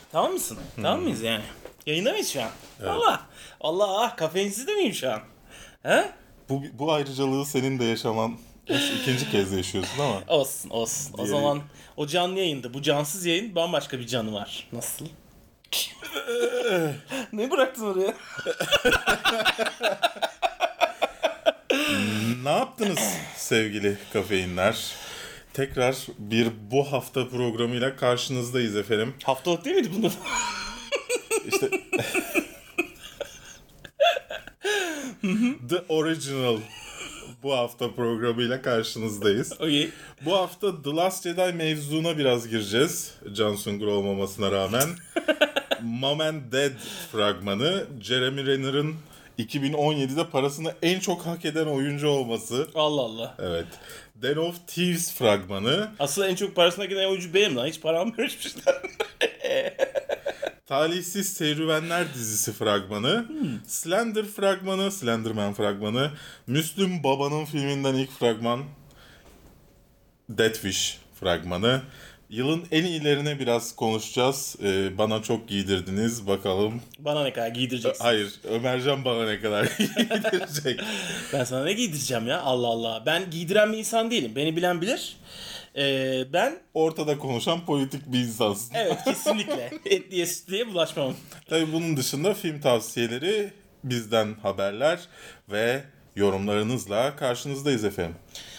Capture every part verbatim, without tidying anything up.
Tamam mısın? Hmm. Tamam mıyız yani? Yayında mıyız şu an? Evet. Allah. Allah. Kafeinsiz de miyim şu an? He? Bu, bu ayrıcalığı senin de yaşaman ikinci kez yaşıyorsun ama. Olsun olsun. Diğeri... O zaman o canlı yayında. Bu cansız yayın bambaşka bir canı var. Nasıl? Ne bıraktın oraya? Ne yaptınız sevgili kafeinler? Tekrar bir bu hafta programıyla karşınızdayız efendim. Haftalık değil miydi bunlar? İşte The Original bu hafta programıyla karşınızdayız. Okay. Bu hafta The Last Jedi mevzuna biraz gireceğiz. Can Sungur olmamasına rağmen. Mom and Dad fragmanı, Jeremy Renner'ın iki bin on yedide parasını en çok hak eden oyuncu olması. Allah Allah. Evet. Den of Thieves fragmanı. Asıl en çok parasına giden oyuncu benim lan. Hiç paramı vermişler. Talihsiz Serüvenler dizisi fragmanı. Hmm. Slender fragmanı. Slenderman fragmanı. Müslüm Baba'nın filminden ilk fragman. Death Wish fragmanı. Yılın en iyilerine biraz konuşacağız. Ee, bana çok giydirdiniz. Bakalım. Bana ne kadar giydireceksin? Hayır. Ömercan bana ne kadar giydirecek? Ben sana ne giydireceğim ya? Allah Allah. Ben giydiren bir insan değilim. Beni bilen bilir. Ee, ben... Ortada konuşan politik bir insansın. Evet, kesinlikle. Etliye sütlüye bulaşmam. Tabii bunun dışında film tavsiyeleri, bizden haberler ve yorumlarınızla karşınızdayız efendim.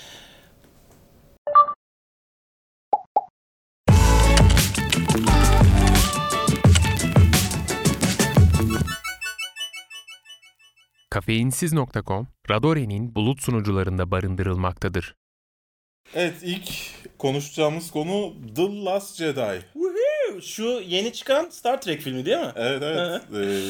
Kafeinsiz nokta com, Radore'nin bulut sunucularında barındırılmaktadır. Evet, ilk konuşacağımız konu The Last Jedi. Woohoo! Şu yeni çıkan Star Trek filmi değil mi? Evet, evet.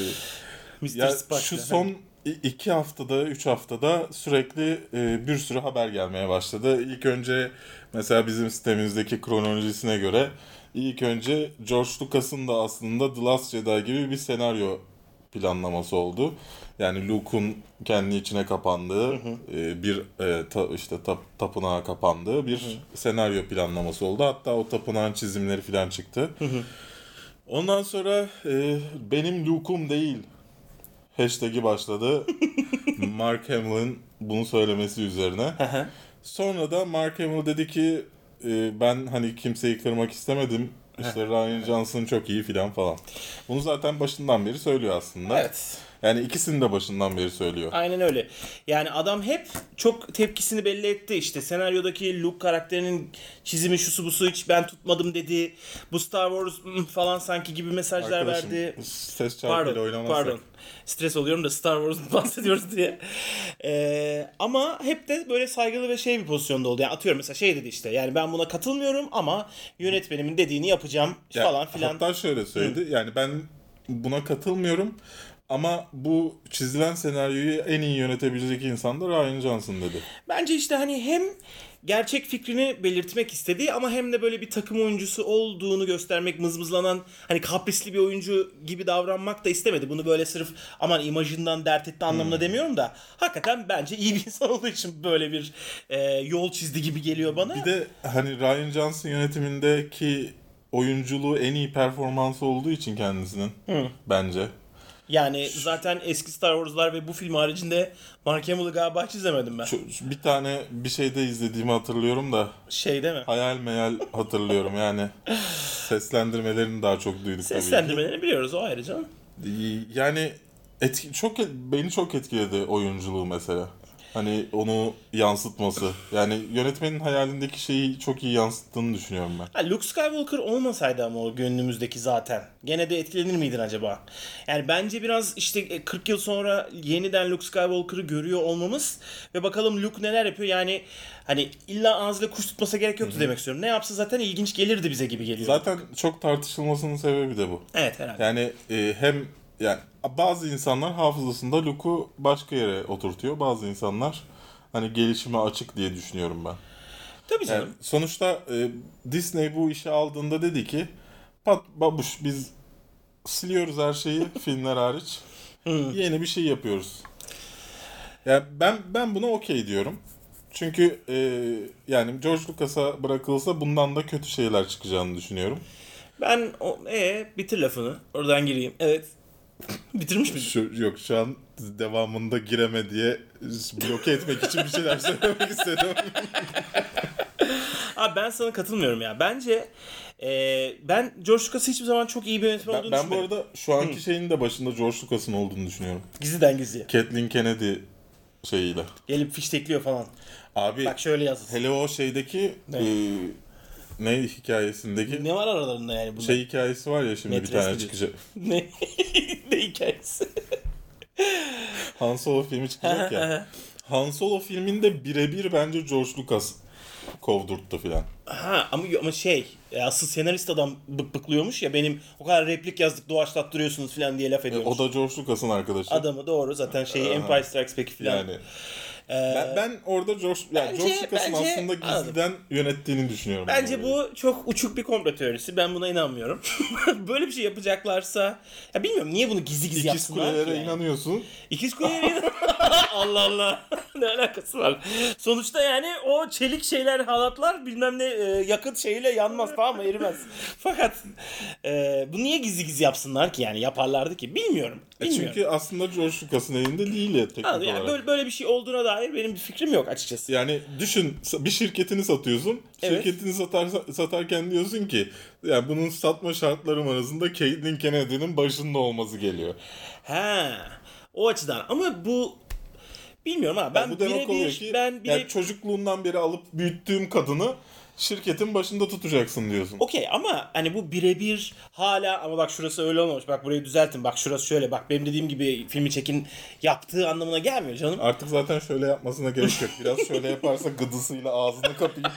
ee, ya şu son iki haftada, üç haftada sürekli e, bir sürü haber gelmeye başladı. İlk önce mesela bizim sitemizdeki kronolojisine göre ilk önce George Lucas'ın da aslında The Last Jedi gibi bir senaryo planlaması oldu. Yani Luke'un kendi içine kapandığı, hı hı. E, bir e, ta, işte tap, tapınağa kapandığı bir hı hı. senaryo planlaması oldu. Hatta o tapınağın çizimleri falan çıktı. Hı hı. Ondan sonra e, benim Luke'um değil hashtag'i başladı. Mark Hamill'in bunu söylemesi üzerine. Sonra da Mark Hamill dedi ki e, ben hani kimseyi kırmak istemedim. İşte Rian Johnson çok iyi filan falan. Bunu zaten başından beri söylüyor aslında. Evet. Yani ikisini de başından beri söylüyor. Aynen öyle. Yani adam hep çok tepkisini belli etti. İşte senaryodaki Luke karakterinin çizimi şusu busu hiç ben tutmadım dedi. Bu Star Wars falan sanki gibi mesajlar Arkadaşım, verdi. ses çarpıyla oynamazsak. Pardon. Stres oluyorum da Star Wars'dan bahsediyoruz diye. Ee, ama hep de böyle saygılı ve şey bir pozisyonda oldu. Yani atıyorum mesela şey dedi işte. Yani ben buna katılmıyorum ama yönetmenimin dediğini yapacağım ya, falan filan. Hatta şöyle söyledi. Hı. Yani ben buna katılmıyorum. Ama bu çizilen senaryoyu en iyi yönetebilecek insan da Rian Johnson dedi. Bence işte hani hem gerçek fikrini belirtmek istediği ama hem de böyle bir takım oyuncusu olduğunu göstermek, mızmızlanan hani kaprisli bir oyuncu gibi davranmak da istemedi. Bunu böyle sırf aman imajından dert etti anlamında hmm. demiyorum da hakikaten bence iyi bir insan olduğu için böyle bir e, yol çizdi gibi geliyor bana. Bir de hani Rian Johnson yönetimindeki oyunculuğu en iyi performansı olduğu için kendisinin hmm. bence. Yani zaten eski Star Wars'lar ve bu film haricinde Mark Hamill'ı galiba hiç izlemedim ben. Şu, bir tane bir şeyde izlediğimi hatırlıyorum da. Şeyde mi? Hayal meyal hatırlıyorum yani. Seslendirmelerini daha çok duyduk tabii ki. Seslendirmelerini biliyoruz o ayrıca. Yani etki, çok beni çok etkiledi oyunculuğu mesela. Hani onu yansıtması. Yani yönetmenin hayalindeki şeyi çok iyi yansıttığını düşünüyorum ben. Ha, Luke Skywalker olmasaydı ama o gönlümüzdeki zaten. Gene de etkilenir miydin acaba? Yani bence biraz işte kırk yıl sonra yeniden Luke Skywalker'ı görüyor olmamız ve bakalım Luke neler yapıyor. Yani hani illa ağzıyla kuş tutmasa gerek yoktu Hı-hı. demek istiyorum. Ne yapsa zaten ilginç gelirdi bize gibi geliyor. Zaten çok tartışılmasının sebebi de bu. Evet herhalde. Yani e, hem yani bazı insanlar hafızasında Luke'u başka yere oturtuyor. Bazı insanlar hani gelişime açık diye düşünüyorum ben. Tabii canım. Yani sonuçta e, Disney bu işi aldığında dedi ki pat babuş biz siliyoruz her şeyi filmler hariç. Yeni bir şey yapıyoruz. Yani ben ben buna okey diyorum. Çünkü e, yani George Lucas'a bırakılsa bundan da kötü şeyler çıkacağını düşünüyorum. Ben o e bitir lafını. Oradan gireyim. Evet. Bitirmiş miydin? Şu, yok şu an devamında gireme diye bloke etmek için bir şeyler söylemek istedim. Abi ben sana katılmıyorum ya. Bence e, ben George Lucas'ı hiçbir zaman çok iyi bir yönetmen Ben, olduğunu ben bu düşünmüyorum. arada şu anki Hı. şeyin de başında George Lucas'ın olduğunu düşünüyorum. Gizliden gizliye. Kathleen Kennedy şeyiyle. Gelip fiştekliyor falan. Abi bak şöyle yazılsın. Hele o şeydeki ne, e, ne hikayesindeki ne var aralarında yani bunlar? Şey hikayesi var ya şimdi Metres bir tane çıkacak. Ne? Ne hikayesi? Han Solo filmi çıkacak ya. Han Solo filminde birebir bence George Lucas kovdurttu filan. Ha ama, ama şey asıl senarist adam bık bıklıyormuş ya, benim o kadar replik yazdık doğaçlattırıyorsunuz filan diye laf ediyormuş. E, o da George Lucas'ın arkadaşı. Adamı doğru zaten şeyi Empire Strikes Back filan. Yani. Ee, ben, ben orada George, yani bence, George Lucas'ın bence, aslında gizliden anladım. yönettiğini düşünüyorum. Bence bu çok uçuk bir komplo teorisi. Ben buna inanmıyorum. Böyle bir şey yapacaklarsa, ya bilmiyorum niye bunu gizli gizli İkiz yapsınlar ki. İkiz kulelere yani. inanıyorsun. İkiz kulelere inanıyorsun. Allah Allah. Ne alakası var? Sonuçta yani o çelik şeyler, halatlar bilmem ne yakıt şeyiyle yanmaz, tamam mı? Erimez. Fakat e, bu niye gizli gizli yapsınlar ki yani? Yaparlardı ki. Bilmiyorum. Bilmiyorum. E çünkü aslında George Lucas'ın elinde değil ya teknik yani olarak. Böyle, böyle bir şey olduğuna dair benim bir fikrim yok açıkçası. Yani düşün, bir şirketini satıyorsun. Evet. Şirketini satar, satarken diyorsun ki yani bunun satma şartlarım arasında Kathleen Kennedy'nin başında olması geliyor. Ha, o açıdan. Ama bu bilmiyorum ha. Ben yani birebir ben bire... yani çocukluğundan beri alıp büyüttüğüm kadını şirketin başında tutacaksın diyorsun. Okey ama hani bu birebir hala, ama bak şurası öyle olmamış, bak burayı düzeltin, bak şurası şöyle, bak benim dediğim gibi filmi çekin yaptığı anlamına gelmiyor canım. Artık zaten şöyle yapmasına gerek yok. Biraz şöyle yaparsa gıdısıyla ağzını kapayıp.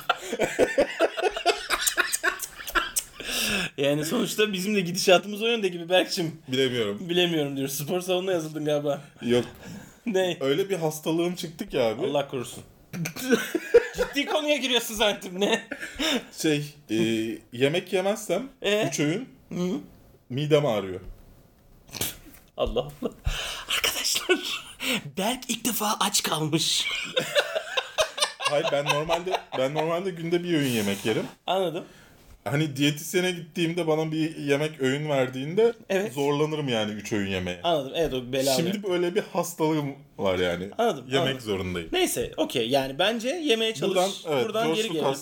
Yani sonuçta bizim de gidişatımız o yönde gibi Berk'cim. Bilemiyorum. Bilemiyorum diyor. Spor salonuna yazıldın galiba. Yok. Ne? Öyle bir hastalığım çıktı ki abi. Allah korusun. Ciddi konuya giriyorsun zaten, ne? Şey, e, yemek yemezsem ee? üç öğün Hı? midem ağrıyor. Allah Allah. Arkadaşlar, Berk ilk defa aç kalmış. Hayır, ben normalde ben normalde günde bir öğün yemek yerim. Anladım. Hani diyetisyene gittiğimde bana bir yemek öğün verdiğinde evet. zorlanırım yani üç öğün yemeye. Anladım. Evet, o bela. Şimdi böyle bir hastalığım var yani. Anladım. Yemek anladım. zorundayım. Neyse, okey. Yani bence yemeye çalış. Buradan, evet, Buradan geri gelelim.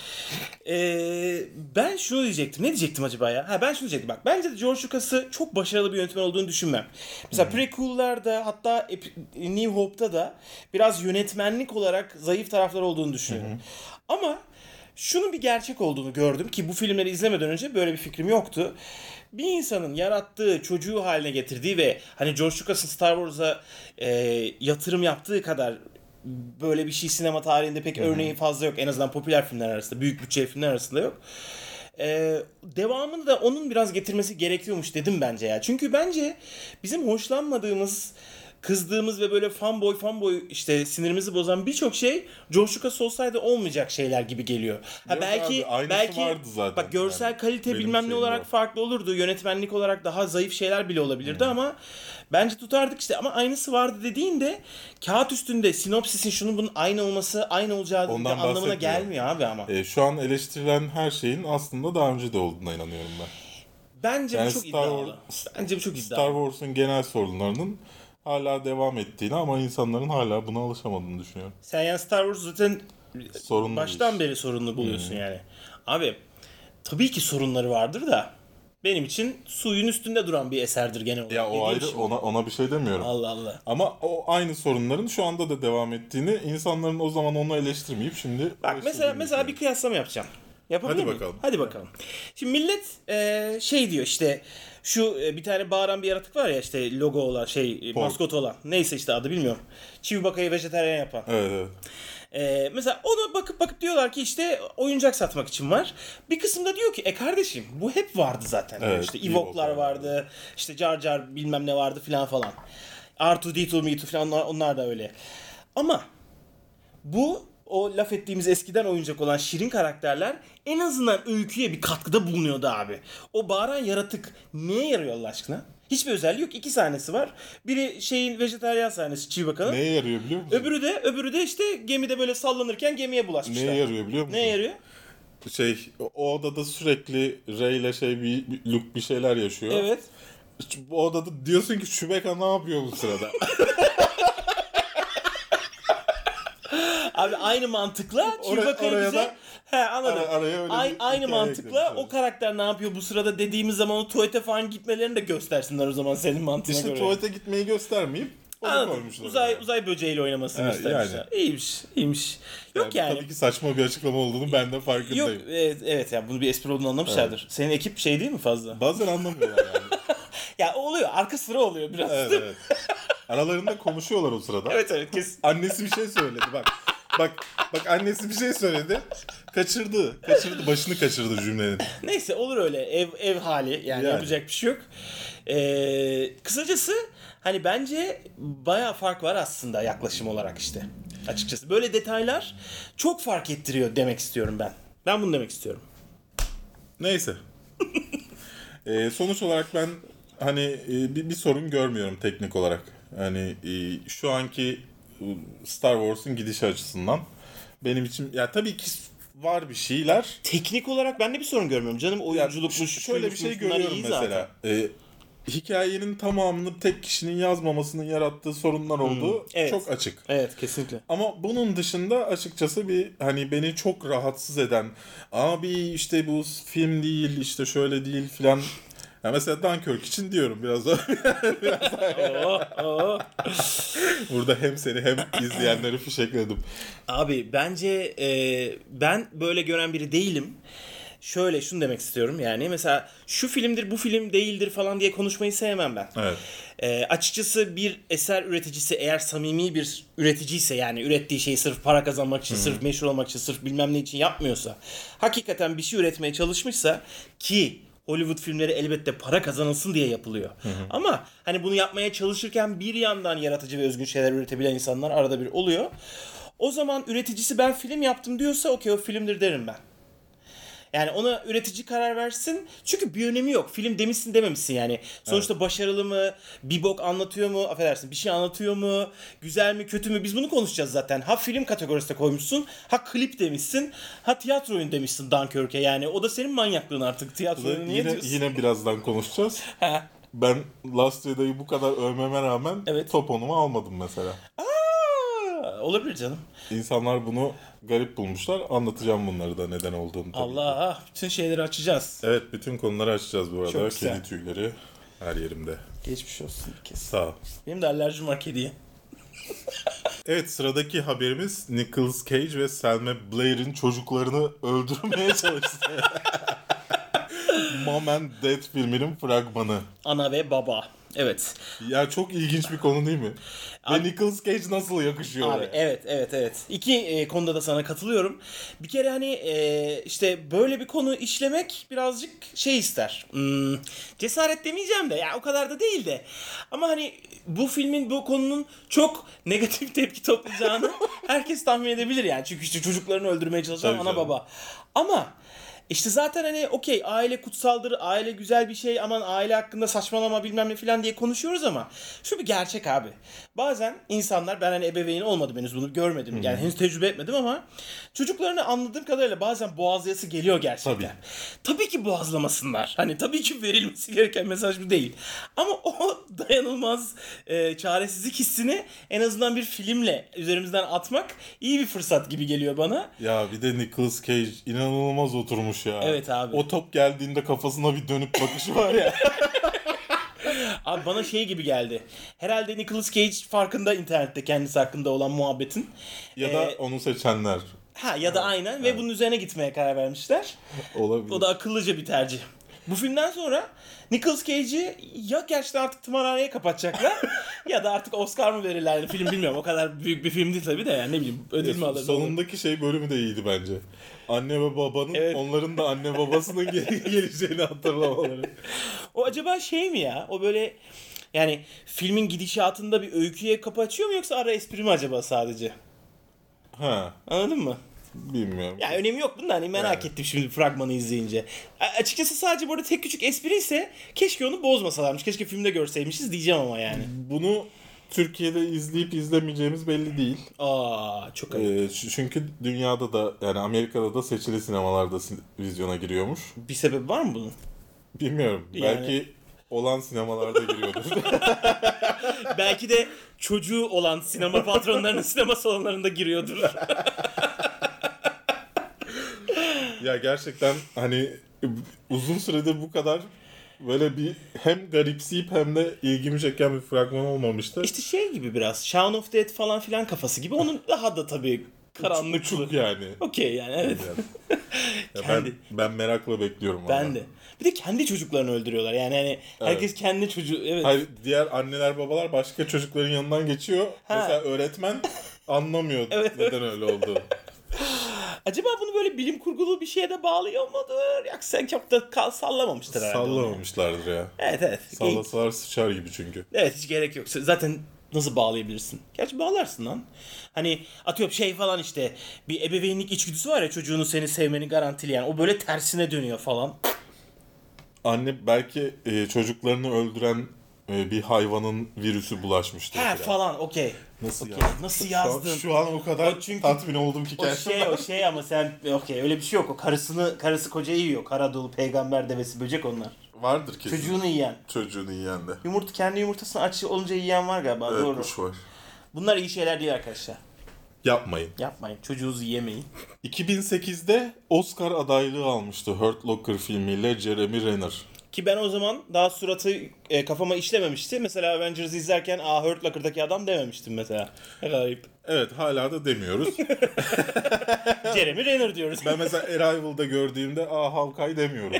Ee, ben şunu diyecektim. Ne diyecektim acaba ya? Ha ben şunu diyecektim. Bak, bence de George Lucas'ı çok başarılı bir yönetmen olduğunu düşünmem. Mesela hmm. prequel'larda, hatta New Hope'da da biraz yönetmenlik olarak zayıf taraflar olduğunu düşünüyorum. Hmm. Ama şunun bir gerçek olduğunu gördüm ki bu filmleri izlemeden önce böyle bir fikrim yoktu. Bir insanın yarattığı, çocuğu haline getirdiği ve hani George Lucas'ın Star Wars'a e, yatırım yaptığı kadar böyle bir şey sinema tarihinde pek Hı-hı. örneği fazla yok. En azından popüler filmler arasında, büyük bütçe filmler arasında yok. Ee, devamını da onun biraz getirmesi gerekiyormuş dedim bence ya. Çünkü bence bizim hoşlanmadığımız, kızdığımız ve böyle fanboy fanboy işte sinirimizi bozan birçok şey George Lucas olsaydı olmayacak şeyler gibi geliyor. Ha Yok belki abi, belki zaten. Bak görsel yani, kalite bilmem ne olarak o. farklı olurdu. Yönetmenlik olarak daha zayıf şeyler bile olabilirdi hmm. ama bence tutardık işte. Ama aynısı vardı dediğinde kağıt üstünde sinopsisin şunun bunun aynı olması, aynı olacağı anlamına gelmiyor abi ama. E, şu an eleştirilen her şeyin aslında daha önce de olduğuna inanıyorum ben. Bence yani bu çok Star iddialı. Wars, Bence bu çok iddialı. Star Wars'un genel sorunlarının hala devam ettiğini ama insanların hala buna alışamadığını düşünüyorum. Sen yani Star Wars zaten sorunlu baştan beri sorunlu buluyorsun hmm. yani. Abi tabii ki sorunları vardır da benim için suyun üstünde duran bir eserdir genel olarak. Ya o ayrı, ona, ona bir şey demiyorum. Allah Allah. Ama o aynı sorunların şu anda da devam ettiğini, insanların o zaman onu eleştirmeyip şimdi... Bak mesela mesela bir kıyaslama yapacağım. Yapabilir Hadi miyim? bakalım. Hadi bakalım. Şimdi millet e, şey diyor işte, şu e, bir tane bağıran bir yaratık var ya işte, logo olan şey, Pork. maskot olan. Neyse işte adı bilmiyorum. Chewbacca'yı vejetaryen yapan. Evet evet. Ee, mesela ona bakıp bakıp diyorlar ki işte oyuncak satmak için var. Bir kısımda diyor ki e kardeşim bu hep vardı zaten. Evet, işte Ewok'lar vardı, işte Jar Jar bilmem ne vardı filan falan. R two D two, M two falan onlar, onlar da öyle. Ama bu o laf ettiğimiz eskiden oyuncak olan şirin karakterler en azından öyküye bir katkıda bulunuyordu abi. O bağıran yaratık neye yarıyor Allah aşkına? Hiçbir özelliği yok. İki sahnesi var. Biri şeyin vejetaryen sahnesi Chewbacca'nın. Neye yarıyor biliyor musun? Öbürü de öbürü de işte gemide böyle sallanırken gemiye bulaşmışlar. Neye yarıyor biliyor musun? Neye yarıyor? şey o odada sürekli Ray ile şey bir, bir Luke bir şeyler yaşıyor. Evet. Bu odada diyorsun ki Chewbacca ne yapıyor bu sırada? Abi aynı mantıkla Oraya- Chewbacca'yı oraya bize... da- He anladım. Ara- araya öyle Ay- bir aynı hikaye mantıkla eklemiş, o karakter ne yapıyor bu sırada dediğimiz zaman o tuvalete falan gitmelerini de göstersinler o zaman senin mantığına İşte göre. tuvalete gitmeyi göstermeyip onu Anladım. koymuşlar. Uzay, yani. uzay böceğiyle oynamasını Evet, istemişler. yani. İyiymiş, iyiymiş. Yok Yani yani. Tabii ki saçma bir açıklama olduğunu ben de farkındayım. Yok evet, evet ya bunu bir espri olduğunu anlamışlardır. Senin ekip şey değil mi fazla? Bazen anlamıyorlar yani. Ya oluyor arka sıra oluyor biraz. Evet, evet. Aralarında konuşuyorlar o sırada. evet evet kesin. Annesi bir şey söyledi bak. Bak bak annesi bir şey söyledi. Kaçırdı. Kaçırdı. Başını kaçırdı cümlenin. Neyse olur öyle ev ev hali yani, Yani. yapacak bir şey yok. Ee, kısacası hani bence bayağı fark var aslında yaklaşım olarak işte. Açıkçası böyle detaylar çok fark ettiriyor demek istiyorum ben. Ben bunu demek istiyorum. Neyse. Ee, sonuç olarak ben hani e, bir, bir sorun görmüyorum teknik olarak. Hani e, şu anki e, Star Wars'un gidişi açısından benim için ya tabii ki var bir şeyler. Teknik olarak ben de bir sorun görmüyorum canım. Ya, Oyunculukmuş, ş- şöyle bir şey şuymuş, bunlar görüyorum iyi mesela. Ee, hikayenin tamamını tek kişinin yazmamasının yarattığı sorunlar olduğu evet. çok açık. Evet kesinlikle. Ama bunun dışında açıkçası bir hani beni çok rahatsız eden abi işte bu film değil işte şöyle değil filan. Ya mesela Dunkirk için diyorum biraz daha. biraz daha. Oo, oo. Burada hem seni hem izleyenleri fişekledim. Abi bence e, ben böyle gören biri değilim. Şöyle şunu demek istiyorum yani mesela şu filmdir bu film değildir falan diye konuşmayı sevmem ben. Evet. E, açıkçası bir eser üreticisi eğer samimi bir üreticiyse yani ürettiği şeyi sırf para kazanmak için, sırf meşhur olmak için, sırf bilmem ne için yapmıyorsa, hakikaten bir şey üretmeye çalışmışsa ki Hollywood filmleri elbette para kazanılsın diye yapılıyor. Hı hı. Ama hani bunu yapmaya çalışırken bir yandan yaratıcı ve özgün şeyler üretebilen insanlar arada bir oluyor. O zaman üreticisi ben film yaptım diyorsa okey o filmdir derim ben. Yani ona üretici karar versin. Çünkü bir önemi yok. Film demişsin dememişsin yani. Sonuçta evet. Başarılı mı? Bir bok anlatıyor mu? Affedersin. Bir şey anlatıyor mu? Güzel mi? Kötü mü? Biz bunu konuşacağız zaten. Ha film kategorisine koymuşsun. Ha klip demişsin. Ha tiyatro oyunu demişsin Dunkirk'e. Yani o da senin manyaklığın artık. Tiyatro oyunu niye yine, diyorsun? yine birazdan konuşacağız. Ben Last Jedi'yi bu kadar övmeme rağmen evet. top onumu almadım mesela. Aa, olabilir canım. İnsanlar bunu garip bulmuşlar. Anlatacağım bunları da neden olduğunu tabii Allah ki. bütün şeyleri açacağız. Evet bütün konuları açacağız bu arada. Çok güzel. Kedi tüyleri her yerimde. Geçmiş olsun. Kesin. Sağ ol. Benim de alerjim var kediye. Evet sıradaki haberimiz Nicolas Cage ve Selma Blair'in çocuklarını öldürmeye çalıştı. Mom and Dad filminin fragmanı. Ana ve baba. Evet. Ya çok ilginç bir konu değil mi? Abi, ve Nicolas Cage nasıl yakışıyor abi, oraya? Evet, evet, evet. İki e, konuda da sana katılıyorum. Bir kere hani e, işte böyle bir konu işlemek birazcık şey ister. Hmm, cesaret demeyeceğim de ya o kadar da değil de. Ama hani bu filmin bu konunun çok negatif tepki toplayacağını herkes tahmin edebilir yani. Çünkü işte çocuklarını öldürmeye çalışan Tabii ana canım. baba. Ama İşte zaten hani okey aile kutsaldır, aile güzel bir şey, aman aile hakkında saçmalama bilmem ne falan diye konuşuyoruz ama şu bir gerçek abi. Bazen insanlar, ben hani ebeveyn olmadım henüz bunu görmedim hmm. yani henüz tecrübe etmedim ama çocuklarını anladığım kadarıyla bazen boğazlayası geliyor gerçekten. Tabii. Tabii ki boğazlamasınlar. Hani tabii ki verilmesi gereken mesaj bu değil. Ama o dayanılmaz e, çaresizlik hissini en azından bir filmle üzerimizden atmak iyi bir fırsat gibi geliyor bana. Ya bir de Nicolas Cage inanılmaz oturmuş ya. Evet abi. O top geldiğinde kafasına bir dönüp bakışı var ya. Abi bana şey gibi geldi. Herhalde Nicolas Cage farkında internette kendisi hakkında olan muhabbetin. Ya da ee, onu seçenler. Ha ya da aynen evet. Ve bunun üzerine gitmeye karar vermişler. Olabilir. O da akıllıca bir tercih. Bu filmden sonra Nicolas Cage'i ya gerçekten artık tımarhaneye kapatacaklar ya da artık Oscar mı verirler film bilmiyorum. O kadar büyük bir film değil tabii de yani ne bileyim ödül mü alır. Sonundaki olur. Şey bölümü de iyiydi bence. Anne ve babanın evet. onların da anne babasının geri geleceğini hatırlamaları. O acaba şey mi ya? O böyle yani filmin gidişatında bir öyküye kapı açıyor mu yoksa ara espri mi acaba sadece? Ha. Anladın mı? Bilmiyorum. Ya önemi yok bunda hani merak yani. ettim şimdi fragmanı izleyince. A- açıkçası sadece burada tek küçük espri ise keşke onu bozmasalarmış. Keşke filmde görseymişiz diyeceğim ama yani. Bunu Türkiye'de izleyip izlemeyeceğimiz belli değil. Aa çok ayıp. Ee, çünkü dünyada da yani Amerika'da da seçili sinemalarda sin- vizyona giriyormuş. Bir sebebi var mı bunun? Bilmiyorum. Yani- Belki olan sinemalarda giriyordur. Belki de çocuğu olan sinema patronlarının sinema salonlarında giriyordur. Ya gerçekten hani uzun süredir bu kadar böyle bir hem garipseyip hem de ilgimi çeken bir fragman olmamıştı. İşte şey gibi biraz. Shaun of Dead falan filan kafası gibi. Onun daha da tabii karanlıklı. Uçuk yani. Okey yani evet. Ya Kendi. ben, ben merakla bekliyorum. Ben valla. de. Bir de kendi çocuklarını öldürüyorlar. Yani hani herkes kendi çocuğu. Evet. Hayır, diğer anneler babalar başka çocukların yanından geçiyor. Ha. Mesela öğretmen anlamıyor Evet. neden öyle olduğunu. Acaba bunu böyle bilim kurgulu bir şeye de bağlıyor mudur? Yoksa çok da kal sallamamıştır herhalde. onu. Sallamamışlardır ya. Evet evet. Sallasalar sıçar gibi çünkü. Evet hiç gerek yok. Zaten nasıl bağlayabilirsin? Gerçi bağlarsın lan. Hani atıyorum şey falan işte bir ebeveynlik içgüdüsü var ya çocuğunu seni sevmeni garantileyen. O böyle tersine dönüyor falan. Anne belki e, çocuklarını öldüren e, bir hayvanın virüsü bulaşmıştır. He falan. falan okey. Nasıl Okey, yazdın? nasıl Şu yazdın? an, şu an o kadar O çünkü- tatmin oldum ki O kendime. şey o şey ama sen okey öyle bir şey yok. O karısını karısı kocayı yiyor. Karadolu, peygamber devesi, böcek onlar. Vardır kesin. Çocuğunu yiyen. Çocuğunu yiyen de. Yumurta kendi yumurtasını aç olunca yiyen var galiba. Evet, Doğru. kuş var. Bunlar iyi şeyler değil arkadaşlar. Yapmayın. Yapmayın. Çocuğunuzu yemeyin. iki bin sekizde Oscar adaylığı almıştı Hurt Locker filmiyle Jeremy Renner. Ki ben o zaman daha suratı e, kafama işlememişti. Mesela Avengers'ı izlerken aa Hurt Locker'daki adam dememiştim mesela. Ne kadar ayıp. Evet, hala da demiyoruz. Jeremy Renner diyoruz. Ben mesela Arrival'da gördüğümde aa Hawkeye demiyorum.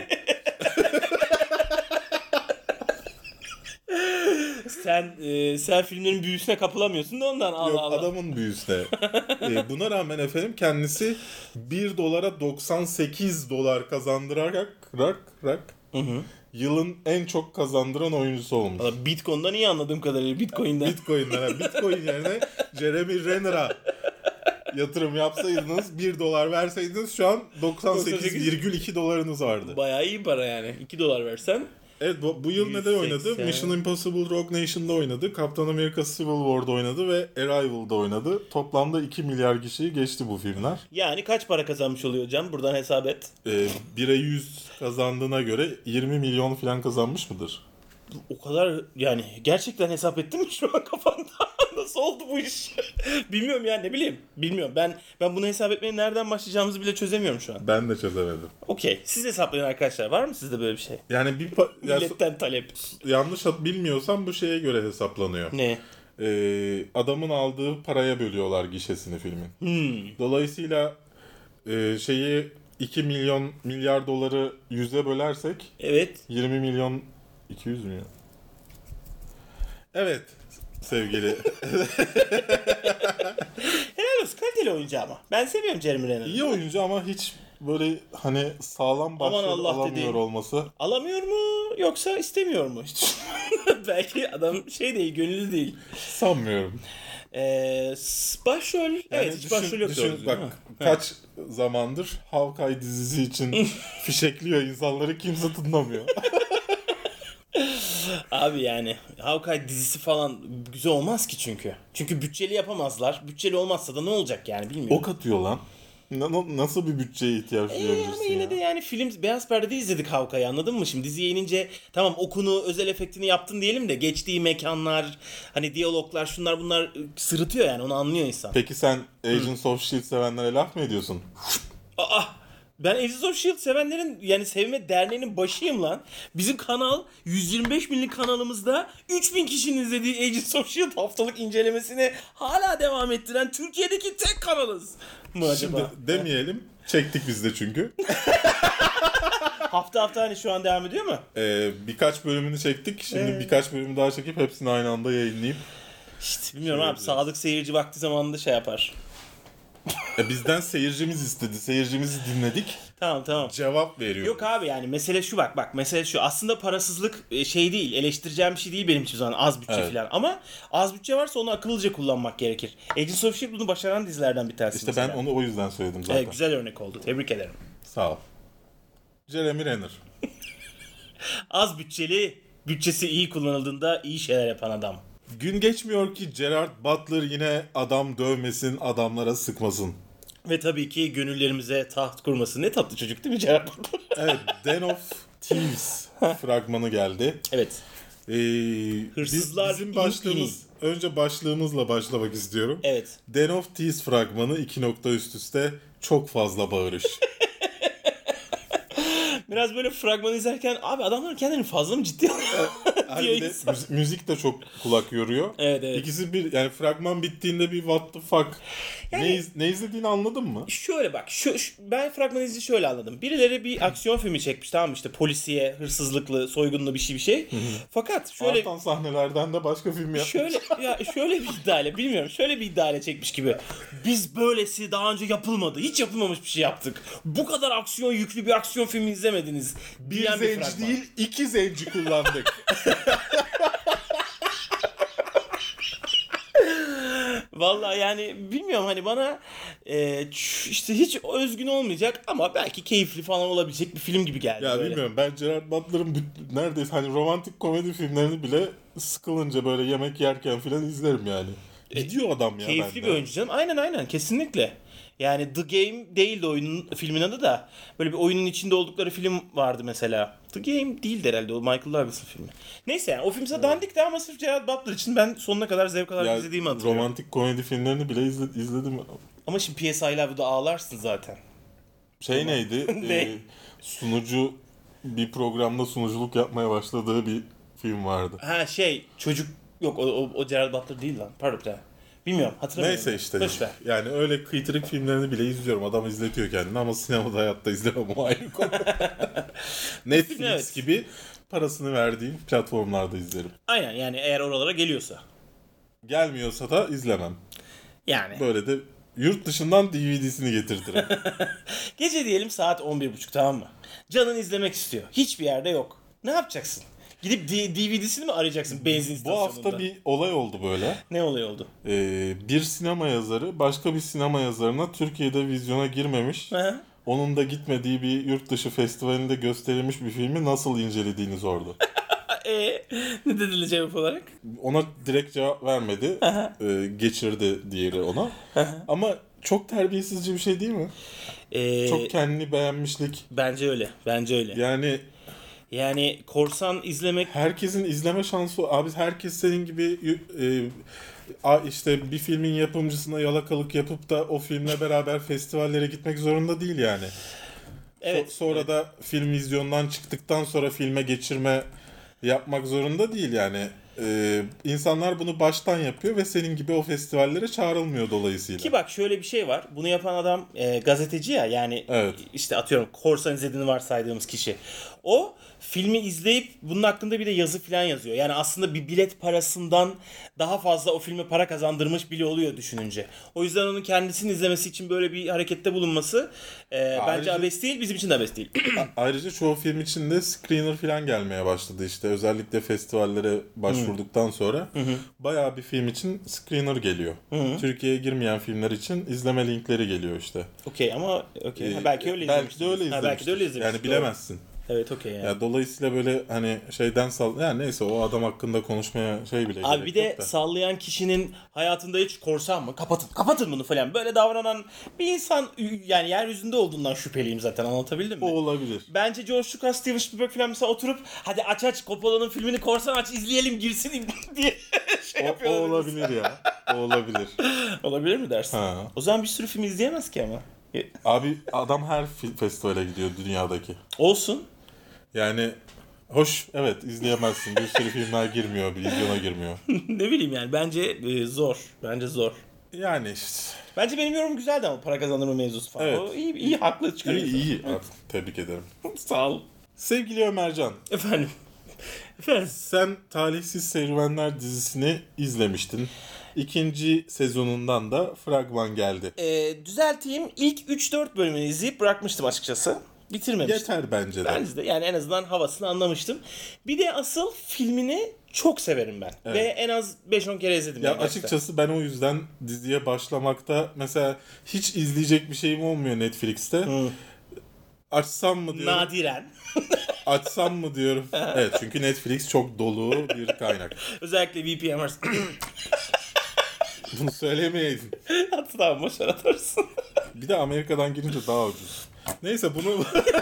sen e, sen filmlerin büyüsüne kapılamıyorsun da ondan Allah Yok, Allah. adamın büyüsüne. Ee, buna rağmen efendim kendisi bir dolara doksan sekiz dolar kazandırarak rak, rak, Hı hı. yılın en çok kazandıran oyuncusu olmuş. Valla Bitcoin'dan iyi anladığım kadarıyla. Bitcoin'den. Bitcoin'lere, Bitcoin yerine Jeremy Renner'a yatırım yapsaydınız, bir dolar verseydiniz şu an doksan sekiz virgül iki dolarınız vardı. Bayağı iyi para yani. iki dolar versen. Evet, bu, bu yıl neden oynadı? yüz seksen. Mission Impossible Rogue Nation'da oynadı. Captain America Civil War'da oynadı ve Arrival'da oynadı. Toplamda iki milyar kişiyi geçti bu filmler. Yani kaç para kazanmış oluyor Can? Buradan hesap et. Ee, bire yüz kazandığına göre yirmi milyon falan kazanmış mıdır? O kadar yani gerçekten hesap ettin mi şu an kafanda? Nasıl oldu bu iş? Bilmiyorum ya ne bileyim. Bilmiyorum. Ben ben bunu hesap etmeye nereden başlayacağımızı bile çözemiyorum şu an. Ben de çözemedim. Okey. Siz hesaplayın arkadaşlar. Var mı sizde böyle bir şey? Yani bir pa- ya, Milletten talep. yanlış hat- bilmiyorsam bu şeye göre hesaplanıyor. Ne? Ee, adamın aldığı paraya bölüyorlar gişesini filmin. Hmm. Dolayısıyla e, şeyi iki milyon milyar doları yüze bölersek Evet. yirmi milyon iki yüz milyon. Evet sevgili. Helal olsun. Kaliteli oyuncu ama. Ben seviyorum Jeremy Renner'ı. İyi oyuncu ama hiç böyle hani sağlam başarı Allah alamıyor dediğin. olması. Alamıyor mu yoksa istemiyor mu? Hiç. Belki adam şey değil, gönüllü değil. Sanmıyorum. Ee, s- başrol, Yani evet hiç düşün- başrol yok. düşün, doğru düzgün, bak değil mi? kaç zamandır Hawkeye dizisi için fişekliyor insanları, kimse tınlamıyor. Abi yani Hawkeye dizisi falan güzel olmaz ki çünkü. Çünkü bütçeli yapamazlar. Bütçeli olmazsa da ne olacak yani bilmiyorum. Ok atıyor lan. Na- na- nasıl bir bütçeye ihtiyaç Ee, duyabilirsin ama yine ya? de yani film Beyaz Perde'de izledik Hawkeye'yi, anladın mı? Şimdi diziye inince tamam okunu özel efektini yaptın diyelim de geçtiği mekanlar hani diyaloglar şunlar bunlar ı, sırıtıyor yani onu anlıyor insan. Peki sen Agents of S H I E L D sevenlere laf mı ediyorsun? Aa, ben Agents of S H I E L D sevenlerin yani sevme derneğinin başıyım lan. Bizim kanal yüz yirmi beş binlik kanalımızda üç bin kişinin izlediği Agents of S H I E L D haftalık incelemesini hala devam ettiren Türkiye'deki tek kanalız mı acaba? Şimdi demeyelim. Çektik biz de çünkü. Hafta hafta hani şu an devam ediyor mu? Ee, birkaç bölümünü çektik. Şimdi Ee. birkaç bölümü daha çekip hepsini aynı anda yayınlayıp. İşte bilmiyorum Şey abi, sadık seyirci vakti zamanında şey yapar. E, bizden seyircimiz istedi. Seyircimizi dinledik. Tamam tamam. Cevap veriyor. Yok abi yani mesele şu, bak bak mesele şu, aslında parasızlık e, şey değil, eleştireceğim bir şey değil benim için zaman az bütçe Evet. falan, ama az bütçe varsa onu akıllıca kullanmak gerekir. Agents of S H I E L D bunu başaran dizilerden bir tanesi İşte ben mesela. onu o yüzden söyledim zaten. Evet, güzel örnek oldu, tebrik ederim. Sağ ol. Jeremy Renner. Az bütçeli, bütçesi iyi kullanıldığında iyi şeyler yapan adam. Gün geçmiyor ki Gerard Butler yine adam dövmesin, adamlara sıkmasın. Ve tabii ki gönüllerimize taht kurması. Ne tatlı çocuk değil mi Gerard Butler? Evet, Den of Thieves fragmanı geldi. Evet. Ee, Hırsızlar bizim başlığımız, önce başlığımızla başlamak istiyorum. Evet. Den of Thieves fragmanı iki nokta üst üste çok fazla bağırış. Biraz böyle fragmanı izlerken abi adamlar kendini fazla mı ciddi alıyor? Hani bir de müzik, müzik de çok kulak yoruyor. Evet, evet. İkisi bir, yani fragman bittiğinde bir what the fuck. Yani- ne, iz- ne izlediğini anladın mı? Şöyle bak, şu, şu- ben fragmanı izleyince şöyle anladım. Birileri bir aksiyon filmi çekmiş, tamam mı, işte polisiye, hırsızlıklı, soygunlu bir şey bir şey. Fakat şöyle Artan sahnelerden de başka film yapmış. şöyle ya şöyle bir iddiayla, bilmiyorum, şöyle bir iddiayla çekmiş gibi. Biz böylesi daha önce yapılmadı, hiç yapılmamış bir şey yaptık. Bu kadar aksiyon yüklü bir aksiyon filmi izlemediniz. Bir diyen zenci fragman. değil, iki zenci kullandık. Vallahi yani bilmiyorum, hani bana e, ç- işte hiç özgün olmayacak ama belki keyifli falan olabilecek bir film gibi geldi. Ya böyle. bilmiyorum, ben Gerard Butler'ın büt- neredeyse hani romantik komedi filmlerini bile sıkılınca böyle yemek yerken falan izlerim yani. Gidiyor adam ya Keyifli bende. bir oyuncu canım. Aynen aynen, kesinlikle. Yani The Game değildi oyunun, filmin adı da. Böyle bir oyunun içinde oldukları film vardı mesela. The Game değildi herhalde, o Michael Douglas'ın filmi. Neyse yani o film size dandikti ama sırf Gerard Butler için ben sonuna kadar zevk alarak Ya, izlediğimi hatırlıyorum. romantik komedi filmlerini bile izle- izledim. Ama şimdi P S I Love'da ağlarsın zaten. Şey neydi? Ne? Ee, sunucu bir programda sunuculuk yapmaya başladığı bir film vardı. Ha şey, çocuk yok, o, o, o Gerard Butler değil lan. Pardon bir daha. Bilmiyorum, hatırlamıyorum. Neyse işte. Boş ver. Yani öyle kıytırık filmlerini bile izliyorum. Adam izletiyor kendini ama sinemada hayatta izlemem, o ayrı konu. Netflix Evet. gibi parasını verdiğim platformlarda izlerim. Aynen, yani eğer oralara geliyorsa. Gelmiyorsa da izlemem. Yani. Böyle de yurt dışından D V D'sini getirtirim. Gece diyelim saat on bir buçuk, tamam mı? Canın izlemek istiyor. Hiçbir yerde yok. Ne yapacaksın? Gidip D- DVD'sini mi arayacaksın benzin Bu istasyonunda? hafta bir olay oldu böyle. Ne olay oldu? Ee, bir sinema yazarı başka bir sinema yazarına Türkiye'de vizyona girmemiş, Hı. onun da gitmediği bir yurt dışı festivalinde gösterilmiş bir filmi nasıl incelediğini sordu. E, ne dedi cevap olarak? Ona direkt cevap vermedi. Ee, geçirdi diğeri ona. Ama çok terbiyesizce bir şey değil mi? E, Çok kendini beğenmişlik. Bence öyle. Bence öyle. Yani Yani korsan izlemek... herkesin izleme şansı. Abi herkes senin gibi e, a- işte bir filmin yapımcısına yalakalık yapıp da o filmle beraber festivallere gitmek zorunda değil yani. Evet. So- sonra evet. da film vizyondan çıktıktan sonra filme geçirme yapmak zorunda değil yani. Ee, insanlar bunu baştan yapıyor ve senin gibi o festivallere çağrılmıyor dolayısıyla. Ki bak şöyle bir şey var. Bunu yapan adam e, gazeteci ya, yani Evet. işte atıyorum korsan izlediğini varsaydığımız kişi. O filmi izleyip bunun hakkında bir de yazı falan yazıyor. Yani aslında bir bilet parasından daha fazla o filme para kazandırmış bile oluyor düşününce. O yüzden onun kendisini izlemesi için böyle bir harekette bulunması e, bence Ayrıca- abes değil, bizim için de abes değil. Ayrıca çoğu film içinde screener falan gelmeye başladı işte. Özellikle festivallere başvurduktan sonra bayağı bir film için screener geliyor. Türkiye'ye girmeyen filmler için izleme linkleri geliyor işte. Okey ama okey. Ha, Ee, belki öyle belki de öyle izlemişsiniz. Ha, belki de öyle izlemiştir. izlemişsiniz. Yani Doğru. bilemezsin. Evet okey yani. Ya dolayısıyla böyle hani şeyden sal, yani neyse o adam hakkında konuşmaya şey bile Abi gerek bir de yok da. sallayan kişinin hayatında hiç korsan mı? Kapatın, kapatın bunu falan. Böyle davranan bir insan yani yeryüzünde olduğundan şüpheliyim zaten, anlatabildim mi? O olabilir. Bence George Lucas, Steven Spielberg falan mesela oturup hadi aç aç Coppola'nın filmini korsan aç izleyelim girsin diye şey O, o yapıyorlar. olabilir ya. O olabilir. Olabilir mi dersin? Ha. O zaman bir sürü film izleyemez ki ama. Abi adam her fi- festivale gidiyor dünyadaki. Olsun. Yani hoş, evet, izleyemezsin. Bir sürü filmler girmiyor, vizyona girmiyor. Ne bileyim yani, bence e, zor. Bence zor. Yani işte. Bence benim yorumum güzeldi ama para kazandırma mevzusu falan. Evet. O iyi, iyi haklı çıkarıyor. İyi iyi. Abi, tebrik ederim. Sağ ol. Sevgili Ömercan, Efendim. Efendim. sen Talihsiz Serüvenler dizisini izlemiştin. İkinci sezonundan da fragman geldi. Ee, düzelteyim. İlk üç dört bölümünü izleyip bırakmıştım açıkçası. Bitirmemiştim. Yeter bence de. Bence de. Yani en azından havasını anlamıştım. Bir de asıl filmini çok severim ben. Evet. Ve en az beş on kere izledim. Ya yani gerçekten. açıkçası ben o yüzden diziye başlamakta mesela hiç izleyecek bir şeyim olmuyor Netflix'te. Hı. Açsam mı diyorum. Nadiren. Açsam mı diyorum. Evet, çünkü Netflix çok dolu bir kaynak. Özellikle V P N varsa. Bunu söylemeyeydin. Hatta boşver atarsın. Bir de Amerika'dan girince daha ucuz. Neyse bunu...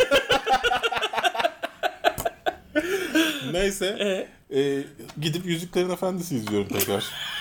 Neyse. E, gidip Yüzüklerin Efendisi izliyorum tekrar.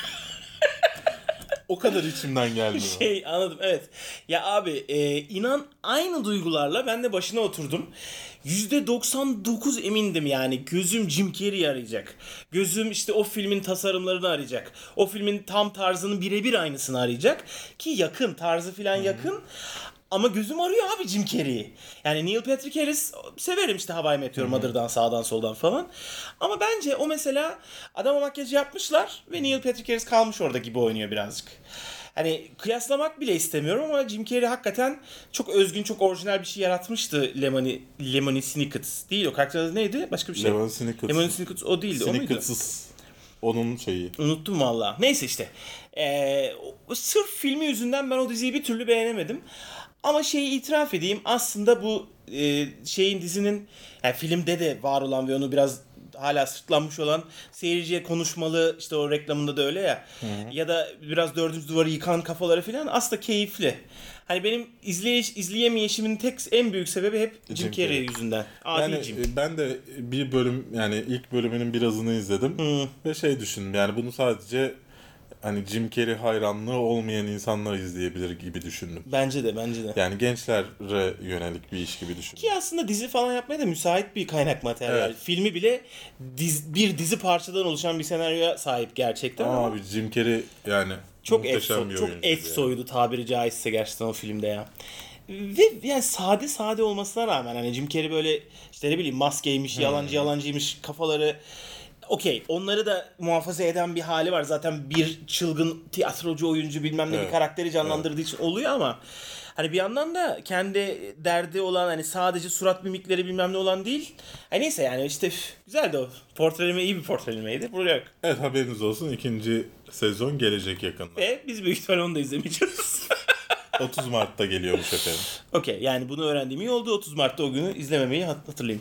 O kadar içimden geldi. Şey anladım, evet. Ya abi e, inan aynı duygularla ben de başına oturdum. yüzde doksan dokuz emindim yani gözüm Jim Carrey'i arayacak. Gözüm işte o filmin tasarımlarını arayacak. O filmin tam tarzının birebir aynısını arayacak. Ki yakın, tarzı falan yakın. Ama gözüm arıyor abi Jim Carrey'i. Yani Neil Patrick Harris severim işte How I Met Your Mother'dan sağdan soldan falan. Ama bence o mesela adama makyajı yapmışlar ve Neil Patrick Harris kalmış orada gibi oynuyor birazcık. Hani kıyaslamak bile istemiyorum ama Jim Carrey hakikaten çok özgün, çok orijinal bir şey yaratmıştı. Lemony, Lemony Snicket değil, o karakter adı neydi? Başka bir şey. Lemony Snicket. Lemony Snicket o değildi, o muydu? Snicket'sız. Onun şeyi. Unuttum valla. Neyse işte. Ee, sırf filmi yüzünden ben o diziyi bir türlü beğenemedim. Ama şeyi itiraf edeyim, aslında bu e, şeyin dizinin yani filmde de var olan ve onu biraz hala sırtlanmış olan seyirciye konuşmalı, işte o reklamında da öyle ya. Hı hı. Ya da biraz dördüncü duvarı yıkan kafaları falan aslında keyifli. Hani benim izleyiş, izleyemeyişimin tek en büyük sebebi hep Jim, Jim Carrey yüzünden. Adi yani Jim. Ben de bir bölüm, yani ilk bölümünün birazını izledim. Hı. Ve şey düşündüm, yani bunu sadece hani Jim Carrey hayranlığı olmayan insanlar izleyebilir gibi düşündüm. Bence de, bence de. Yani gençlere yönelik bir iş gibi düşündüm. Ki aslında dizi falan yapmaya da müsait bir kaynak materyal. Evet. Filmi bile diz, bir dizi parçadan oluşan bir senaryoya sahip gerçekten. Ama abi Jim Carrey yani çok efso, çok efsoydu yani. Tabiri caizse gerçekten o filmde ya. Ve yani sade sade olmasına rağmen hani Jim Carrey böyle işte ne bileyim maskeymiş, hmm. yalancı yalancıymış kafaları. Okey, onları da muhafaza eden bir hali var. Zaten bir çılgın tiyatrocu, oyuncu bilmem ne evet. bir karakteri canlandırdığı evet. için oluyor ama hani bir yandan da kendi derdi olan, hani sadece surat mimikleri bilmem ne olan değil. Hani neyse yani işte güzeldi o. Portreleme iyi bir portrelemeydi. Buraya yok. Evet, haberiniz olsun, ikinci sezon gelecek yakında. Ve biz büyük ihtimalle onu da izlemeyeceğiz. otuz Mart'ta geliyormuş efendim. Okey, yani bunu öğrendiğim iyi oldu. otuz Mart'ta o günü izlememeyi hatırlayayım.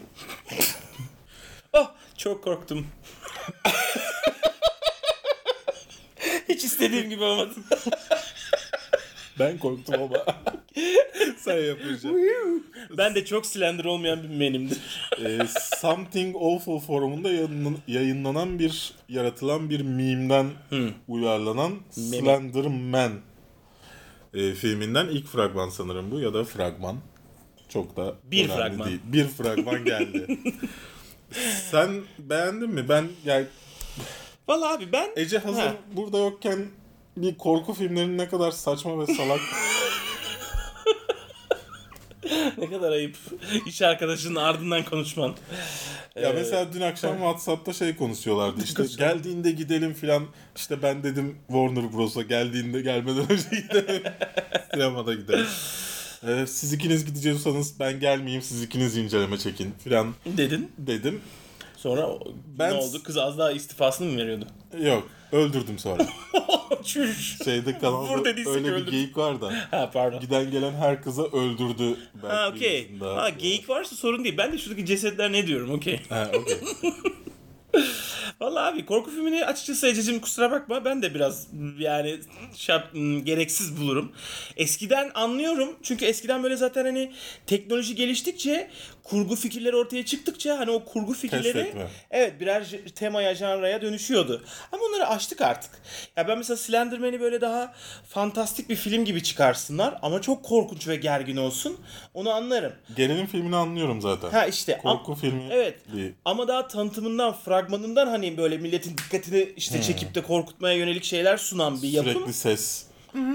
Oh, çok korktum. Hiç istediğim gibi olmadı. Ben korktum ama. Sen yapacaksın. Ben de çok slender olmayan bir menimdir. e, Something Awful forumunda yayınlanan bir, yaratılan bir meme'den hmm. uyarlanan Meme. Slender Man e, filminden ilk fragman sanırım bu, ya da fragman. Çok da bir fragman değil. Bir fragman geldi. Sen beğendin mi? Ben yani vallahi abi ben Ece hazır ha. burada yokken bir korku filmlerinin ne kadar saçma ve salak. Ne kadar ayıp. İş arkadaşının ardından konuşman. Ya ee, mesela dün akşam ha. WhatsApp'ta şey konuşuyorlardı. İşte geldiğinde gidelim filan. İşte ben dedim Warner Bros'a geldiğinde gelmeden önce gidelim. Sinemada gidelim. Ee, siz ikiniz gideceksiniz, ben gelmeyeyim, siz ikiniz inceleme çekin filan dedin. Dedim. Sonra ben... ne oldu? Kız az daha istifasını mı veriyordu? Yok. Öldürdüm sonra. Çüş. Şeyde kanalda öyle bir öldürdüm. Geyik var da. Ha pardon. Giden gelen her kıza öldürdü. Ha okey. Ha geyik varsa sorun değil. Ben de şuradaki cesetler ne diyorum, okey. Ha okey. Vallahi abi korku filmini açıkçası Ececiğim kusura bakma, ben de biraz yani şap, gereksiz bulurum. Eskiden anlıyorum çünkü eskiden böyle zaten hani teknoloji geliştikçe, kurgu fikirleri ortaya çıktıkça hani o kurgu fikirleri evet birer temaya, janraya dönüşüyordu. Ama onları aştık artık. Ya ben mesela Slenderman'i böyle daha fantastik bir film gibi çıkarsınlar ama çok korkunç ve gergin olsun. Onu anlarım. Gerilim filmini anlıyorum zaten. Ha işte. Korku am- filmi evet. değil. Ama daha tanıtımından, fragmanından hani böyle milletin dikkatini işte hmm. çekip de korkutmaya yönelik şeyler sunan bir yapım. Sürekli ses.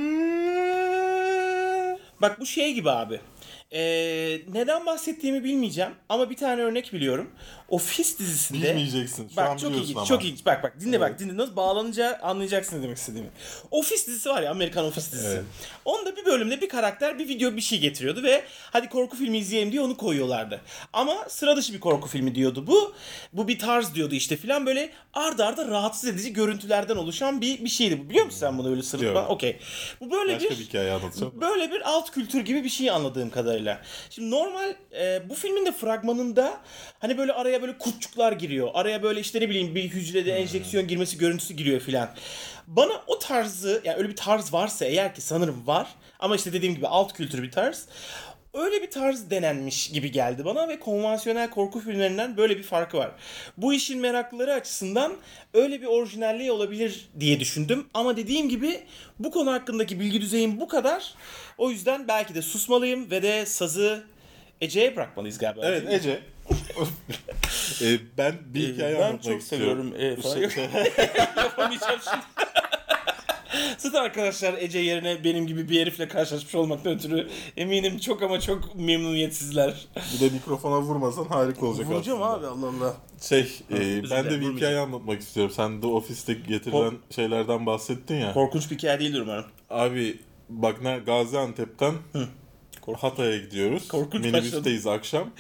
Bak bu şey gibi abi. Ee, neden bahsettiğimi bilmeyeceğim ama bir tane örnek biliyorum. Office dizisinde. Bilmeyeceksin. Şu bak an çok ilginç, ama. çok ilginç. Bak bak dinle evet. bak dinle. Nasıl bağlanınca anlayacaksın ne demek istediğimi. Office dizisi var ya, Amerikan Office dizisi. Evet. Onda bir bölümde bir karakter bir video bir şey getiriyordu ve hadi korku filmi izleyelim diye onu koyuyorlardı. Ama sıra dışı bir korku filmi diyordu bu. Bu bir tarz diyordu işte filan, böyle arda arda rahatsız edici görüntülerden oluşan bir bir şeydi bu. Biliyor musun sen bunu öyle sırıtma? Okey. Bu böyle Başka bir, bir hikaye anlatacağım. Böyle bir alt kültür gibi bir şey anladığım kadarıyla. kadarıyla. Şimdi normal e, bu filmin de fragmanında hani böyle araya böyle kurtçuklar giriyor. Araya böyle işte ne bileyim bir hücrede enjeksiyon girmesi görüntüsü giriyor filan. Bana o tarzı, yani öyle bir tarz varsa eğer, ki sanırım var ama işte dediğim gibi alt kültür bir tarz. Öyle bir tarz denenmiş gibi geldi bana ve konvansiyonel korku filmlerinden böyle bir farkı var. Bu işin meraklıları açısından öyle bir orijinalliği olabilir diye düşündüm. Ama dediğim gibi bu konu hakkındaki bilgi düzeyim bu kadar. O yüzden belki de susmalıyım ve de sazı Ece'ye bırakmalıyız galiba. Evet, Ece. e, ben bir hikaye ben anlatmak çok istiyorum. seviyorum. E, falan. Yapamayacağım şimdi. Zaten arkadaşlar Ece yerine benim gibi bir herifle karşılaşmış olmaktan ötürü eminim çok ama çok memnuniyetsizler. Bir de mikrofona vurmasan harika olacak Vuracağım aslında. abi, Allah Allah. Şey, e, özür ben de dilerim, bir hikaye anlatmak istiyorum. Sen de ofiste getirilen Kork- şeylerden bahsettin ya. Korkunç bir hikaye değildir umarım. Abi bak, ne Gaziantep'ten Hatay'a gidiyoruz. Korkunç Minibüsteyiz akşam.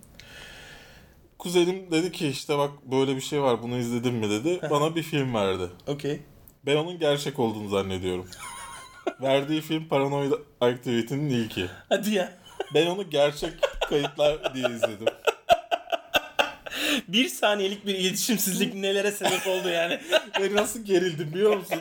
Kuzenim dedi ki işte bak böyle bir şey var, bunu izledin mi dedi. Bana bir film verdi. Okey. Ben onun gerçek olduğunu zannediyorum. Verdiği film Paranoid Activity'nin ilki. Hadi ya. Ben onu gerçek kayıtlar diye izledim. Bir saniyelik bir iletişimsizlik nelere sebep oldu yani. Ve nasıl gerildim biliyor musun?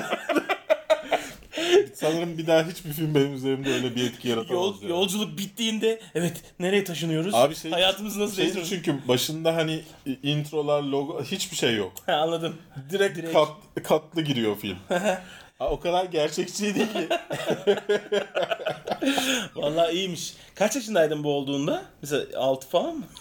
Sanırım bir daha hiçbir film benim üzerimde öyle bir etki yaratamaz. Yol, yani. Yolculuk bittiğinde evet nereye taşınıyoruz? Abi şey, Hayatımızı nasıl şey değiştiriyoruz? çünkü başında hani introlar, logo, hiçbir şey yok. Ha, anladım. Direkt, Direkt. Kat, katlı giriyor film. Ha, o kadar gerçekçi değil ki. Vallahi iyiymiş. Kaç yaşındaydın bu olduğunda? Mesela altı falan mı?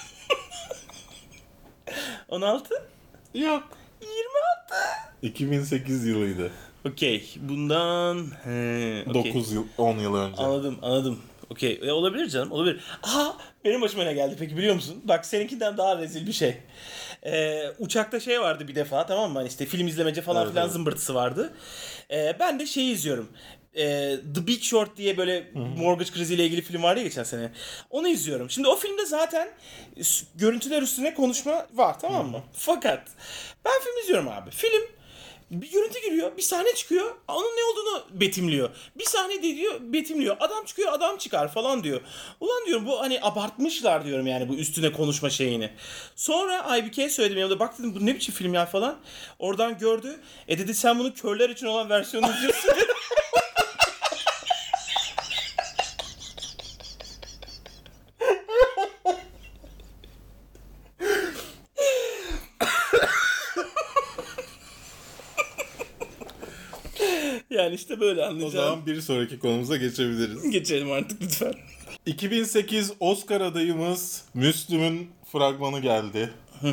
on altı? Yok. yirmi altı. iki bin sekiz yılıydı. Okey. Bundan... He, okey. dokuz yıl, on yıl önce. Anladım, anladım. Okey. E, olabilir canım, olabilir. Aha, benim başıma ne geldi peki biliyor musun? Bak seninkinden daha rezil bir şey. Ee, uçakta şey vardı bir defa, tamam mı? Hani işte film izlemece falan Evet, filan evet. zımbırtısı vardı. Ee, ben de şeyi izliyorum. Ee, The Big Short diye böyle mortgage kriziyle ilgili film vardı ya geçen sene. Onu izliyorum. Şimdi o filmde zaten s- görüntüler üstüne konuşma var, tamam mı? Fakat ben film izliyorum abi. Film bir görüntü giriyor, bir sahne çıkıyor, onun ne olduğunu betimliyor. Bir sahne de diyor, betimliyor. Adam çıkıyor, adam çıkar falan diyor. Ulan diyorum bu hani abartmışlar diyorum yani bu üstüne konuşma şeyini. Sonra I B K'ye söyledim yanımda, bak dedim bu ne biçim film ya falan. Oradan gördü. E dedi sen bunu körler için olan versiyonu izliyorsun dedi. Yani işte böyle O anlayacağım. zaman bir sonraki konumuza geçebiliriz. Geçelim artık lütfen. iki bin sekiz Oscar adayımız Müslüm'ün fragmanı geldi.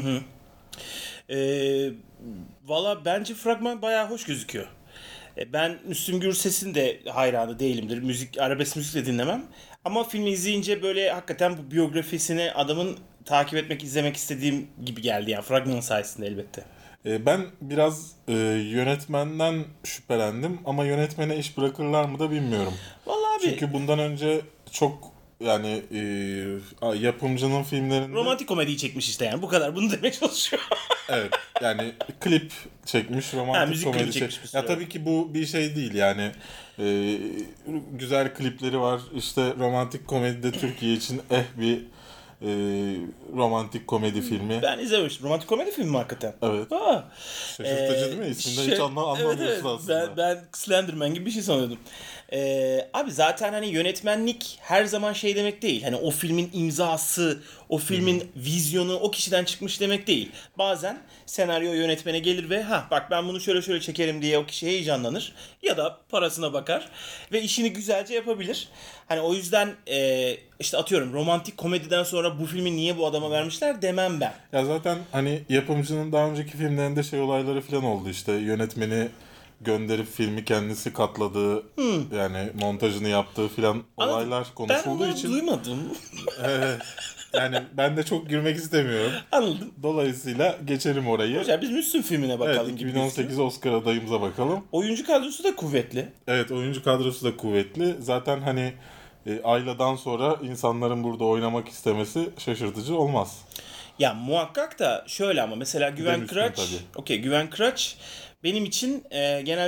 Ee, Valla bence fragman bayağı hoş gözüküyor. E, Ben Müslüm Gürses'in de hayranı değilimdir. Müzik, arabesk müzik de dinlemem. Ama filmi izleyince böyle hakikaten bu biyografisini adamın takip etmek, izlemek istediğim gibi geldi yani fragmanın sayesinde elbette. Ee, Ben biraz e, yönetmenden şüphelendim ama yönetmene iş bırakırlar mı da bilmiyorum. Vallahi abi Çünkü bundan önce çok yani e, yapımcının filmlerinde romantik komediyi çekmiş işte yani bu kadar, bunu demeye çalışıyor. evet yani klip çekmiş, Ha, romantik müzik komedi klibi çek- çekmiş bir sürü. Ya tabii ki bu bir şey değil yani. E, güzel klipleri var. İşte romantik komedide Türkiye için eh bir e, romantik komedi filmi. Ben izlemiştim. Romantik komedi filmi mi hakikaten? Evet. Aa, Şaşırtıcı Ee, değil mi? İsminden şey- hiç anla- anlamıyorsun evet, evet. aslında. Ben, ben Slenderman gibi bir şey sanıyordum. Ee, abi zaten hani yönetmenlik her zaman şey demek değil. Hani o filmin imzası, o filmin vizyonu o kişiden çıkmış demek değil. Bazen senaryo yönetmene gelir ve ha bak ben bunu şöyle şöyle çekerim diye o kişi heyecanlanır. Ya da parasına bakar ve işini güzelce yapabilir. Hani o yüzden e, işte atıyorum romantik komediden sonra bu filmi niye bu adama vermişler demem ben. Ya zaten hani yapımcının daha önceki filmlerinde şey olayları falan oldu işte, yönetmeni gönderip filmi kendisi katladığı yani montajını yaptığı falan olaylar Ben konuşulduğu onu için duymadım. evet, yani ben de çok girmek istemiyorum. Anladım. Dolayısıyla geçelim orayı. Hocam biz Müslüm filmine bakalım. Evet, gibi iki bin on sekiz gözüküyor. Oscar adayımıza bakalım. Oyuncu kadrosu da kuvvetli. Evet, oyuncu kadrosu da kuvvetli. Zaten hani e, Ayla'dan sonra insanların burada oynamak istemesi şaşırtıcı olmaz. Ya muhakkak da şöyle ama mesela Güven Müslüm Kıraç, tabii. okey Güven Kıraç benim için e, genelde hep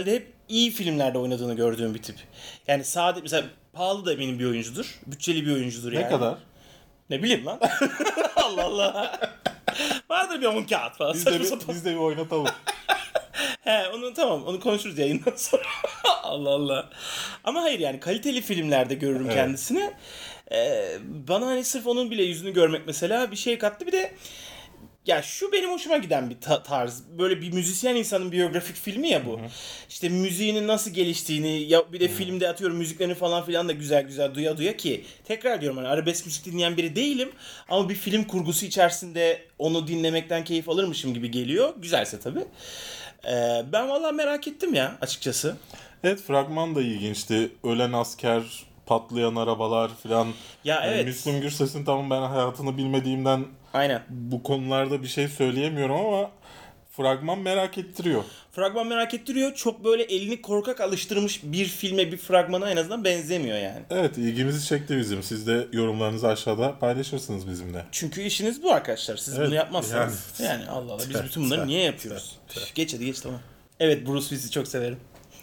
iyi filmlerde oynadığını gördüğüm bir tip. Yani sade mesela pahalı da eminim bir oyuncudur. Bütçeli bir oyuncudur yani. Ne kadar? Ne bileyim lan. Allah Allah. Vardır bir on kağıt falan. Biz de, bir, biz de bir oynatalım. He onu tamam onu konuşuruz yayından sonra. Allah Allah. Ama hayır yani kaliteli filmlerde görürüm Evet. kendisini. Ee, bana hani sırf onun bile yüzünü görmek mesela bir şey kattı. Bir de ya şu benim hoşuma giden bir ta- tarz. Böyle bir müzisyen insanın biyografik filmi ya bu. Hı hı. İşte müziğinin nasıl geliştiğini ya bir de hı. filmde atıyorum müziklerini falan filan da güzel güzel duya duya ki tekrar diyorum hani arabesk müzik dinleyen biri değilim ama bir film kurgusu içerisinde onu dinlemekten keyif alırmışım gibi geliyor. Güzelse tabii. Ee, ben vallahi merak ettim ya açıkçası. Evet, fragman da ilginçti. Ölen asker, patlayan arabalar filan. Ya yani evet. Müslüm Gürses'in tamam ben hayatını bilmediğimden aynen. bu konularda bir şey söyleyemiyorum ama fragman merak ettiriyor. Fragman merak ettiriyor. Çok böyle elini korkak alıştırmış bir filme, bir fragmana en azından benzemiyor yani. Evet, ilgimizi çekti bizim. Siz de yorumlarınızı aşağıda paylaşırsınız bizimle. Çünkü işiniz bu arkadaşlar. Siz evet, bunu yapmazsanız. Yani, yani Allah Allah biz bütün bunları niye yapıyoruz? Geç hadi geç tamam. Evet, Bruce Willis'i çok severim.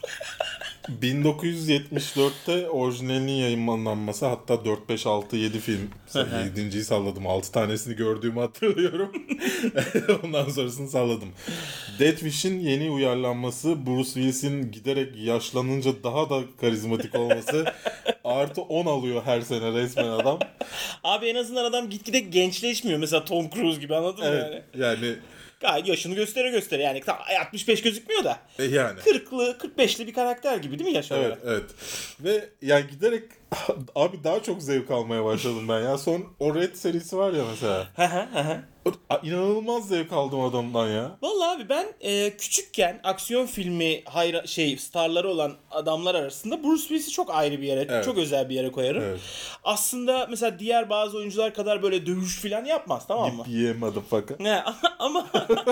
bin dokuz yüz yetmiş dörtte orijinalinin yayınlanması, hatta dört, beş, altı, yedi film. yedinciyi salladım. altı tanesini gördüğümü hatırlıyorum. Ondan sonrasını salladım. Death Wish'in yeni uyarlanması, Bruce Willis'in giderek yaşlanınca daha da karizmatik olması artı on alıyor her sene resmen adam. Abi en azından adam gitgide gençleşmiyor. Mesela Tom Cruise gibi, anladın evet, mı yani? Yani gayet yaşını göstere göstere yani altmış beş gözükmüyor da. E yani. kırklı, kırk beşli bir karakter gibi değil mi yaş olarak? Evet, evet. Ve yani giderek abi daha çok zevk almaya başladım ben ya. Son o Red serisi var ya mesela. İnanılmaz zevk aldım adamdan ya. Vallahi abi ben e, küçükken aksiyon filmi hayra, şey starları olan adamlar arasında Bruce Willis'i çok ayrı bir yere, evet. çok özel bir yere koyarım. Evet. Aslında mesela diğer bazı oyuncular kadar böyle dövüş falan yapmaz, tamam mı? Yeah motherfucker. Ne ama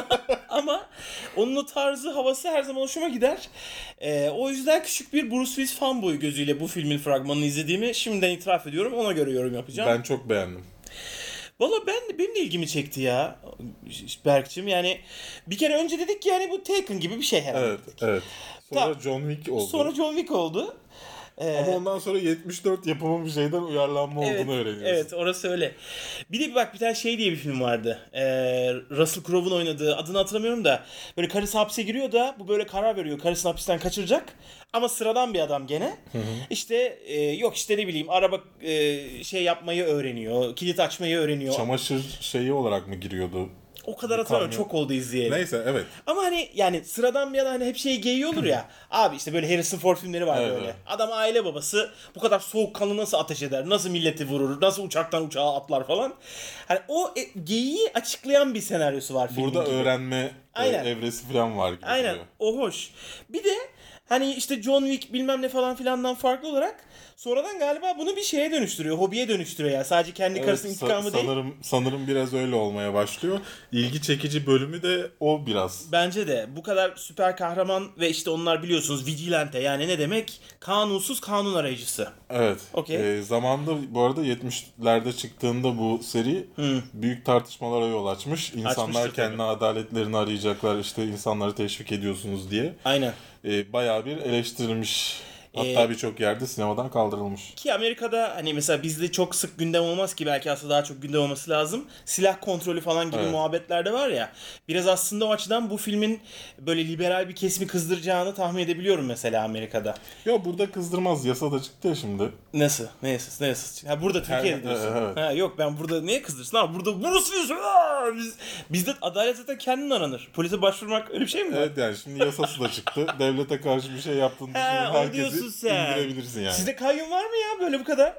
ama onun o tarzı, havası her zaman hoşuma gider. E, o yüzden küçük bir Bruce Willis fanboy gözüyle bu filmin fragmanını izlediğimi şimdiden itiraf ediyorum. Ona göre yorum yapacağım. Ben çok beğendim. Valla ben benim de ilgimi çekti ya Berk'cim. Yani bir kere önce dedik ki yani bu Taken gibi bir şey herhalde. Evet, evet. Sonra Ta- John Wick oldu. Sonra John Wick oldu. Ee, Ama ondan sonra yetmiş dört yapımı bir şeyden uyarlanma evet, olduğunu öğreniyorsun. Evet, orası öyle. Bir de bak bir tane şey diye bir film vardı. Ee, Russell Crowe'un oynadığı, adını hatırlamıyorum da, böyle karısı hapse giriyor da bu böyle karar veriyor karısını hapisten kaçıracak. Ama sıradan bir adam gene. Hı hı. İşte e, yok işte ne bileyim araba e, şey yapmayı öğreniyor, kilit açmayı öğreniyor. Çamaşır şeyi olarak mı giriyordu? O kadar hatırlamıyorum, çok oldu izleyeli. Neyse, evet. Ama hani yani sıradan bir adam hani hep şey geyiği olur ya. Abi işte böyle Harrison Ford filmleri var evet, böyle. Evet. Adam aile babası, bu kadar soğukkanlı nasıl ateş eder? Nasıl milleti vurur? Nasıl uçaktan uçağa atlar falan. Hani o e, geyiği açıklayan bir senaryosu var filmin. Burada gibi. öğrenme e, evresi falan var gibi. Aynen. Diyor. O hoş. Bir de hani işte John Wick bilmem ne falan filandan farklı olarak sonradan galiba bunu bir şeye dönüştürüyor. Hobiye dönüştürüyor ya. Sadece kendi evet, karısının intikamı sa- sanırım, değil. Sanırım biraz öyle olmaya başlıyor. İlgi çekici bölümü de o biraz. Bence de. Bu kadar süper kahraman ve işte onlar biliyorsunuz vigilante, yani ne demek? Kanunsuz kanun arayıcısı. Evet. Okay. E, zamanında bu arada yetmişlerde çıktığında bu seri hmm. büyük tartışmalara yol açmış. İnsanlar Açmıştır kendi tabii. adaletlerini arayacaklar, işte insanları teşvik ediyorsunuz diye. Aynen. E, bayağı bir eleştirilmiş. Hatta ee, birçok yerde sinemadan kaldırılmış. Ki Amerika'da hani mesela bizde çok sık gündem olmaz ki, belki aslında daha çok gündem olması lazım. Silah kontrolü falan gibi evet. muhabbetler de var ya. Biraz aslında o açıdan bu filmin böyle liberal bir kesimi kızdıracağını tahmin edebiliyorum mesela Amerika'da. Yok, burada kızdırmaz. Yasa da çıktı ya şimdi. Nasıl? Ne yasası? Ne yasası? Ha burada Türkiye'de diyorsun. Evet. Ha, yok ben burada niye kızdırsın? Ha burada Bruce Willis. Biz, bizde adalet zaten kendin aranır. Polise başvurmak öyle bir şey mi var? Evet, yani şimdi yasası da çıktı. Devlete karşı bir şey yaptığını düşünen herkesi indirebilirsin yani. Sizde kayyum var mı ya böyle bu kadar?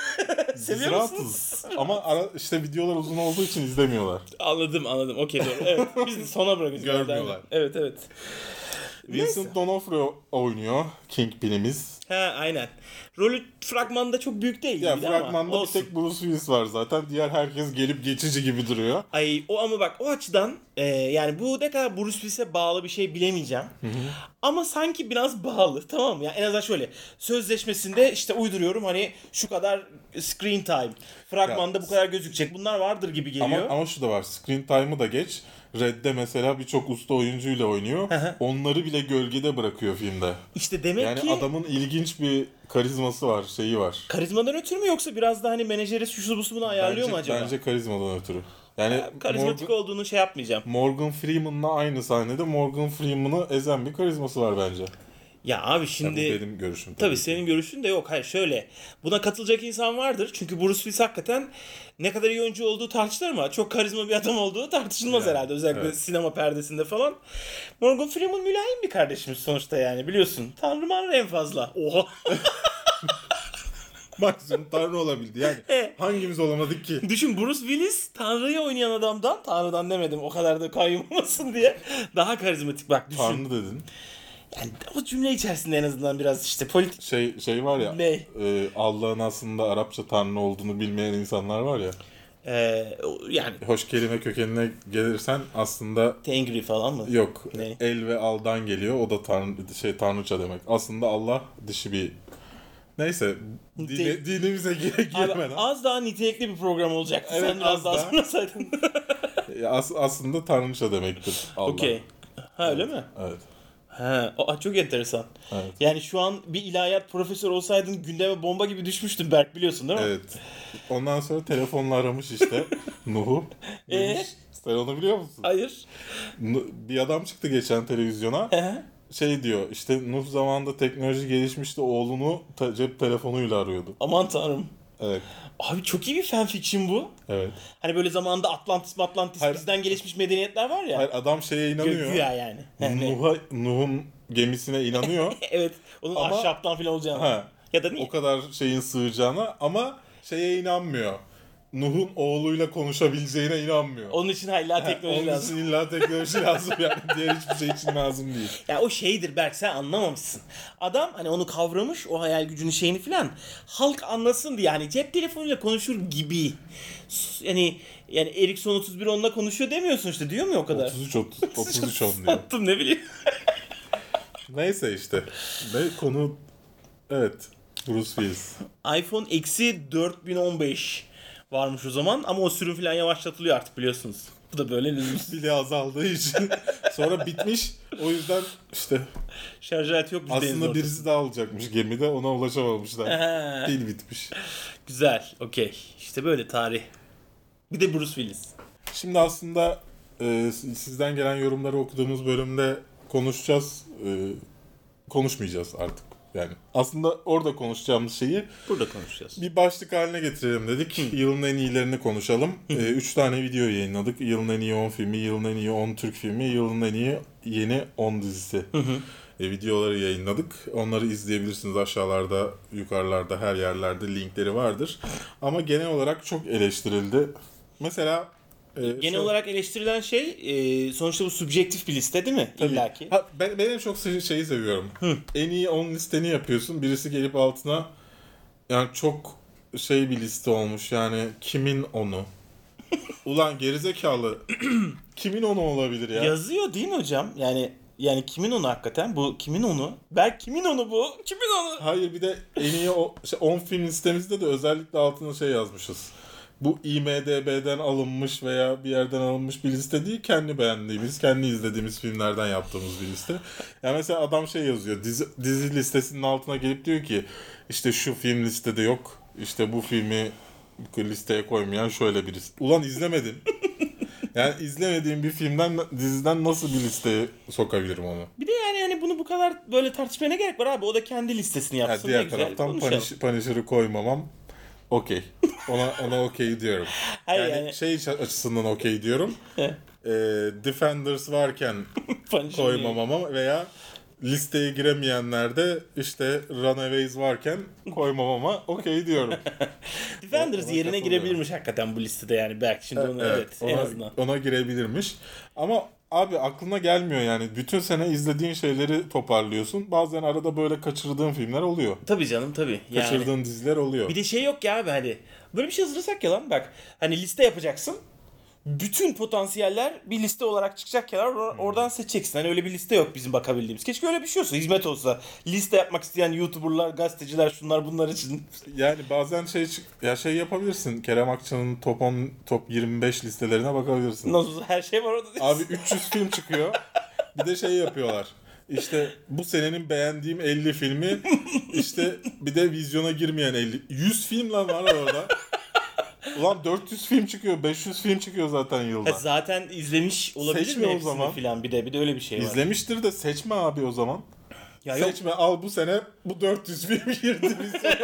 Seviyor musunuz? Ama ara, işte videolar uzun olduğu için izlemiyorlar. Anladım anladım. Okey doğru. Evet, biz de sona bırakacağız. Görmüyorlar. Evet evet. Vincent D'Onofrio oynuyor Kingpin'imiz. Ha aynen. Rolü fragmanda çok büyük değil. Ya fragmanda ama bir tek Bruce Willis var zaten. Diğer herkes gelip geçici gibi duruyor. Ay o ama bak o açıdan e, yani bu ne kadar Bruce Willis'e bağlı bir şey bilemeyeceğim. Hı hı. Ama sanki biraz bağlı, tamam mı? Yani en azından şöyle sözleşmesinde işte uyduruyorum hani şu kadar screen time. Fragmanda ya, bu kadar gözükecek. Bunlar vardır gibi geliyor. Ama, ama şu da var. Screen time'ı da geç. Red'de mesela birçok usta oyuncuyla oynuyor. Onları bile gölgede bırakıyor filmde. İşte demek yani ki... Yani adamın ilginç bir karizması var, şeyi var. Karizmadan ötürü mü yoksa biraz da hani menajeri şusu busu bunu ayarlıyor bence, mu acaba? Bence karizmadan ötürü. Yani ya, karizmatik Morgan, olduğunu şey yapmayacağım. Morgan Freeman'la aynı sahnede Morgan Freeman'ı ezen bir karizması var bence. Ya abi şimdi... Ya bu benim görüşüm. Tabii, tabii senin görüşün de yok. Hayır şöyle. Buna katılacak insan vardır. Çünkü Bruce Willis hakikaten ne kadar iyi oyuncu olduğu tartışılır ama çok karizma bir adam olduğu tartışılmaz yani, herhalde. Özellikle evet. Sinema perdesinde falan. Morgan Freeman mülayim bir kardeşimiz sonuçta yani biliyorsun. Tanrı manrı en fazla. Oha. Maksimum Tanrı olabildi yani. E, hangimiz olamadık ki? Düşün Bruce Willis Tanrı'yı oynayan adamdan, Tanrı'dan demedim o kadar da kayyum olmasın diye, daha karizmatik bak düşün. Tanrı dedin. Yani o cümle içerisinde en azından biraz işte politik... Şey şey var ya, ne? E, Allah'ın aslında Arapça Tanrı olduğunu bilmeyen insanlar var ya. Ee, yani... Hoş kelime kökenine gelirsen aslında... Tengri falan mı? Yok. Ne? El ve aldan geliyor. O da tanrı, şey Tanrıça demek. Aslında Allah dişi bir... Neyse. Dine, dinimize girmeden. Az daha nitelikli bir program olacaktı. Evet, sen biraz daha sonrasaydın. As, aslında Tanrıça demektir Allah. Okey. Ha öyle mi? Evet. Ha, o çok enteresan. Evet. Yani şu an bir ilahiyat profesörü olsaydın gündeme bomba gibi düşmüştün Berk, biliyorsun değil mi? Evet. Ondan sonra telefonla aramış işte Nuh'u. Demiş, sen onu biliyor musun? Hayır. Bir adam çıktı geçen televizyona. Şey diyor işte Nuh zamanında teknoloji gelişmişti, oğlunu ta- cep telefonuyla arıyordu. Aman tanrım. Evet. Abi çok iyi bir fanfiction bu. Evet. Hani böyle zamanında Atlantis Atlantis Hayır. bizden gelişmiş medeniyetler var ya. Hayır, adam şeye inanıyor. Güya yani. Nuh'a, Nuh'un gemisine inanıyor. Evet. Onun ama, ahşaptan falan olacağını. Ha, ya da niye? O kadar şeyin sığacağına ama şeye inanmıyor. Nuh'un oğluyla konuşabileceğine inanmıyor. Onun için illa teknoloji Onun lazım. için illa teknoloji lazım yani. Diğer hiçbir şey için lazım değil. Ya o şeydir Berk, sen anlamamışsın. Adam hani onu kavramış, o hayal gücünün şeyini filan. Halk anlasın diye yani cep telefonuyla konuşur gibi. Yani yani Ericsson otuz bir onunla konuşuyor demiyorsun işte, diyor mu o kadar? otuz üç otuz üç on diyor. Attım ne bileyim. Neyse işte. Ve konu evet. Bruce Willis. iPhone eksi dört bin on beş varmış o zaman ama o sürüm falan yavaşlatılıyor artık biliyorsunuz. Bu da böyle lüzumsuz. Pili azaldığı için sonra bitmiş. O yüzden işte şarj aleti yok. Aslında birisi daha alacakmış gemide, ona ulaşamamışlar. Pil bitmiş. Güzel, okey. İşte böyle tarih. Bir de Bruce Willis. Şimdi aslında e, sizden gelen yorumları okuduğumuz bölümde konuşacağız. E, konuşmayacağız artık. Yani aslında orada konuşacağımız şeyi burada konuşacağız. Bir başlık haline getirelim dedik. Hı. Yılın en iyilerini konuşalım. Ee, üç tane video yayınladık. Yılın en iyi on filmi, yılın en iyi on Türk filmi, yılın en iyi yeni on dizisi. Hı hı. E, videoları yayınladık. Onları izleyebilirsiniz aşağılarda, yukarılarda, her yerlerde linkleri vardır. Ama genel olarak çok eleştirildi. Mesela Ee, Genel şöyle, olarak eleştirilen şey e, sonuçta bu subjektif bir liste değil mi? Tabii. İlla ki. Ha, ben, ben en çok şeyi seviyorum. Hı. En iyi on listeni yapıyorsun. Birisi gelip altına yani çok şey bir liste olmuş yani kimin onu? Ulan gerizekalı kimin onu olabilir ya? Yazıyor değil mi hocam? Yani yani kimin onu hakikaten? Bu kimin onu? Berk kimin onu bu? Kimin onu? Hayır, bir de en iyi on şey, film listemizde de özellikle altına şey yazmışız. Bu I M D B'den alınmış veya bir yerden alınmış bir liste değil. Kendi beğendiğimiz, kendi izlediğimiz filmlerden yaptığımız bir liste. Yani mesela adam şey yazıyor. Dizi, dizi listesinin altına gelip diyor ki işte şu film listede yok. İşte bu filmi listeye koymayan şöyle birisi. Ulan izlemedin. Yani izlemediğim bir filmden, diziden nasıl bir listeye sokabilirim onu? Bir de yani yani bunu bu kadar böyle tartışmaya ne gerek var abi? O da kendi listesini yapsın. Yani diğer taraftan Punish, Punisher'ı koymamam okey. Ona ona okey diyorum. Hayır yani, yani şey açısından okey diyorum. e, Defenders varken koymamama veya listeye giremeyenlerde işte Runaways varken koymamama okey diyorum. Defenders yerine girebilirmiş hakikaten bu listede yani belki şimdi onu evet, evet ona, en azından. Ona girebilirmiş. Ama abi aklına gelmiyor yani. Bütün sene izlediğin şeyleri toparlıyorsun. Bazen arada böyle kaçırdığın filmler oluyor. Tabii canım tabii. Yani. Kaçırdığın diziler oluyor. Bir de şey yok ya abi hani. Böyle bir şey hazırlasak ya lan bak. Hani liste yapacaksın. bütün potansiyeller bir liste olarak çıkacak kenar or- oradan seçeceksin. Hani öyle bir liste yok bizim bakabildiğimiz. Keşke öyle bir şey olsa, hizmet olsa. Liste yapmak isteyen YouTuber'lar, gazeteciler, şunlar bunlar için. Yani bazen şey çık- ya şey yapabilirsin. Kerem Akçan'ın top on, top yirmi beş listelerine bakabilirsin. Nasıl her şey var orada. Abi üç yüz film çıkıyor. Bir de şey yapıyorlar. İşte bu senenin beğendiğim elli filmi, işte bir de vizyona girmeyen elli. yüz film lan var orada. Ulan dört yüz film çıkıyor, beş yüz film çıkıyor zaten yılda. Ha, zaten izlemiş olabilir Seçme mi o hepsini zaman. filan, bir de bir de öyle bir şey var. İzlemiştir de seçme abi o zaman. Ya yok. Seçme, al bu sene bu dört yüz film girdi bize.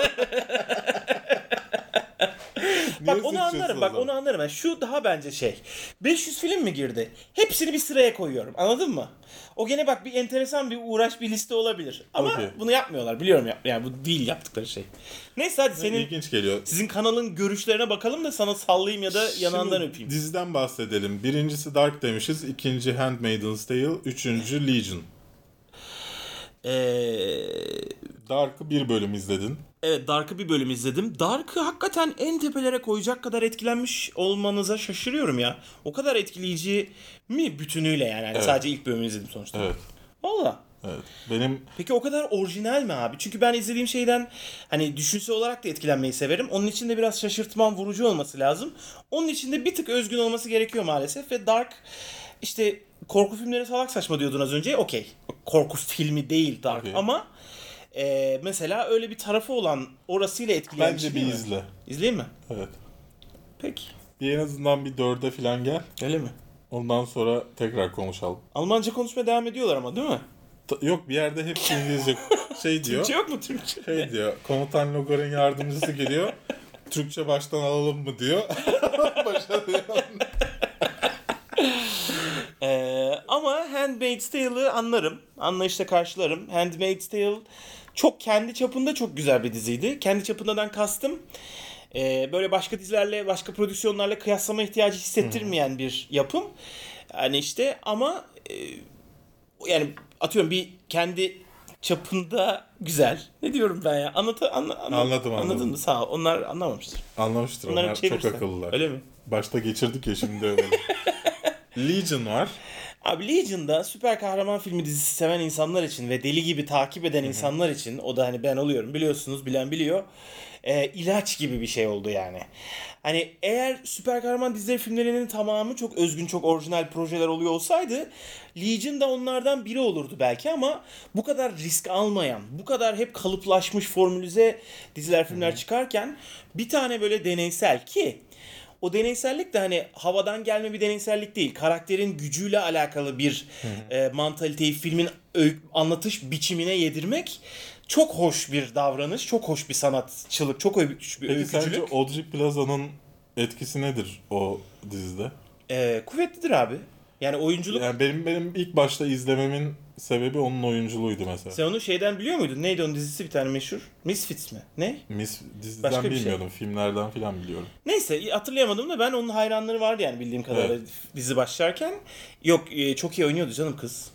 Bak onu anlarım, bak onu anlarım. Yani şu daha bence şey. beş yüz film mi girdi? Hepsini bir sıraya koyuyorum. Anladın mı? O gene bak bir enteresan bir uğraş, bir liste olabilir. Ama Okay. bunu yapmıyorlar. Biliyorum ya. Yani bu değil yaptıkları şey. Neyse hadi senin İlginç geliyor. sizin kanalın görüşlerine bakalım da sana sallayayım ya da yanağından Şimdi öpeyim. diziden bahsedelim. Birincisi Dark demişiz. İkinci Handmaid's Tale. Üçüncü Legion. Eee... Dark'ı bir bölüm izledin. Evet, Dark'ı bir bölüm izledim. Dark'ı hakikaten en tepelere koyacak kadar etkilenmiş olmanıza şaşırıyorum ya. O kadar etkileyici mi bütünüyle yani? Yani Evet. Sadece ilk bölümünü izledim sonuçta. Evet. Valla. Evet. Benim Peki o kadar orijinal mi abi? Çünkü ben izlediğim şeyden hani düşünsel olarak da etkilenmeyi severim. Onun için de biraz şaşırtman, vurucu olması lazım. Onun için de bir tık özgün olması gerekiyor maalesef. Ve Dark işte korku filmleri salak saçma diyordun az önce. Okey. Korku filmi değil Dark Okey. ama e, mesela öyle bir tarafı olan orasıyla etkileyen bence şey bir değil mi? izle. İzleyeyim mi? Evet. Peki. Bir en azından bir dörde falan gel. Öyle mi? Ondan sonra tekrar konuşalım. Almanca konuşmaya devam ediyorlar ama değil mi? Ta- Yok, bir yerde hepsi İngilizce şey diyor. Türkçe yok mu Türkçe? Şey diyor. Komutan Logar'ın yardımcısı geliyor. Türkçe baştan alalım mı diyor. Başarıyor. Ee, ama Handmaid's Tale'ı anlarım. Anlayışla karşılarım. Handmaid's Tale çok kendi çapında çok güzel bir diziydi. Kendi çapından kastım e, böyle başka dizilerle, başka prodüksiyonlarla kıyaslama ihtiyacı hissettirmeyen bir yapım. Yani işte ama e, yani atıyorum bir kendi çapında güzel. Ne diyorum ben ya? Anlat, anla, anla- Anladım, Anladın anladım. mı? Sağ ol. Onlar anlamamıştır. Anlamıştır Onları onlar. Çok çevirsen. akıllılar. Öyle mi? Başta geçirdik ya, şimdi öyle. Legion var. Abi Legion'da süper kahraman filmi dizisi seven insanlar için ve deli gibi takip eden insanlar için, o da hani ben oluyorum biliyorsunuz, bilen biliyor, e, ilaç gibi bir şey oldu yani. Hani eğer süper kahraman dizileri filmlerinin tamamı çok özgün, çok orijinal projeler oluyor olsaydı Legion da onlardan biri olurdu belki, ama bu kadar risk almayan, bu kadar hep kalıplaşmış formülize diziler, filmler çıkarken bir tane böyle deneysel, ki o deneysellik de hani havadan gelme bir deneysellik değil. Karakterin gücüyle alakalı bir e, mantaliteyi filmin öy- anlatış biçimine yedirmek çok hoş bir davranış, çok hoş bir sanatçılık, çok hoş bir Peki sence öykücülük. Audrey Plaza'nın etkisi nedir o dizide? E, kuvvetlidir abi. Yani oyunculuk. Yani benim benim ilk başta izlememin sebebi onun oyunculuğuydu mesela. Sen onu şeyden biliyor muydun? Neydi onun dizisi bir tane meşhur? Misfits mi? Ne? Mis diziden Başka bir şey. bilmiyordum, filmlerden falan biliyorum. Neyse hatırlayamadım da ben onun hayranları vardı yani bildiğim kadarıyla Evet. dizi başlarken. Yok e, çok iyi oynuyordu canım kız.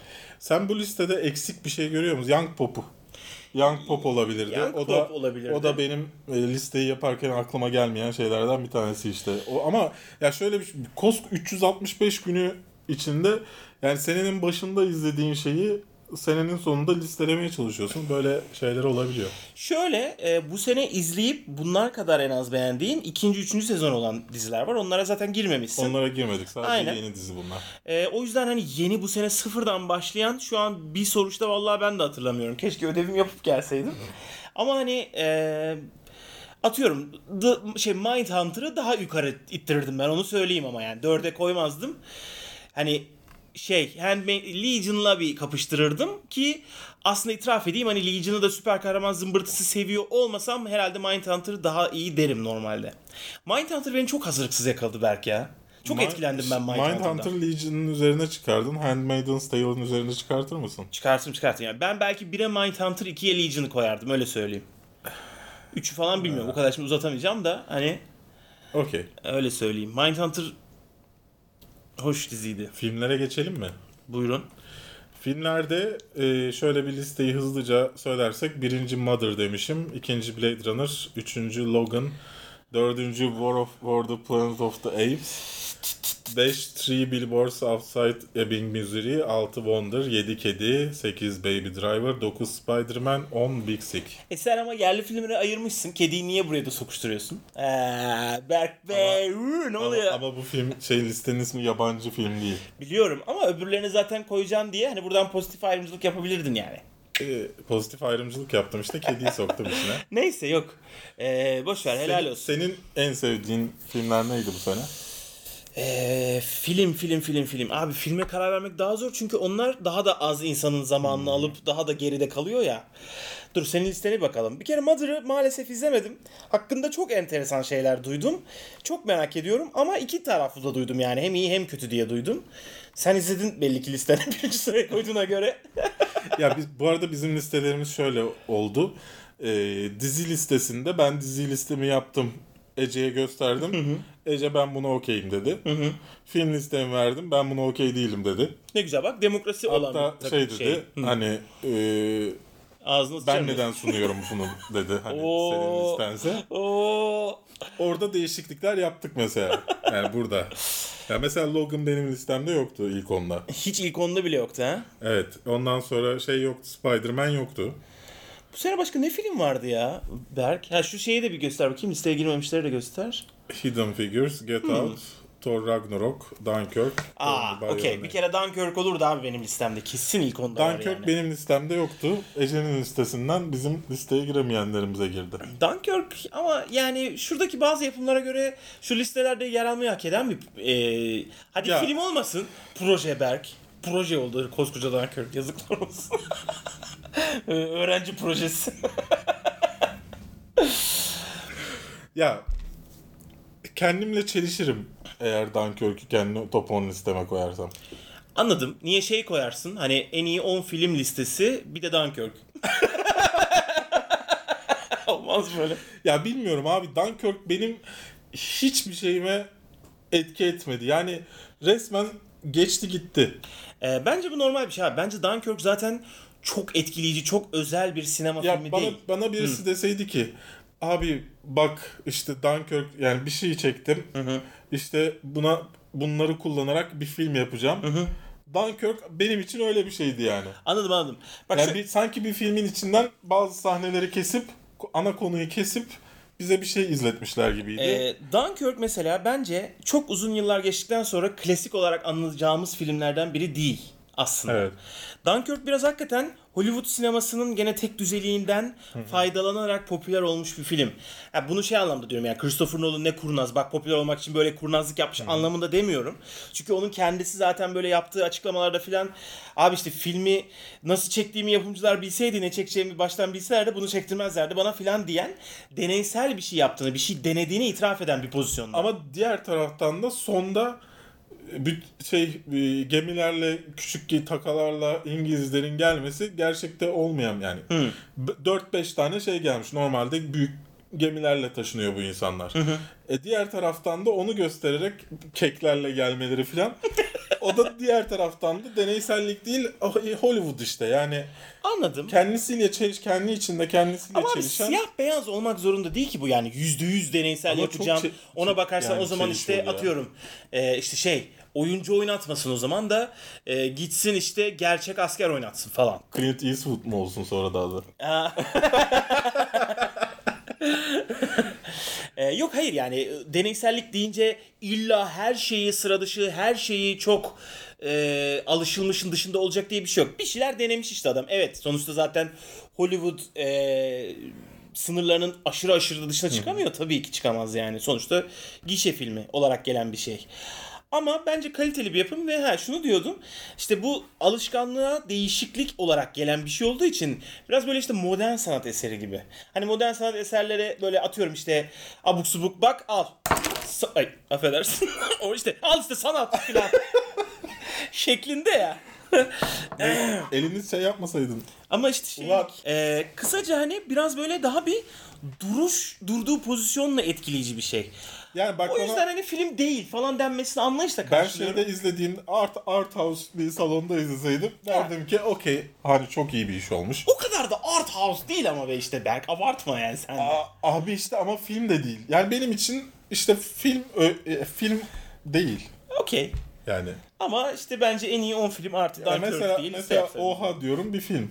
Sen bu listede eksik bir şey görüyor musun? Young Pop'u. Young Pop olabilirdi. Young o Pop da olabilirdi. O da benim e, listeyi yaparken aklıma gelmeyen şeylerden bir tanesi işte. O ama ya şöyle bir Kosk üç yüz altmış beş günü içinde, yani senenin başında izlediğin şeyi senenin sonunda listelemeye çalışıyorsun. Böyle şeyler olabiliyor. Şöyle e, bu sene izleyip bunlar kadar en az beğendiğin ikinci, üçüncü sezon olan diziler var. Onlara zaten girmemişsin. Onlara girmedik. Sadece Aynen. yeni dizi bunlar. E, o yüzden hani yeni bu sene sıfırdan başlayan, şu an bir soruşta vallahi ben de hatırlamıyorum. Keşke ödevimi yapıp gelseydim. Ama hani e, atıyorum The, şey Mindhunter'ı daha yukarı ittirirdim ben, onu söyleyeyim, ama yani dörde koymazdım. Hani şey Handmaid Legion'la bir kapıştırırdım ki aslında itiraf edeyim, hani Legion'ı da süper kahraman zımbırtısı seviyor olmasam herhalde Mindhunter'ı daha iyi derim normalde. Mindhunter beni çok hazırlıksız yakaladı Berk ya. Çok Mind- etkilendim ben Mindhunter'dan. Mindhunter Legion'ın üzerine çıkardın. Handmaid's Tale'ın üzerine çıkartır mısın? Çıkartırım çıkartırım. Yani ben belki bire Mindhunter, ikiye Legion'ı koyardım, öyle söyleyeyim. Üçü falan bilmiyorum. O kadar şimdi uzatamayacağım da hani Okey. öyle söyleyeyim. Mindhunter hoş diziydi. Filmlere geçelim mi? Buyurun. Filmlerde e, şöyle bir listeyi hızlıca söylersek: birinci Mother demişim, ikinci Blade Runner, üçüncü Logan, dördüncü War of War the Planet of the Apes, beş Three Billboards Outside Ebbing, Missouri, altı Wonder, yedi Kedi, sekiz Baby Driver, dokuz Spider-Man, on Big Sick. E sen ama yerli filmleri ayırmışsın. Kediyi niye buraya da sokuşturuyorsun? Eee Berk Bey uu, ne oluyor? Ama, ama bu film şey listenin ismi yabancı film değil. Biliyorum ama öbürlerini zaten koyacaksın diye hani buradan pozitif ayrımcılık yapabilirdin yani. Ee, pozitif ayrımcılık yaptım işte, kediyi soktum içine. Neyse yok. Ee, boş ver, helal senin, olsun. Senin en sevdiğin filmler neydi bu sene? Ee, film film film film. Abi filme karar vermek daha zor çünkü onlar daha da az insanın zamanını hmm. alıp daha da geride kalıyor ya. Dur senin listene bakalım. Bir kere Mother'ı maalesef izlemedim. Hakkında çok enteresan şeyler duydum. Çok merak ediyorum ama iki taraflı da duydum yani. Hem iyi hem kötü diye duydum. Sen izledin belli ki listene birinci sıraya koyduğuna göre. Ya biz, bu arada bizim listelerimiz şöyle oldu. Ee, dizi listesinde ben dizi listemi yaptım. Ece'ye gösterdim. Hı hı. Ece ben buna okeyim dedi. Hı hı. Film listemi verdim. Ben buna okey değilim dedi. Ne güzel bak, demokrasi hatta olan bir şey dedi. Şey. Hani e, ağzını ben neden sunuyorum bunu dedi. Hani senin listense. Oo. Orada değişiklikler yaptık mesela. Yani burada. Ya mesela Logan benim listemde yoktu ilk onda. Hiç ilk onda bile yoktu ha? Evet. Ondan sonra şey yoktu. Spider-Man yoktu. Bu sene başka ne film vardı ya Berk? Ha şu şeyi de bir göster bakayım. Listeye girmemişleri de göster. Hidden Figures, Get hmm. Out, Thor Ragnarok, Dunkirk. Aa okey. Bir kere Dunkirk olurdu abi benim listemde. Kesin ilk onda var yani. Dunkirk benim listemde yoktu. Ece'nin listesinden bizim listeye giremeyenlerimize girdi. Dunkirk ama yani şuradaki bazı yapımlara göre şu listelerde yer almayı hak eden bir... E, hadi ya. Film olmasın. Proje Berk. Proje oldu koskoca Dunkirk. Yazıklar olsun. Öğrenci projesi. Ya kendimle çelişirim eğer Dunkirk'ü kendi top on listeme koyarsam. Anladım. Niye şey koyarsın? Hani en iyi on film listesi bir de Dunkirk. Olmaz böyle. Ya bilmiyorum abi, Dunkirk benim hiçbir şeyime etki etmedi. Yani resmen geçti gitti. Ee, bence bu normal bir şey abi. Bence Dunkirk zaten çok etkileyici, çok özel bir sinema ya filmi bana, değil. Bana birisi hmm. deseydi ki abi bak işte Dunkirk, yani bir şey çektim. Hı hı. İşte buna bunları kullanarak bir film yapacağım. Hı hı. Dunkirk benim için öyle bir şeydi yani. Anladım anladım. Bak yani şu... bir, sanki bir filmin içinden bazı sahneleri kesip ana konuyu kesip bize bir şey izletmişler gibiydi. Ee, Dunkirk mesela bence çok uzun yıllar geçtikten sonra klasik olarak anılacağımız filmlerden biri değil aslında. Evet. Dunkirk biraz hakikaten Hollywood sinemasının gene tek düzeliğinden Hı-hı. faydalanarak popüler olmuş bir film. Yani bunu şey anlamda diyorum, yani Christopher Nolan ne kurnaz, bak popüler olmak için böyle kurnazlık yapmış Hı-hı. anlamında demiyorum. Çünkü onun kendisi zaten böyle yaptığı açıklamalarda filan, abi işte filmi nasıl çektiğimi yapımcılar bilseydi, ne çekeceğimi baştan bilselerdi bunu çektirmezlerdi bana filan diyen, deneysel bir şey yaptığını, bir şey denediğini itiraf eden bir pozisyonda. Ama diğer taraftan da sonda bir şey gemilerle, küçük takalarla İngilizlerin gelmesi gerçekte olmayan yani. Hmm. dört beş tane şey gelmiş. Normalde büyük gemilerle taşınıyor bu insanlar. Hı hı. E diğer taraftan da onu göstererek keklerle gelmeleri filan. O da diğer taraftan da deneysellik değil, Hollywood işte yani. Anladım. Kendisiyle çeliş, kendi içinde kendisiyle ama çelişen. Ama siyah beyaz olmak zorunda değil ki bu yani. Yüzde yüz deneysel ama yapacağım. Çe- Ona bakarsan yani o zaman işte atıyorum. E, işte şey, oyuncu oynatmasın o zaman da e, gitsin işte gerçek asker oynatsın falan. Clint Eastwood mu olsun sonra da adı? Ee, yok hayır yani deneysellik deyince illa her şeyi, sıra dışı her şeyi çok e, alışılmışın dışında olacak diye bir şey yok. Bir şeyler denemiş işte adam. Evet, sonuçta zaten Hollywood e, sınırlarının aşırı aşırı dışına çıkamıyor. Tabii ki çıkamaz yani. Sonuçta gişe filmi olarak gelen bir şey. Ama bence kaliteli bir yapım ve ha şunu diyordum. İşte bu alışkanlığa değişiklik olarak gelen bir şey olduğu için biraz böyle işte modern sanat eseri gibi. Hani modern sanat eserlere böyle atıyorum işte abuk subuk bak al. Sa- Ay affedersin. O işte al işte sanat falan. şeklinde ya. Elini şey yapmasaydın. Ama işte şey, e, kısaca hani biraz böyle daha bir duruş, durduğu pozisyonla etkileyici bir şey. Yani bak o yüzden ona, hani film değil falan denmesini anlayışla karşılıyorum. Ben şeyde izlediğim art, art house bir salonda izleseydim derdim ki okey, hani çok iyi bir iş olmuş. O kadar da art house değil ama be işte Berk, abartma yani sen de. Aa, abi işte ama film de değil. Yani benim için işte film e, film değil. Okey. Yani. Ama işte bence en iyi on film artı Yani Dunkirk mesela değil. mesela oha diyorum bir film.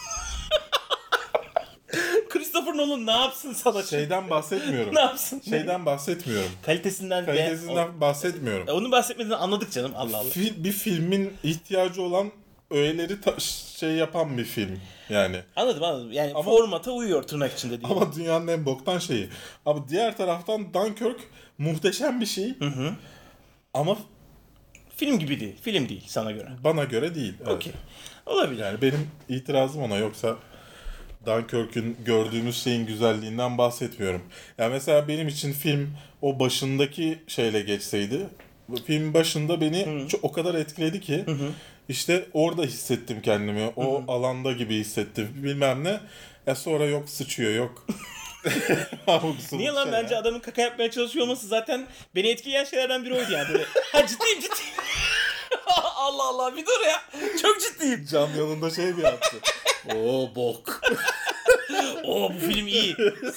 Christopher Nolan ne yapsın sana? Şeyden bahsetmiyorum. Ne yapsın? Şeyden bahsetmiyorum. Kalitesinden, Kalitesinden de, bahsetmiyorum. o, onun bahsetmediğini anladık canım. Allah Allah. Fil, bir filmin ihtiyacı olan öğeleri ta- şey yapan bir film yani. Anladım anladım. Yani Ama, formata uyuyor tırnak içinde diye. Ama dünyanın en boktan şeyi. Ama diğer taraftan Dunkirk muhteşem bir şey. Hı hı. Ama film gibi değil. Film değil sana göre. Bana göre değil. Evet. Okey. Olabilir. Yani benim itirazım ona, yoksa Dunkirk'ün gördüğümüz şeyin güzelliğinden bahsetmiyorum. Yani mesela benim için film o başındaki şeyle geçseydi, filmin başında beni çok, o kadar etkiledi ki hı hı. işte orada hissettim kendimi. O hı hı. alanda gibi hissettim. Bilmem ne. Ya sonra yok sıçıyor, yok. Niye lan? Bence ya. Adamın kaka yapmaya çalışıyor olması zaten beni etkileyen şeylerden biri oydu yani. Böyle, ha ciddiyim ciddiyim. Allah Allah bir dur ya. Çok ciddiyim. Cam yanında şey mi yaptı? Oo bok. Oo bu film iyi.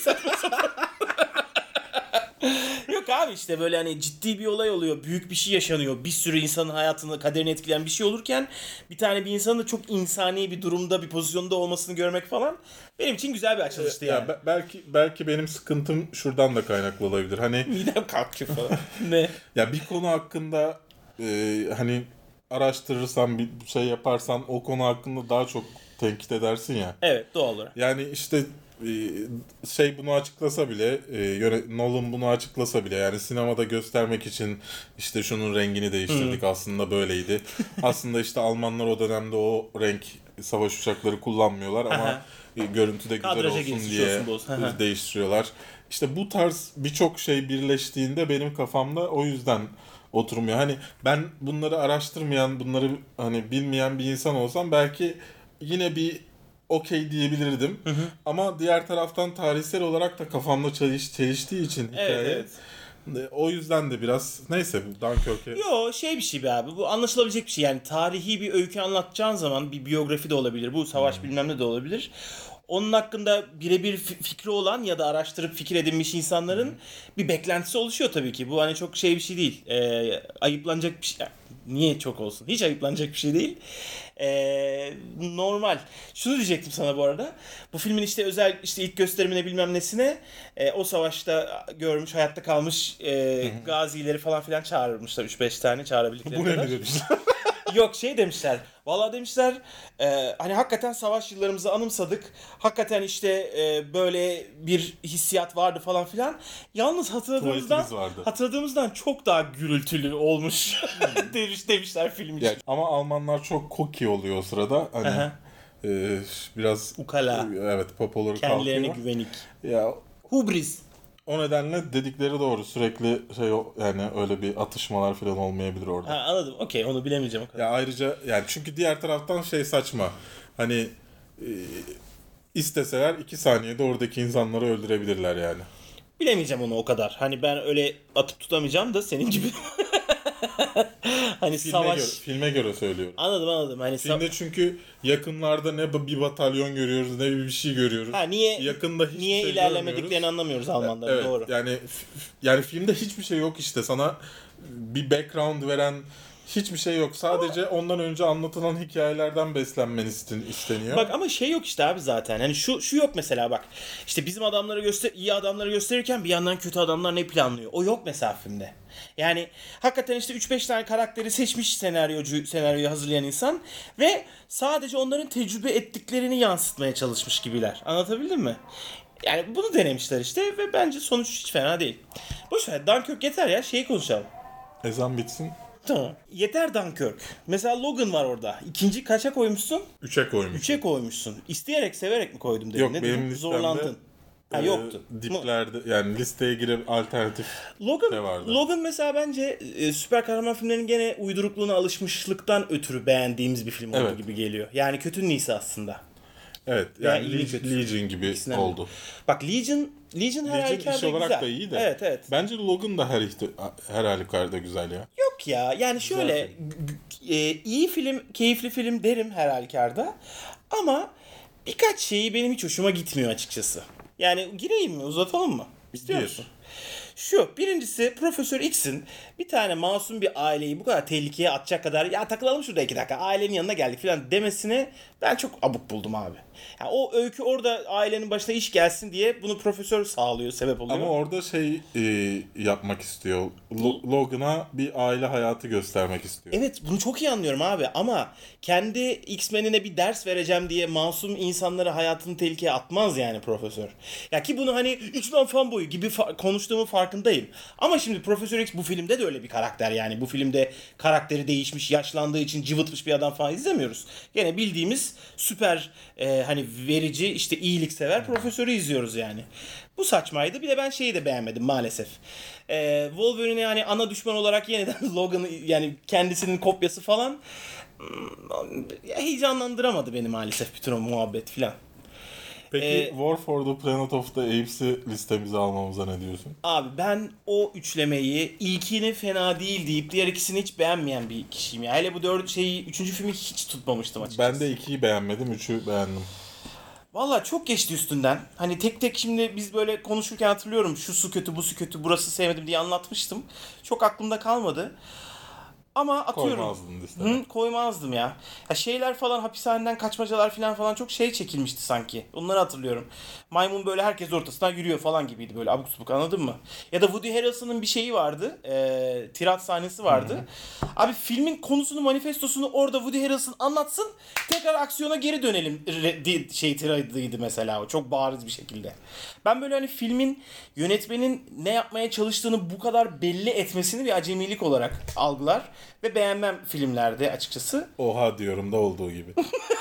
Yok abi işte böyle hani ciddi bir olay oluyor. Büyük bir şey yaşanıyor. Bir sürü insanın hayatını, kaderini etkileyen bir şey olurken bir tane bir insanın da çok insani bir durumda, bir pozisyonda olmasını görmek falan benim için güzel bir açılıştı yani. Ya belki belki benim sıkıntım şuradan da kaynaklı olabilir. Hani midem kalkıyor falan. Ne? Ya bir konu hakkında e, hani araştırırsan, bir şey yaparsan o konu hakkında daha çok tenkit edersin ya. Evet, doğal olarak. Yani işte şey bunu açıklasa bile, Nolan bunu açıklasa bile, yani sinemada göstermek için işte şunun rengini değiştirdik, hmm. aslında böyleydi. Aslında işte Almanlar o dönemde o renk savaş uçakları kullanmıyorlar ama görüntüde güzel Kadraja olsun diye olsun değiştiriyorlar. İşte bu tarz birçok şey birleştiğinde benim kafamda o yüzden oturmuyor. Hani ben bunları araştırmayan, bunları hani bilmeyen bir insan olsam belki yine bir okey diyebilirdim. Hı hı. Ama diğer taraftan tarihsel olarak da kafamda çeliş, çeliştiği için hikaye. Evet, evet. O yüzden de biraz neyse Dunkirk'e. Yo şey bir şey be abi. Bu anlaşılabilecek bir şey. Yani tarihi bir öykü anlatacağın zaman bir biyografi de olabilir. Bu savaş hmm. bilmem ne de olabilir. Onun hakkında birebir fikri olan ya da araştırıp fikir edinmiş insanların hmm. bir beklentisi oluşuyor tabii ki. Bu hani çok şey bir şey değil. Ee, ayıplanacak bir şey. Niye çok olsun? Hiç ayıplanacak bir şey değil. Ee, normal. Şunu diyecektim sana bu arada. Bu filmin işte özel işte ilk gösterimine bilmem nesine e, o savaşta görmüş, hayatta kalmış e, gazileri falan filan çağırmışlar. üç beş tane çağırabildikleri bu kadar. Bu ne demişler? Yok şey demişler. Vallahi demişler e, hani hakikaten savaş yıllarımızı anımsadık. Hakikaten işte e, böyle bir hissiyat vardı falan filan. Yalnız hatırladığımızdan hatırladığımızdan çok daha gürültülü olmuş demiş demişler film için. Ya, ama Almanlar çok koki oluyor o sırada. Hani e, biraz ukala. Evet, popoları kalkıyor. Kendilerine güvenik. Ya hubris. O nedenle dedikleri doğru. Sürekli şey yani öyle bir atışmalar falan olmayabilir orada. Ha, anladım. Okey, onu bilemeyeceğim o kadar. Ya ayrıca yani çünkü diğer taraftan şey saçma. Hani e, isteseler iki saniyede oradaki insanları öldürebilirler yani. Bilemeyeceğim onu o kadar. Hani ben öyle atıp tutamayacağım da senin gibi. Hani filme savaş göre, filme göre söylüyorum. Anladım anladım. Hani filmde sa- çünkü yakınlarda ne bir batalyon görüyoruz ne bir şey görüyoruz. Ha niye yakında hiçbir niye şey ilerlemediklerini anlamıyoruz Almanların, evet, doğru. Yani yani filmde hiçbir şey yok işte. Sana bir background veren hiçbir şey yok. Sadece ama ondan önce anlatılan hikayelerden beslenmen isteniyor. Bak ama şey yok işte abi zaten. Hani şu şu yok mesela bak. İşte bizim adamları göster iyi adamları gösterirken bir yandan kötü adamlar ne planlıyor? O yok mesela filmde. Yani hakikaten işte üç beş tane karakteri seçmiş senaryocu senaryoyu hazırlayan insan ve sadece onların tecrübe ettiklerini yansıtmaya çalışmış gibiler. Anlatabildim mi? Yani bunu denemişler işte ve bence sonuç hiç fena değil. Boş ver, Dunkirk yeter ya, şeyi konuşalım. Ezan bitsin. Tamam. Yeter Dunkirk. Mesela Logan var orada. İkinci kaça koymuşsun? Üçe koymuşsun. Üçe koymuşsun. İsteyerek, severek mi koydum dedin? Yok, ne benim dedin? listemde Zorlandın. Ha, e, yoktu. diplerde yani listeye girip alternatif Logan, de vardı. Logan mesela bence e, süper kahraman filmlerinin gene uydurukluğuna alışmışlıktan ötürü beğendiğimiz bir film olduğu evet. gibi geliyor. Yani kötünün iyisi aslında. Evet. Yani, yani Legion, Legion gibi İkisinden oldu. Mi? Bak Legion Legion her halükarda güzel. olarak da iyi de. Evet evet. Bence Logan da her her halükarda güzel ya. Yok ya. Yani şöyle e, iyi film, keyifli film derim her halükarda. Ama birkaç şeyi benim hiç hoşuma gitmiyor açıkçası. Yani gireyim mi? Uzatalım mı? İstiyor musun? Şu, birincisi Profesör X'in bir tane masum bir aileyi bu kadar tehlikeye atacak kadar ya takılalım şurada iki dakika ailenin yanına geldik falan demesini ben çok abuk buldum abi. Yani o öykü orada ailenin başına iş gelsin diye bunu profesör sağlıyor, sebep oluyor. Ama orada şey e, yapmak istiyor. Lo- Logan'a bir aile hayatı göstermek istiyor. Evet, bunu çok iyi anlıyorum abi ama kendi X-Men'ine bir ders vereceğim diye masum insanları hayatını tehlikeye atmaz yani profesör. Ya ki bunu hani X-Men fanboyu gibi fa- konuştuğumun farkındayım. Ama şimdi Profesör X bu filmde de öyle bir karakter yani. Bu filmde karakteri değişmiş, yaşlandığı için cıvıtmış bir adam falan izlemiyoruz. Gene bildiğimiz süper e, hani verici işte iyiliksever profesörü izliyoruz yani. Bu saçmaydı. Bir de ben şeyi de beğenmedim maalesef. Ee, Wolverine'i yani ana düşman olarak yeniden Logan'ı yani kendisinin kopyası falan hmm, heyecanlandıramadı beni maalesef bütün o muhabbet filan. Peki Ee, War for the Planet of the Apes'i listemize almamıza ne diyorsun? Abi ben o üçlemeyi ilkini fena değil deyip diğer ikisini hiç beğenmeyen bir kişiyim ya. Hele bu dört şeyi üçüncü filmi hiç tutmamıştım açıkçası. Ben de ikiyi beğenmedim, üçü beğendim. Valla çok geçti üstünden. Hani tek tek şimdi biz böyle konuşurken hatırlıyorum. Şu su kötü, bu su kötü, burası sevmedim diye anlatmıştım. Çok aklımda kalmadı. Ama atıyorum. Koymazdın listene. Hı, koymazdım ya. Ya şeyler falan hapishaneden kaçmacalar falan falan çok şey çekilmişti sanki. Onları hatırlıyorum. Maymun böyle herkes ortasından yürüyor falan gibiydi böyle abuk subuk, anladın mı? Ya da Woody Harrelson'ın bir şeyi vardı. E, tirat sahnesi vardı. Hı-hı. Abi filmin konusunu, manifestosunu orada Woody Harrelson anlatsın. Tekrar aksiyona geri dönelim re- şey tiradıydı mesela o. Çok bariz bir şekilde. Ben böyle hani filmin yönetmenin ne yapmaya çalıştığını bu kadar belli etmesini bir acemilik olarak algılar. Ve beğenmem filmlerde açıkçası. Oha diyorum da olduğu gibi.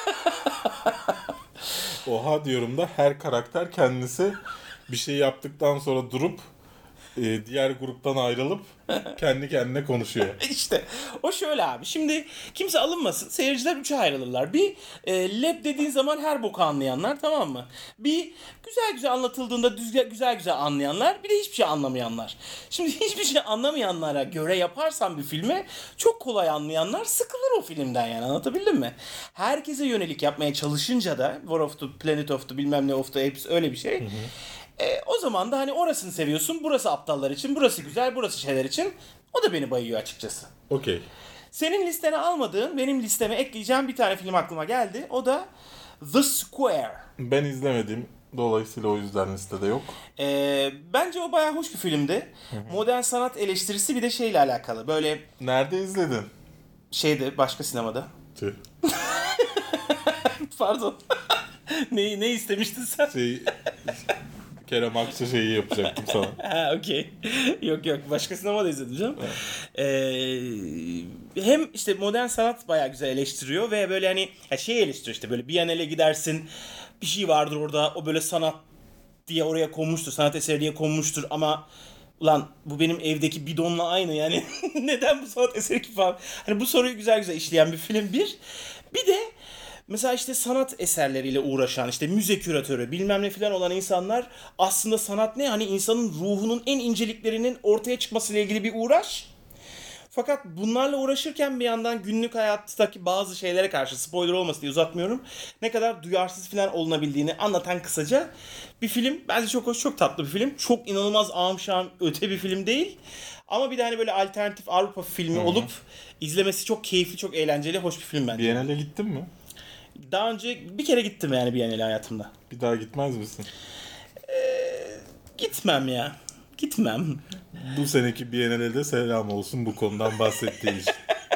Oha diyorum da her karakter kendisi bir şey yaptıktan sonra durup e, diğer gruptan ayrılıp kendi kendine konuşuyor. İşte o şöyle abi. Şimdi kimse alınmasın. Seyirciler üçe ayrılırlar. Bir e, lab dediğin zaman her boku anlayanlar, tamam mı? Bir güzel güzel anlatıldığında düzge, güzel güzel anlayanlar. Bir de hiçbir şey anlamayanlar. Şimdi hiçbir şey anlamayanlara göre yaparsan bir filme çok kolay anlayanlar sıkılır o filmden yani, anlatabildim mi? Herkese yönelik yapmaya çalışınca da War of the Planet of the bilmem ne of the Apes öyle bir şey. Hı hı. E, o zaman da hani orasını seviyorsun, burası aptallar için, burası güzel, burası şeyler için. O da beni bayıyor açıkçası. Okey. Senin listene almadığın, benim listeme ekleyeceğim bir tane film aklıma geldi. O da The Square. Ben izlemedim. Dolayısıyla o yüzden listede yok. E, bence o bayağı hoş bir filmdi. Hı hı. Modern sanat eleştirisi, bir de şeyle alakalı. Böyle... Nerede izledin? Şeyde, başka sinemada. Tüh. Pardon. ne, ne istemiştin sen? Şey... Kerem Akça şeyi yapacaktım sana. Ha, okey. Yok yok, başka sinemada izledim canım. Evet. Ee, hem işte modern sanat bayağı güzel eleştiriyor ve böyle hani ya şey eleştiriyor işte, böyle Biennale gidersin, bir şey vardır orada, o böyle sanat diye oraya konmuştur, sanat eseri diye konmuştur ama ulan bu benim evdeki bidonla aynı yani neden bu sanat eseri ki falan. Hani bu soruyu güzel güzel işleyen bir film bir. Bir de mesela işte sanat eserleriyle uğraşan, işte müze küratörü bilmem ne falan olan insanlar, aslında sanat ne? Hani insanın ruhunun en inceliklerinin ortaya çıkmasıyla ilgili bir uğraş. Fakat bunlarla uğraşırken bir yandan günlük hayattaki bazı şeylere karşı, spoiler olmasın diye uzatmıyorum, ne kadar duyarsız falan olunabildiğini anlatan kısaca bir film. Bence çok hoş, çok tatlı bir film. Çok inanılmaz ağım şahım öte bir film değil. Ama bir de hani böyle alternatif Avrupa filmi Hı-hı. olup izlemesi çok keyifli, çok eğlenceli, hoş bir film bence. Biennale gittin mi? Daha önce bir kere gittim yani Biennale hayatımda. Bir daha gitmez misin? Ee, gitmem ya. Gitmem. Bu seneki Biennale'de selam olsun bu konudan bahsettiği için.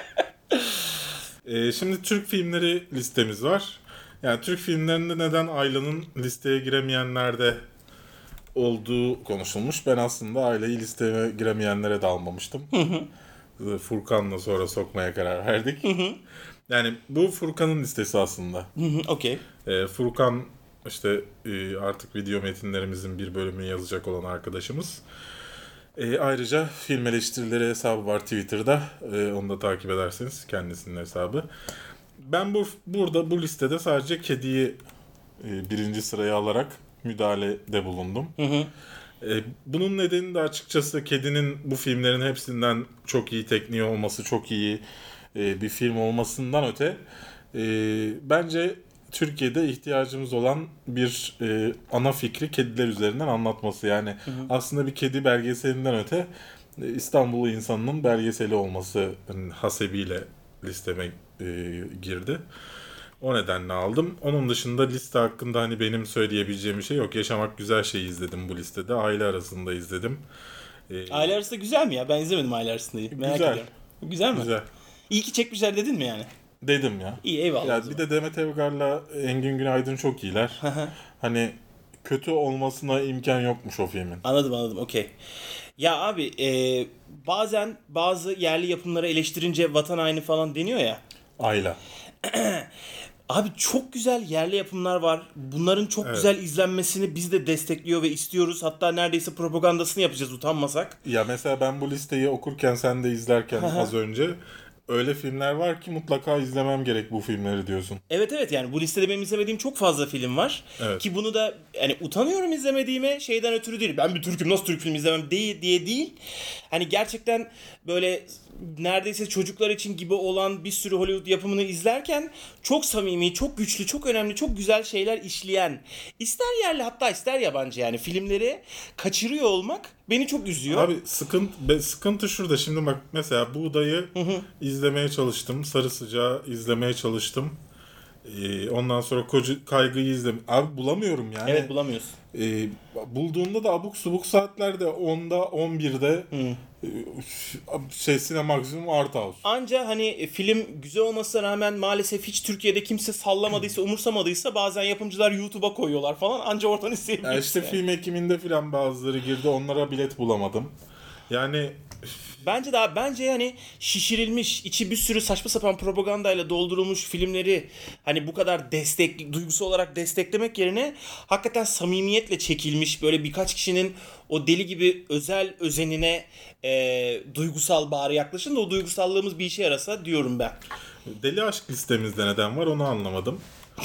ee, şimdi Türk filmleri listemiz var. Yani Türk filmlerinde neden Ayla'nın listeye giremeyenlerde olduğu konuşulmuş. Ben aslında Ayla'yı listeye giremeyenlere de almamıştım. Hı hı. Furkan'la sonra sokmaya karar verdik. Hı hı. Yani bu Furkan'ın listesi aslında. Okey. Ee, Furkan işte e, artık video metinlerimizin bir bölümünü yazacak olan arkadaşımız. E, ayrıca film eleştirileri hesabı var Twitter'da. E, onu da takip ederseniz, kendisinin hesabı. Ben bu burada bu listede sadece Kedi'yi e, birinci sıraya alarak müdahalede bulundum. Hı hı. E, bunun nedeni de açıkçası Kedi'nin bu filmlerin hepsinden çok iyi tekniği olması, çok iyi bir film olmasından öte e, bence Türkiye'de ihtiyacımız olan bir e, ana fikri kediler üzerinden anlatması. Yani hı hı. aslında bir kedi belgeselinden öte e, İstanbullu insanının belgeseli olması yani, hasebiyle listeme e, girdi. O nedenle aldım. Onun dışında liste hakkında hani benim söyleyebileceğim bir şey yok. Yaşamak Güzel Şey'i izledim bu listede. Aile Arasında izledim. Ee, Aile Arasında güzel mi ya? Ben izlemedim Aile Arasında'yı. Merak güzel. ediyorum. Güzel mi? Güzel. İyi ki çekmişler dedin mi yani? Dedim ya. İyi, eyvallah. Ya bir de Demet Evgar'la Engin Günaydın çok iyiler. Hani kötü olmasına imkan yokmuş o filmin. Anladım anladım okey. Ya abi e, bazen bazı yerli yapımları eleştirince vatan haini falan deniyor ya. Ayla. Abi çok güzel yerli yapımlar var. Bunların çok evet. güzel izlenmesini biz de destekliyor ve istiyoruz. Hatta neredeyse propagandasını yapacağız utanmasak. Ya mesela ben bu listeyi okurken sen de izlerken az önce öyle filmler var ki mutlaka izlemem gerek bu filmleri diyorsun. Evet evet yani bu listede benim izlemediğim çok fazla film var. Evet. Ki bunu da yani utanıyorum izlemediğime şeyden ötürü değil. Ben bir Türk'üm nasıl Türk film izlemem diye, diye değil. Hani gerçekten böyle neredeyse çocuklar için gibi olan bir sürü Hollywood yapımını izlerken çok samimi, çok güçlü, çok önemli, çok güzel şeyler işleyen ister yerli hatta ister yabancı yani filmleri kaçırıyor olmak beni çok üzüyor. Abi sıkıntı, sıkıntı şurada. Şimdi bak mesela Buğday'ı hı hı. izlemeye çalıştım. Sarı Sıcağı izlemeye çalıştım. Ee, ondan sonra koca Kaygı'yı izledim. Abi bulamıyorum yani. Evet bulamıyorsun. E, bulduğumda da abuk subuk saatlerde onda on birde hmm. e, şey sinema maksimum art house. Anca hani film güzel olmasına rağmen maalesef hiç Türkiye'de kimse sallamadıysa umursamadıysa bazen yapımcılar YouTube'a koyuyorlar falan anca oradan izleyebilirsin. Ya işte yani. Film ekiminde falan bazıları girdi onlara bilet bulamadım. Yani bence daha bence yani şişirilmiş, içi bir sürü saçma sapan propagandayla doldurulmuş filmleri hani bu kadar destek, duygusal olarak desteklemek yerine hakikaten samimiyetle çekilmiş böyle birkaç kişinin o deli gibi özel özenine e, duygusal bari yaklaşın da o duygusallığımız bir işe yarasa diyorum ben. Deli aşk listemizde neden var onu anlamadım.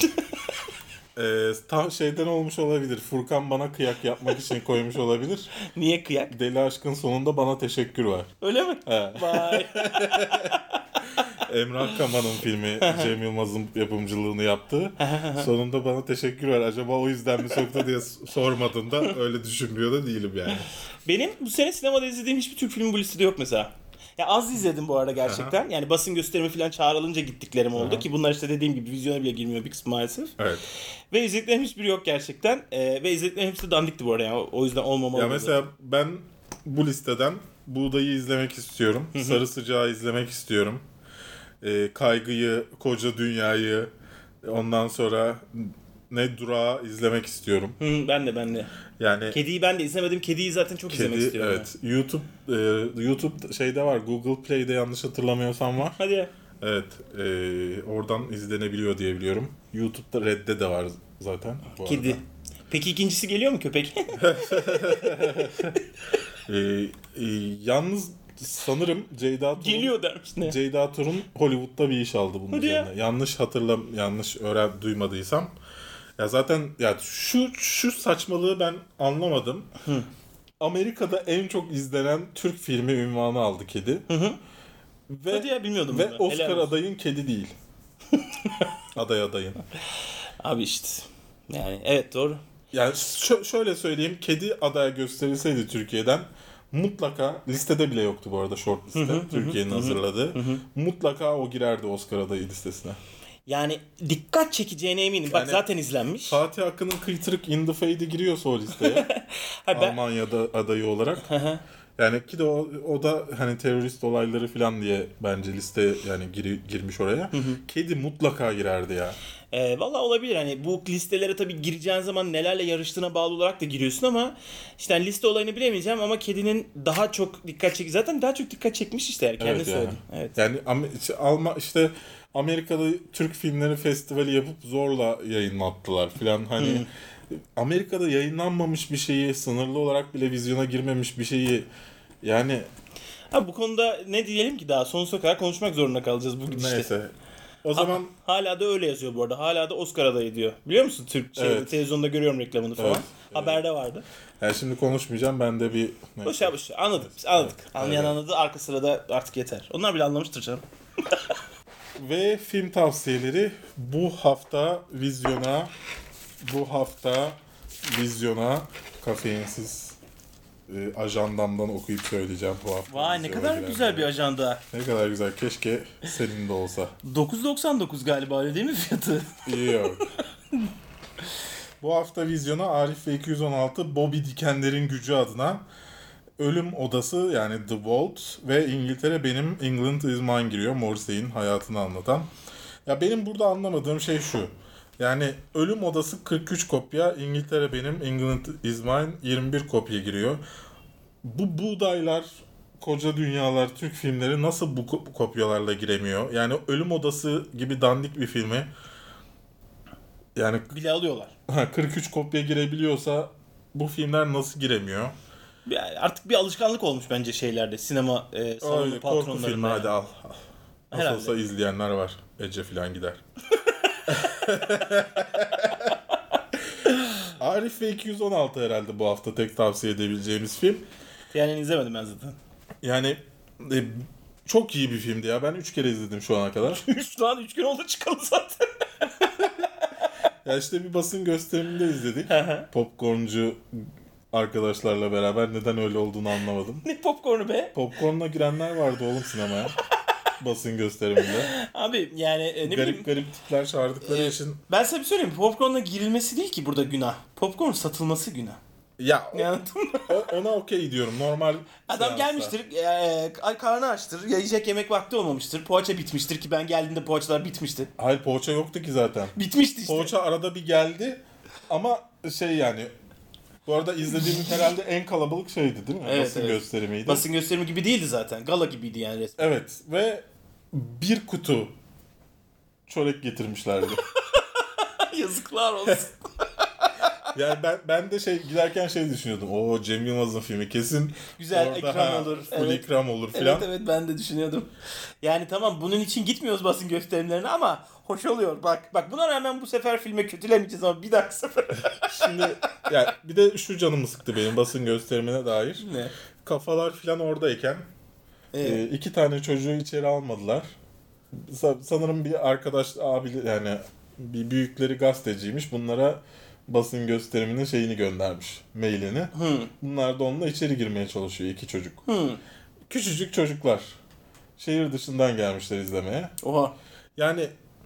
Ee, tam şeyden olmuş olabilir. Furkan bana kıyak yapmak için koymuş olabilir. Niye kıyak? Deli Aşk'ın sonunda bana teşekkür var. Öyle mi? He. Vay. Emrah Kaman'ın filmi Cem Yılmaz'ın yapımcılığını yaptı. Sonunda bana teşekkür var. Acaba o yüzden mi soktu diye sormadığında öyle düşünmüyor da değilim yani. Benim bu sene sinemada izlediğim hiçbir Türk filmi bu listede yok mesela. Ya az izledim bu arada gerçekten. Aha. Yani basın gösterimi falan çağrılınca gittiklerim oldu. Aha. Ki bunlar işte dediğim gibi vizyona bile girmiyor bir kısmı maalesef. Evet. Ve izlediklerim hiçbiri yok gerçekten. Ee, ve izlediklerim hepsi de dandikti bu arada yani. O yüzden olmamalı. Ya mesela ben bu listeden Buğday'ı izlemek istiyorum. Hı-hı. Sarı Sıcağı izlemek istiyorum. Ee, Kaygı'yı, Koca Dünya'yı, ondan sonra Ne Durağı izlemek istiyorum. Hı, ben de ben de. Yani Kedi'yi ben de izlemedim. Kedi'yi zaten çok Kedi, izlemek istiyorum. Evet. Yani. YouTube e, YouTube şeyde var. Google Play'de yanlış hatırlamıyorsam var. Hadi ya. Evet. E, oradan izlenebiliyor diye biliyorum. YouTube'da Red'de de var zaten. Bu Kedi. Arada. Peki ikincisi geliyor mu köpek? e, e, yalnız sanırım Ceyda Turun geliyor dermiş ne? Ceyda Turun Hollywood'da bir iş aldı bunun Hadi üzerine. Ya. Yanlış hatırlam yanlış öğren duymadıysam. Ya zaten ya şu şu saçmalığı ben anlamadım. Hı. Amerika'da en çok izlenen Türk filmi ünvanı aldı Kedi. Hı hı. Ve Hadi ya, bilmiyordum ve bunu. Oscar Helal adayın Kedi değil. Aday adayın. Abi işte. Yani evet doğru. Yani ş- şöyle söyleyeyim. Kedi adaya gösterilseydi Türkiye'den mutlaka listede bile yoktu bu arada short liste. Hı hı, Türkiye'nin hı, hazırladığı. Hı hı. Mutlaka o girerdi Oscar adayı listesine. Yani dikkat çekeceğine eminim. Bak yani, zaten izlenmiş. Fatih Akın'ın Kıytırık In The Fade'i giriyorsa o listeye. ben... Almanya'da adayı olarak. Yani ki de o, o da hani terörist olayları falan diye bence liste yani gir, girmiş oraya. Hı hı. Kedi mutlaka girerdi ya. E, Valla olabilir. Hani bu listelere tabii gireceğin zaman nelerle yarıştığına bağlı olarak da giriyorsun ama işte hani liste olayını bilemeyeceğim ama Kedi'nin daha çok dikkat çek zaten daha çok dikkat çekmiş işte yani kendi evet söyledi. Yani. Evet. Yani işte, Alma işte Amerika'da Türk filmleri festivali yapıp zorla yayınlattılar falan hani hmm. Amerika'da yayınlanmamış bir şeyi sınırlı olarak bile vizyona girmemiş bir şeyi yani ha, bu konuda ne diyelim ki daha sonsuza kadar konuşmak zorunda kalacağız bu gidişte. Neyse. O zaman ama hala da öyle yazıyor bu arada. Hala da Oscar adayı diyor. Biliyor musun? Türk şey, evet. Televizyonda görüyorum reklamını falan. Evet, haberde evet. vardı. Yani şimdi konuşmayacağım. Ben de bir boş ver boş ver. Anladık. Biz anladık. Evet. Anlayan evet. anladı. Arka sırada artık yeter. Onlar bile anlamıştır canım. Ve film tavsiyeleri bu hafta vizyona bu hafta vizyona kafeinsiz e, ajandamdan okuyup söyleyeceğim bu hafta. Vay ne kadar güzel bir ajanda. Ne kadar güzel. Keşke senin de olsa. dokuz doksan dokuz galiba öyle değil mi fiyatı? Yok. Bu hafta vizyona Arif ve iki yüz on altı Bobby Dikenler'in Gücü adına Ölüm Odası yani The Vault ve İngiltere Benim England Is Mine giriyor. Morrissey'in hayatını anlatan. Ya benim burada anlamadığım şey şu. Yani Ölüm Odası kırk üç kopya, İngiltere Benim England Is Mine yirmi bir kopya giriyor. Bu buğdaylar, koca dünyalar, Türk filmleri nasıl bu kopyalarla giremiyor? Yani Ölüm Odası gibi dandik bir filmi yani bile alıyorlar. kırk üç kopya girebiliyorsa bu filmler nasıl giremiyor? Yani artık bir alışkanlık olmuş bence şeylerde. Sinema e, salonu patronlarında. Korku filmi hadi al. Nasıl Herhalde. olsa izleyenler var. Ece falan gider. Arif ve iki yüz on altı herhalde bu hafta tek tavsiye edebileceğimiz film. Yani izlemedim ben zaten. Yani e, çok iyi bir filmdi ya. Ben üç kere izledim şu ana kadar. Şu an üç gün oldu çıkalı zaten. Ya işte bir basın gösteriminde izledik. Popcorncu arkadaşlarla beraber neden öyle olduğunu anlamadım. Ne popcornu be? Popcorn'la girenler vardı oğlum sinemaya. Basın gösteriminde. Abi yani e, ne garip bileyim. garip tipler çağırdıkları e, için. Ben sana bir söyleyeyim. Popcornla girilmesi değil ki burada günah. Popcorn satılması günah. Ya o, Anladın mı? o- ona okey diyorum. Normal Adam seansta. gelmiştir, e, karnı açtır, yiyecek yemek vakti olmamıştır, poğaça bitmiştir ki ben geldiğimde poğaçalar bitmişti. Hayır poğaça yoktu ki zaten. Bitmişti işte. Poğaça arada bir geldi ama şey yani bu arada izlediğimiz herhalde en kalabalık şeydi değil mi? Evet, Basın evet. gösterimiydi. Basın gösterimi gibi değildi zaten. Gala gibiydi yani resmen. Evet ve bir kutu çörek getirmişlerdi. Yazıklar olsun. Yani ben ben de şey giderken şey düşünüyordum. Oo Cem Yılmaz'ın filmi kesin Güzel orada, ekran ha, olur. Full Evet. ikram olur filan. Evet evet ben de düşünüyordum. Yani tamam bunun için gitmiyoruz basın gösterimlerine ama hoş oluyor. Bak bak buna rağmen bu sefer filme kötülemeyeceğiz ama bir dahaki sefer. Şimdi yani bir de şu canımı sıktı benim basın gösterimine dair. Ne? Kafalar filan oradayken Evet. e, iki tane çocuğu içeri almadılar. Sa- sanırım bir arkadaş abi yani bir büyükleri gazeteciymiş. Bunlara basın gösteriminin şeyini göndermiş. Mailini. Hmm. Bunlar da onunla içeri girmeye çalışıyor iki çocuk. Hmm. Küçücük çocuklar. Şehir dışından gelmişler izlemeye. Oha. Yani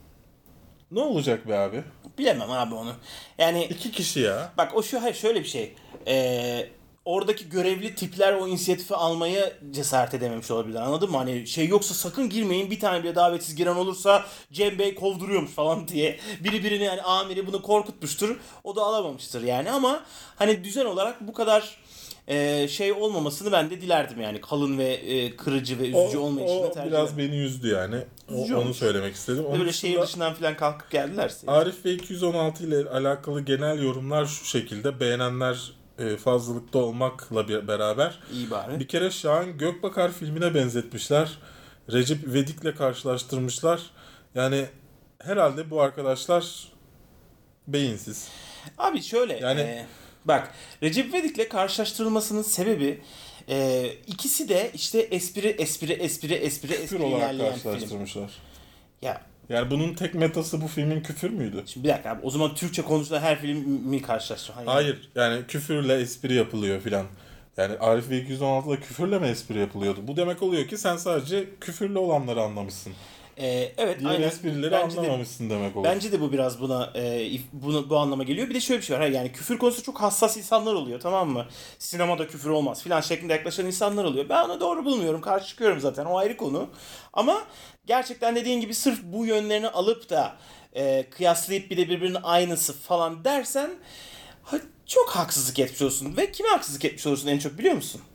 ne olacak be abi? Bilemem abi onu. Yani İki kişi ya. bak o şu hayır şöyle bir şey. Ee, oradaki görevli tipler o inisiyatifi almaya cesaret edememiş olabilir. Anladın mı? Hani şey yoksa sakın girmeyin. Bir tane bile davetsiz giren olursa Cem Bey kovduruyormuş falan diye. Biri birini yani amiri bunu korkutmuştur. O da alamamıştır yani ama hani düzen olarak bu kadar e, şey olmamasını ben de dilerdim yani. Kalın ve e, kırıcı ve üzücü O, olmayışını o tercih biraz ederim. beni üzdü yani. O, Üzücü onu olmuş. söylemek istedim. Onun Böyle dışında şehir dışından falan kalkıp geldilerse. Arif ve iki yüz on altı ile alakalı genel yorumlar şu şekilde. Beğenenler e, fazlalıkta olmakla bir, beraber. İyi bari. Bir kere Şahan Gökbakar filmine benzetmişler. Recep İvedik'le karşılaştırmışlar. Yani herhalde bu arkadaşlar beyinsiz. Abi şöyle Yani- e, bak Recep İvedik'le karşılaştırılmasının sebebi e, ikisi de işte espri espri espri espri Küfür espri olarak ilerleyen film. karşılaştırmışlar. Ya Yani bunun tek metası bu filmin küfür müydü? şimdi bir dakika abi o zaman Türkçe konuşulan her filmi karşılaştır. Hayır. Hayır yani küfürle espri yapılıyor filan. Yani Arif ve iki yüz on altıda küfürle mi espri yapılıyordu? Bu demek oluyor ki sen sadece küfürlü olanları anlamışsın. E, evet Diğer aynen. esprileri Bence de- anlamamışsın demek oluyor. Bence de bu biraz buna e, if- bunu bu anlama geliyor. Bir de şöyle bir şey var. Yani küfür konusu çok hassas insanlar oluyor tamam mı? Sinemada küfür olmaz filan şeklinde yaklaşan insanlar oluyor. Ben onu doğru bulmuyorum. Karşı çıkıyorum zaten. O ayrı konu. Ama gerçekten dediğin gibi sırf bu yönlerini alıp da e, kıyaslayıp bir de birbirinin aynısı falan dersen ha, çok haksızlık etmiş olursun. Ve kime haksızlık etmiş olursun en çok biliyor musun?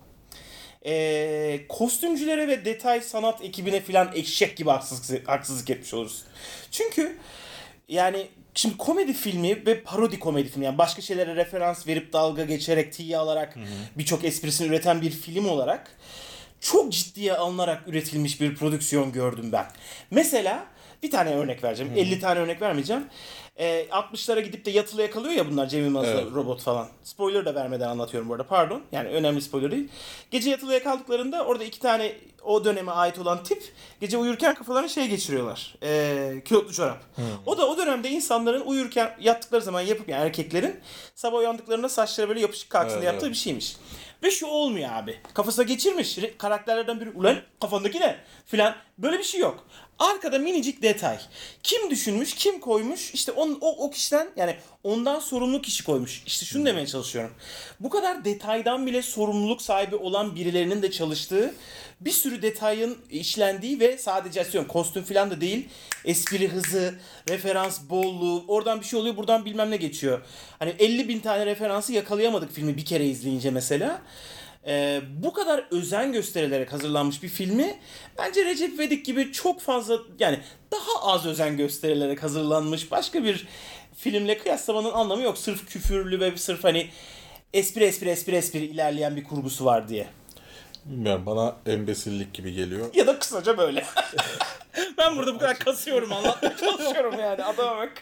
E, kostümcülere ve detay sanat ekibine filan eşek gibi haksızlık, haksızlık etmiş olursun. Çünkü yani şimdi komedi filmi ve parodi komedi filmi yani başka şeylere referans verip dalga geçerek tiye alarak birçok esprisini üreten bir film olarak çok ciddiye alınarak üretilmiş bir prodüksiyon gördüm ben. Mesela Bir tane örnek vereceğim. Hı-hı. elli tane örnek vermeyeceğim. E, altmışlara gidip de yatılı yakalıyor ya bunlar, Cem Yılmaz'la evet. robot falan. Spoiler da vermeden anlatıyorum bu arada, pardon. Yani önemli spoiler değil. Gece yatılı yakaldıklarında orada iki tane o döneme ait olan tip gece uyurken kafalarına şey geçiriyorlar. E, külotlu çorap. Hmm. O da o dönemde insanların uyurken yattıkları zaman yapıp, yani erkeklerin sabah uyandıklarında saçları böyle yapışık kalksın evet, diye yaptığı evet. bir şeymiş. Ve şu olmuyor abi. Kafasına geçirmiş. Karakterlerden biri ulan kafandaki ne? Filan. Böyle bir şey yok. Arkada minicik detay. Kim düşünmüş, kim koymuş? İşte on, o, o kişiden, yani ondan sorumlu kişi koymuş. İşte şunu demeye çalışıyorum. Bu kadar detaydan bile sorumluluk sahibi olan birilerinin de çalıştığı, bir sürü detayın işlendiği ve sadece istiyorum kostüm falan da değil, espri hızı, referans bolluğu, oradan bir şey oluyor, buradan bilmem ne geçiyor. Hani elli bin tane referansı yakalayamadık filmi bir kere izleyince mesela. Ee, bu kadar özen gösterilerek hazırlanmış bir filmi bence Recep İvedik gibi çok fazla, yani daha az özen gösterilerek hazırlanmış başka bir filmle kıyaslamanın anlamı yok. Sırf küfürlü ve sırf hani espri espri espri espri ilerleyen bir kurgusu var diye. Bilmiyorum, bana embesillik gibi geliyor. Ya da kısaca böyle. Ben burada bu kadar kasıyorum, anlatmaya çalışıyorum yani, adama bak.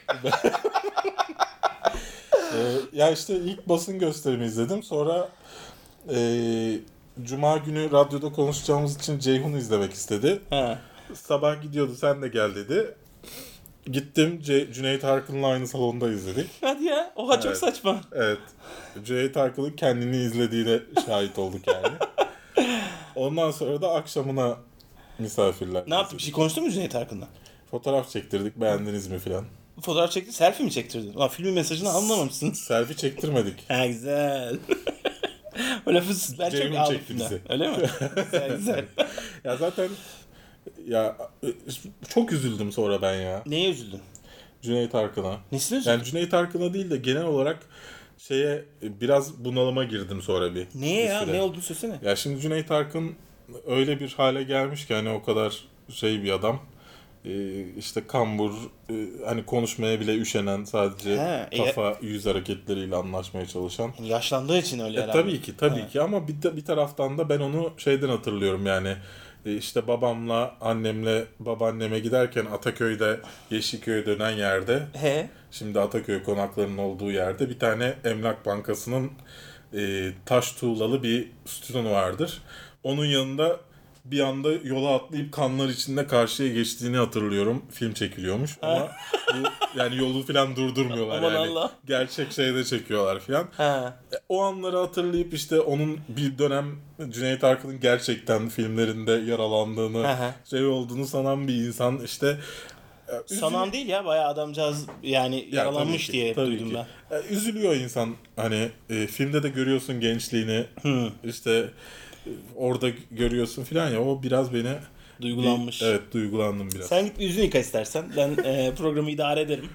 ee, ya işte ilk basın gösterimi izledim, sonra Ee, Cuma günü radyoda konuşacağımız için Ceyhun izlemek istedi. He. Sabah gidiyordu, sen de gel dedi. Gittim, C- Cüneyt Arkın'la aynı salonda izledik. Hadi ya, oha evet. Çok saçma. Evet. Cüneyt Arkın'ın kendini izlediğine şahit olduk yani. Ondan sonra da akşamına misafirler. Ne yaptın? Bir şey konuştun mu Cüneyt Arkın'la? Fotoğraf çektirdik, beğendiniz mi filan. Fotoğraf çekti, selfie mi çektirdin? Ulan filmin mesajını anlamamışsın. Selfie çektirmedik. Ha güzel. O lafı ben Ceyhun çok aldım. Çekti bizi. Öyle mi? Güzel güzel. Ya zaten ya çok üzüldüm sonra ben ya. Neye üzüldün? Cüneyt Arkın'a. Nesine üzüldün? Yani Cüneyt Arkın'a değil de genel olarak şeye biraz bunalıma girdim sonra bir. Niye bir ya? süre. Ne olduğunu söylesene. Ya şimdi Cüneyt Arkın öyle bir hale gelmiş ki hani o kadar şey bir adam. İşte kambur, hani konuşmaya bile üşenen, sadece He, kafa e... yüz hareketleriyle anlaşmaya çalışan. Yaşlandığı için öyle e, herhalde. Tabii ki, tabii He. ki ama bir, bir taraftan da ben onu şeyden hatırlıyorum yani. İşte babamla, annemle babaanneme giderken Ataköy'de, Yeşilköy'e dönen yerde, He. şimdi Ataköy konaklarının olduğu yerde bir tane Emlak Bankası'nın e, taş tuğlalı bir sütunu vardır. Onun yanında bir anda yola atlayıp kanlar içinde karşıya geçtiğini hatırlıyorum. Film çekiliyormuş ama bu yani yolu falan durdurmuyorlar Aman yani. Allah. Gerçek şeyde çekiyorlar falan. Ha. O anları hatırlayıp işte onun bir dönem Cüneyt Arkın'ın gerçekten filmlerinde yaralandığını, Aha. şey olduğunu sanan bir insan işte. Üzül... Sanan değil ya, bayağı adamcağız yani ya, yaralanmış ki, diye duydum ki. ben. Üzülüyor insan hani e, filmde de görüyorsun gençliğini. Hmm. İşte orada görüyorsun filan ya, o biraz beni duygulanmış. Bir, evet duygulandım biraz. Sen git yüzünü yıka istersen. Ben e, programı idare ederim.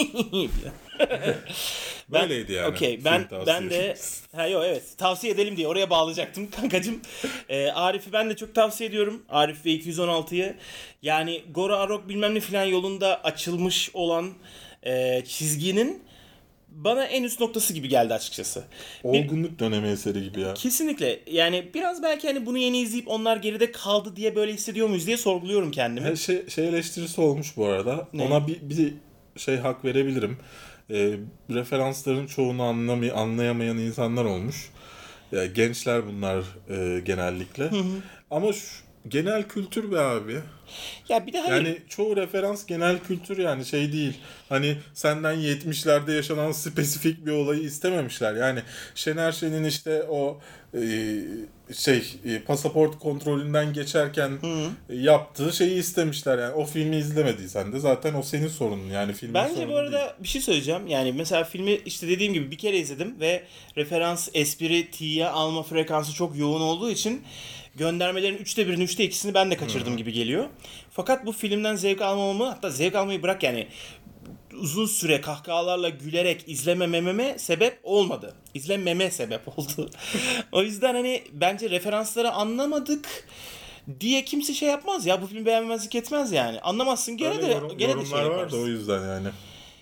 ben, Böyleydi yani. Okey. Ben ben de ha yok evet tavsiye edelim diye oraya bağlayacaktım kankacığım. E, Arif'i ben de çok tavsiye ediyorum. Arif ve iki yüz on altıyı. Yani Gora Arok bilmem ne filan yolunda açılmış olan e, çizginin bana en üst noktası gibi geldi açıkçası. Olgunluk bir, dönemi eseri gibi ya. Kesinlikle. Yani biraz belki hani bunu yeni izleyip onlar geride kaldı diye böyle hissediyor muyuz diye sorguluyorum kendimi. Her şey, şey eleştirisi olmuş bu arada. Ne? Ona bir, bir şey hak verebilirim. Ee, referansların çoğunu anlamay- anlayamayan insanlar olmuş. Yani gençler bunlar e, genellikle. Hı hı. Ama şu, genel kültür be abi. Ya bir de hani... Yani çoğu referans genel kültür, yani şey değil. Hani senden yetmişlerde yaşanan spesifik bir olayı istememişler. Yani Şener Şen'in işte o e, şey e, pasaport kontrolünden geçerken Hı. yaptığı şeyi istemişler. Yani o filmi izlemediysen de zaten o senin sorunun. Yani filmin Bence sorunu bu arada değil. Bir şey söyleyeceğim. Yani mesela filmi işte dediğim gibi bir kere izledim ve referans, espri, tiye alma frekansı çok yoğun olduğu için göndermelerin üçte birini, üçte ikisini ben de kaçırdım hmm. gibi geliyor. Fakat bu filmden zevk almamamı, hatta zevk almayı bırak yani uzun süre kahkahalarla gülerek izlemememe sebep olmadı. İzlememe sebep oldu. O yüzden hani bence referansları anlamadık diye kimse şey yapmaz ya. Bu filmi beğenmezlik etmez yani. Anlamazsın gene Öyle de yorum, gene yorumlar de şey var da o yüzden yani.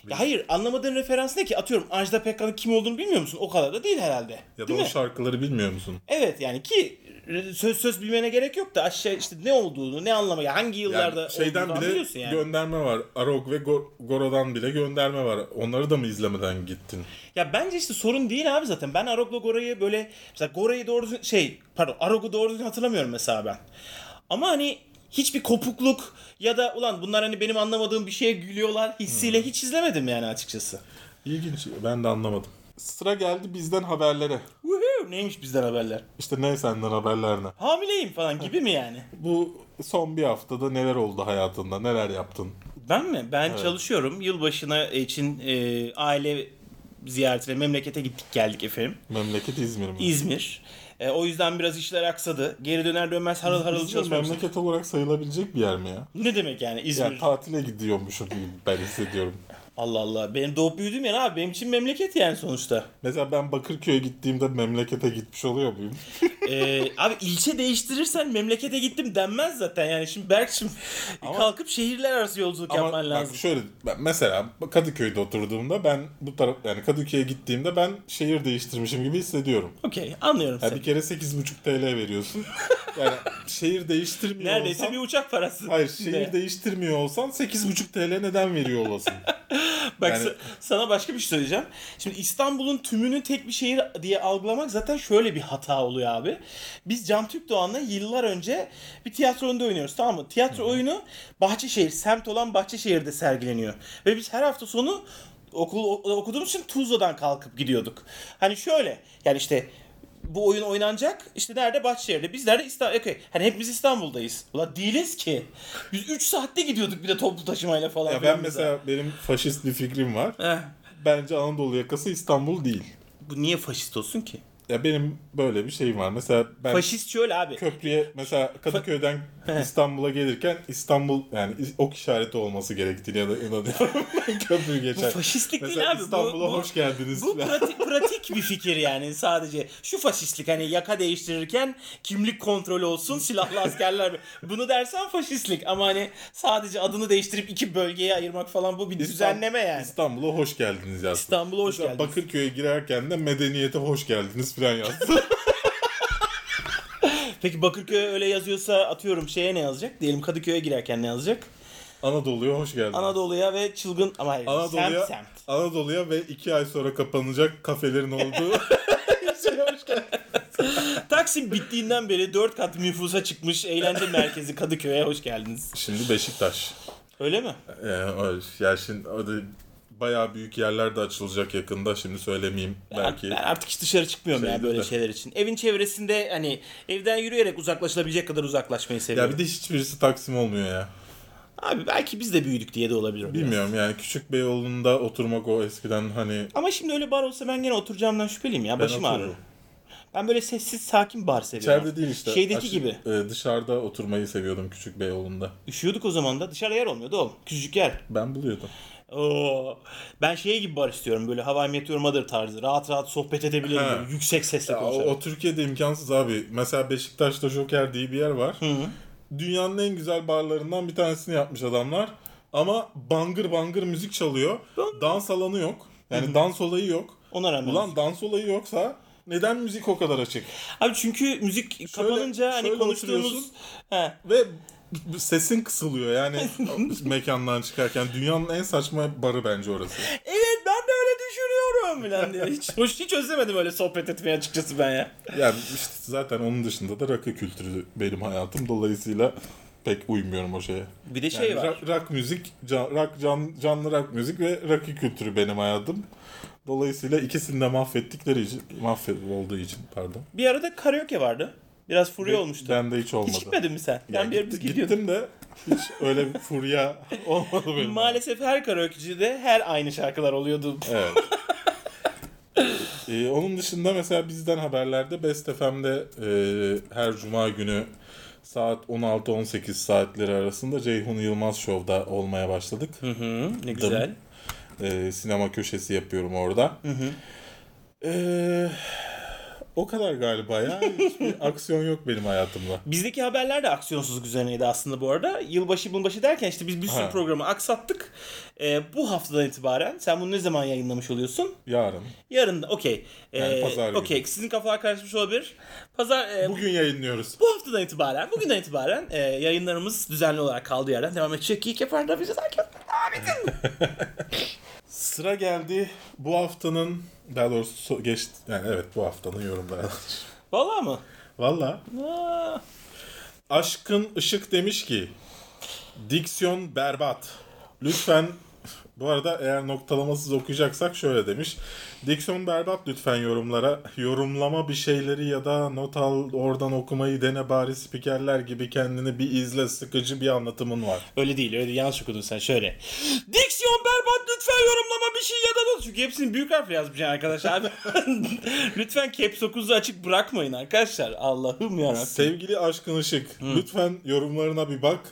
Ya hayır, anlamadığın referans ne ki? Atıyorum Ajda Pekkan'ın kim olduğunu bilmiyor musun? O kadar da değil herhalde. Ya da değil o mi? şarkıları bilmiyor musun? Evet yani ki söz söz bilmene gerek yok da aşağı işte ne olduğunu, ne anlamı, hangi yıllarda Yani şeyden olduğunu bile biliyorsun yani. gönderme var. Arog ve Go- Goro'dan bile gönderme var. Onları da mı izlemeden gittin? Ya bence işte sorun değil abi zaten. Ben Arog'la Gora'yı böyle mesela Gora'yı doğru düzgün şey pardon Arog'u doğru düzgün hatırlamıyorum mesela ben. Ama hani hiçbir kopukluk ya da ulan bunlar hani benim anlamadığım bir şeye gülüyorlar hissiyle hiç izlemedim yani açıkçası. İlginç. Ben de anlamadım. Sıra geldi bizden haberlere. Woohoo! Neymiş bizden haberler? İşte ne senden haberler ne? Hamileyim falan gibi mi yani? Bu son bir haftada neler oldu hayatında? Neler yaptın? Ben mi? Ben çalışıyorum. Yılbaşına için e, aile ziyaretine memlekete gittik geldik efendim. Memleket İzmir mi? İzmir. E, o yüzden biraz işler aksadı. Geri döner dönmez harıl harıl İzmir çalışmamız. memleket olarak sayılabilecek bir yer mi ya? Ne demek yani İzmir? Yani tatile gidiyormuşum gibi ben hissediyorum. Allah Allah. Benim doğup büyüdüğüm yer abi. Benim için memleket yani sonuçta. Mesela ben Bakırköy'e gittiğimde memlekete gitmiş oluyor muyum? ee, abi ilçe değiştirirsen memlekete gittim denmez zaten. Yani şimdi Berk'cim kalkıp şehirler arası yolculuk Ama yapman lazım. bak şöyle ben mesela Kadıköy'de oturduğumda ben bu taraf yani Kadıköy'e gittiğimde ben şehir değiştirmişim gibi hissediyorum. Okey, anlıyorum Yani seni. bir kere sekiz buçuk T L veriyorsun. Yani şehir değiştirmiyor Neredeyse olsan... bir uçak parası. Hayır şehir De. değiştirmiyor olsan sekiz buçuk T L neden veriyor olasın? Bak Yani- sa- sana başka bir şey söyleyeceğim. Şimdi İstanbul'un tümünü tek bir şehir diye algılamak zaten şöyle bir hata oluyor abi. Biz Can Türk Doğan'la yıllar önce bir tiyatro oyununda oynuyoruz, tamam mı? Tiyatro Hı-hı. oyunu Bahçeşehir, semt olan Bahçeşehir'de sergileniyor. Ve biz her hafta sonu okul okuduğumuz için Tuzla'dan kalkıp gidiyorduk. Hani şöyle yani işte bu oyun oynanacak işte nerede? Bahçeşehir'de. Bizler de İstanbul. Okay. Hani hepimiz İstanbul'dayız. Ulan değiliz ki. Biz üç saatte gidiyorduk bir de toplu taşımayla falan. Ya ben mesela benim faşist bir fikrim var. Heh. Bence Anadolu yakası İstanbul değil. Bu niye faşist olsun ki? Ya benim böyle bir şeyim var. Mesela ben Faşist şöyle abi. köprüye mesela Kadıköy'den İstanbul'a gelirken İstanbul yani ok işareti olması gerektiğini ya da inanıyorum. Köprüyü geçer. Bu faşistlik mesela değil abi. İstanbul'a bu, bu, hoş geldiniz. Bu pratik, pratik bir fikir yani sadece. Şu faşistlik hani yaka değiştirirken kimlik kontrolü olsun silahlı askerler. Bunu dersen faşistlik ama hani sadece adını değiştirip iki bölgeye ayırmak falan bu bir İstanbul, düzenleme yani. İstanbul'a hoş geldiniz yazsın. İstanbul'a hoş mesela geldiniz. Bakırköy'e girerken de medeniyete hoş geldiniz falan yazsın. Peki Bakırköy'e öyle yazıyorsa atıyorum şeye ne yazacak? Diyelim Kadıköy'e girerken ne yazacak? Anadolu'ya hoş geldiniz. Anadolu'ya ve çılgın ama hayır Anadolu'ya, semt semt. Anadolu'ya ve iki ay sonra kapanacak kafelerin olduğu Taksim bittiğinden beri dört kat nüfusa çıkmış eğlence merkezi Kadıköy'e hoş geldiniz. Şimdi Beşiktaş. Öyle mi? Yani, öyle. yani şimdi o da bayağı büyük yerler de açılacak yakında. Şimdi söylemeyeyim belki. Ben artık hiç dışarı çıkmıyorum ya Şeyde böyle de. şeyler için. Evin çevresinde hani evden yürüyerek uzaklaşılabilecek kadar uzaklaşmayı Ya seviyorum. bir de hiçbirisi Taksim olmuyor ya. Abi belki biz de büyüdük diye de olabilir. o biraz. Bilmiyorum yani Küçük Beyoğlu'nda oturmak o eskiden hani Ama şimdi öyle bar olsa ben gene oturacağımdan şüpheliyim ya. ben Başım ağrır. otururum. Ben böyle sessiz sakin bar seviyorum. İçeride değil işte. Şeydeki Açık- gibi. e, dışarıda oturmayı seviyordum Küçük Beyoğlu'nda. Üşüyorduk o zaman da. Dışarıda yer olmuyordu oğlum. Küçücük yer. Ben buluyordum. Oo. Ben şey gibi bar istiyorum. Böyle How I Met Your Mother tarzı. Rahat rahat sohbet edebilirim. Ha. Böyle yüksek sesle Ya, o, konuşarak. o Türkiye'de imkansız abi. Mesela Beşiktaş'ta Joker diye bir yer var. Hı. Dünyanın en güzel barlarından bir tanesini yapmış adamlar. Ama bangır bangır müzik çalıyor. Dans alanı yok. Yani dans olayı yok. Ona rağmen. Ulan dans olayı yoksa neden müzik o kadar açık? Abi çünkü müzik kapanınca hani şöyle konuştuğumuz... oturuyorsun. He. Ve b- sesin kısılıyor yani mekandan çıkarken. Dünyanın en saçma barı bence orası. Evet ben de öyle düşünüyorum falan diye. Hiç, hoş, hiç özlemedim öyle sohbet etmeyi açıkçası ben ya. Yani işte zaten onun dışında da rakı kültürü benim hayatım. Dolayısıyla pek uymuyorum o şeye. Bir de şey Yani var. rock, rock müzik, can, rock, can, canlı rock müzik ve rakı kültürü benim hayatım. Dolayısıyla ikisini de mahvettikleri için, mahvolduğu için pardon. Bir arada karaoke vardı. Biraz furya olmuştu. Ben de hiç olmadı. Hiç gitmedin mi sen? Ben Yani bir gitti- biz gidiyorduk. gittim de hiç öyle bir furya olmadı benim. Maalesef her karaokecide her aynı şarkılar oluyordu. Evet. ee, onun dışında mesela bizden haberlerde Best F M'de e, her cuma günü saat on altı on sekiz saatleri arasında Ceyhun Yılmaz Show'da olmaya başladık. Hı hı, ne güzel. Ee, sinema köşesi yapıyorum orada. Hı hı. Ee, O kadar galiba ya. Hiçbir aksiyon yok benim hayatımda. Bizdeki haberler de aksiyonsuzluk üzerineydi aslında bu arada. Yılbaşı yılbaşı derken işte biz bir sürü Ha. programı aksattık. Ee, bu haftadan itibaren sen bunu ne zaman yayınlamış oluyorsun? Yarın. Yarın da okey. Ee, Yani pazar günü. Okey. Sizin kafalar karışmış olabilir. Pazar e, Bugün yayınlıyoruz. bu haftadan itibaren, bugünden itibaren e, yayınlarımız düzenli olarak kaldığı yerden devam edecek. İlk yapar da bizi takip etmeye devam edin. Sıra geldi bu haftanın, daha doğrusu so- geç yani evet bu haftanın yorumları. Vallahi mı? Valla. Aa, Aşkın Işık demiş ki diksiyon berbat. Lütfen, bu arada eğer noktalamasız okuyacaksak şöyle demiş. Diksiyon berbat, lütfen yorumlara. Yorumlama bir şeyleri ya da not al, oradan okumayı dene bari, spikerler gibi kendini bir izle, sıkıcı bir anlatımın var. öyle değil, öyle değil. Yanlış okudun sen. Şöyle. Diksiyon berbat, lütfen yorumlama bir şey ya da not. Çünkü hepsini büyük harfle yazmış yani arkadaşlar. Lütfen caps dokuzu açık bırakmayın arkadaşlar. Allah'ım yarabbim. Sevgili Aşkın Işık, lütfen yorumlarına bir bak.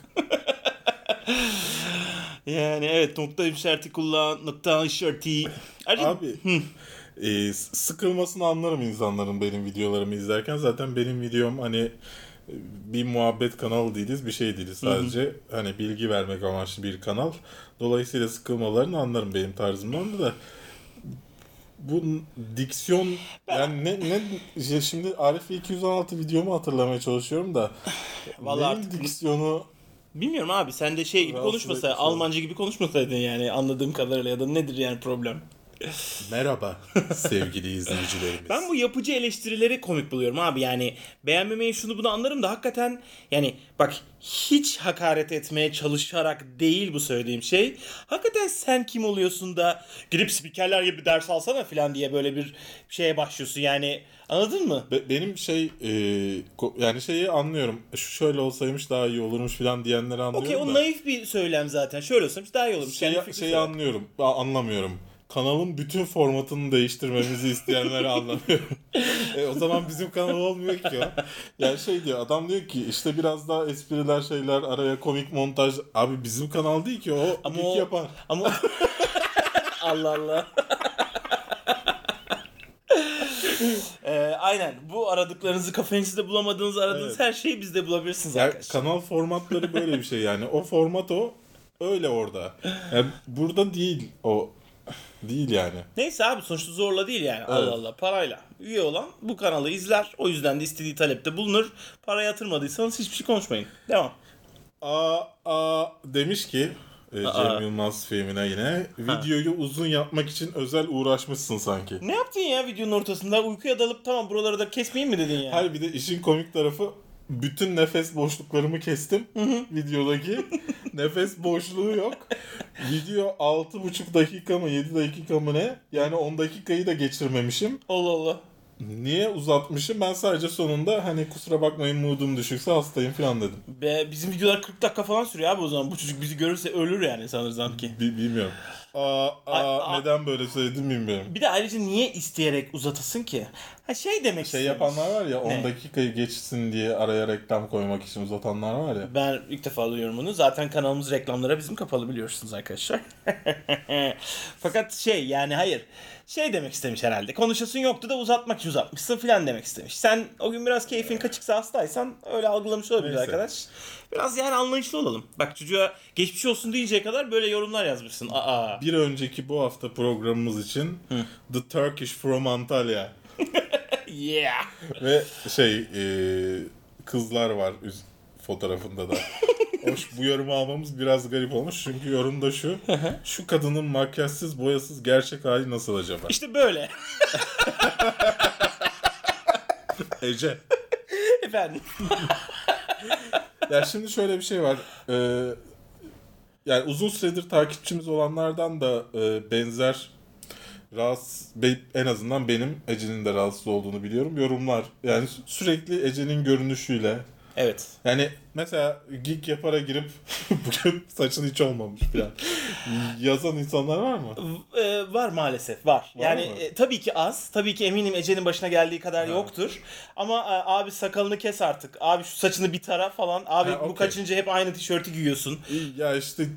Yani evet, nokta işareti kullan, nokta işareti. Ayrıca Abi e, sıkılmasını anlarım insanların benim videolarımı izlerken. Zaten benim videom hani e, bir muhabbet kanalı değiliz, bir şey değiliz. Sadece hani bilgi vermek amaçlı bir kanal. Dolayısıyla sıkılmalarını anlarım benim tarzımdan da. Bu diksiyon yani ne ne işte şimdi Arif iki yüz on altı videomu hatırlamaya çalışıyorum da Vallahi neyin artık- diksiyonu bilmiyorum abi, sen de şey gibi Rahatsız konuşmasaydın, etmiş oldum. Almanca gibi konuşmasaydın yani, anladığım kadarıyla, ya da nedir yani problem? merhaba sevgili izleyicilerimiz. Ben bu yapıcı eleştirileri komik buluyorum abi, yani beğenmemeyi şunu bunu anlarım da hakikaten yani bak, hiç hakaret etmeye çalışarak değil bu söylediğim şey. Hakikaten sen kim oluyorsun da gidip spikerler gibi ders alsana falan diye böyle bir şeye başlıyorsun yani, anladın mı? Be- benim şey e, ko- yani şeyi anlıyorum. Şu şöyle olsaymış daha iyi olurmuş falan diyenleri anlıyorum Okey, o da. naif bir söylem zaten. Şöyle olsaymış daha iyi olurmuş. Şeyi, Kendi fikri şeyi söyle. anlıyorum. Aa, anlamıyorum. Kanalın bütün formatını değiştirmemizi isteyenleri anlamıyorum. e, o zaman bizim kanal olmuyor ki o. Yani şey diyor, adam diyor ki işte biraz daha espriler, şeyler, araya komik montaj. Abi bizim kanal değil ki o. Ama ilk o- yapan. Ama Allah Allah. Ee, aynen. Bu aradıklarınızı, kafeinizde bulamadığınız, aradığınız Evet. her şeyi bizde bulabilirsiniz Yani arkadaşlar. kanal formatları böyle bir şey yani. O format o. Öyle orada. Yani burada değil o. Değil yani. Neyse abi, sonuçta zorla değil yani. Allah Allah, parayla. Üye olan bu kanalı izler. O yüzden de istediği talepte bulunur. Para yatırmadıysanız hiçbir şey konuşmayın. Devam. A A demiş ki e, Aa. Cem Yılmaz filmine yine videoyu uzun yapmak için özel uğraşmışsın sanki. Ne yaptın ya videonun ortasında? Uykuya dalıp tamam buraları da kesmeyeyim mi dedin yani? Hayır, bir de işin komik tarafı, bütün nefes boşluklarımı kestim videodaki. Nefes boşluğu yok. Video altı buçuk dakika mı yedi dakika mı ne? Yani on dakikayı da geçirmemişim. Allah Allah. Niye uzatmışım? Ben sadece sonunda hani kusura bakmayın moodum düşükse hastayım falan dedim. Be, bizim videolar kırk dakika falan sürüyor abi o zaman. Bu çocuk bizi görürse ölür yani sanırsam ki. Bi- bilmiyorum. Aa, aa, Ay, aa. neden böyle söyledim bilmiyorum. Bir de ayrıca niye isteyerek uzatasın ki? Ha şey demek Şey istemiş. yapanlar var ya, on Ne? dakikayı geçsin diye araya reklam koymak için uzatanlar var ya. Ben ilk defa duyuyorum bunu. Zaten kanalımız reklamlara bizim kapalı, biliyorsunuz arkadaşlar. Fakat şey yani hayır. Şey demek istemiş herhalde. Konuşasın yoktu da uzatmak için uzatmışsın filan demek istemiş. Sen o gün biraz keyfin kaçıksa, hastaysan öyle algılamış olabilir Neyse. arkadaş. Biraz yani anlayışlı olalım. Bak, çocuğa geçmiş olsun deyinceye kadar böyle yorumlar yazmışsın. Aa. Bir önceki bu hafta programımız için The Turkish from Antalya Yeah. ve şey e, kızlar var üz- fotoğrafında da. Hoş, bu yorumu almamız biraz garip olmuş çünkü yorumda şu: şu kadının makyajsız boyasız gerçek hali nasıl acaba? İşte böyle. Ece. Efendim. Ya şimdi şöyle bir şey var. Ee, yani uzun süredir takipçimiz olanlardan da e, benzer rahatsız, be- en azından benim Ece'nin de rahatsız olduğunu biliyorum. Yorumlar yani sü- sürekli Ece'nin görünüşüyle. Evet. Yani mesela Geek Yapar'a girip bugün saçın hiç olmamış falan yazan insanlar var mı? V- e, var maalesef, var. Var yani mı? e, tabii ki az. Tabii ki eminim Ece'nin başına geldiği kadar yoktur. Ama e, abi sakalını kes artık. Abi şu saçını bir tara falan. Abi Ha, bu okey. kaçıncı hep aynı tişörtü giyiyorsun. Ya işte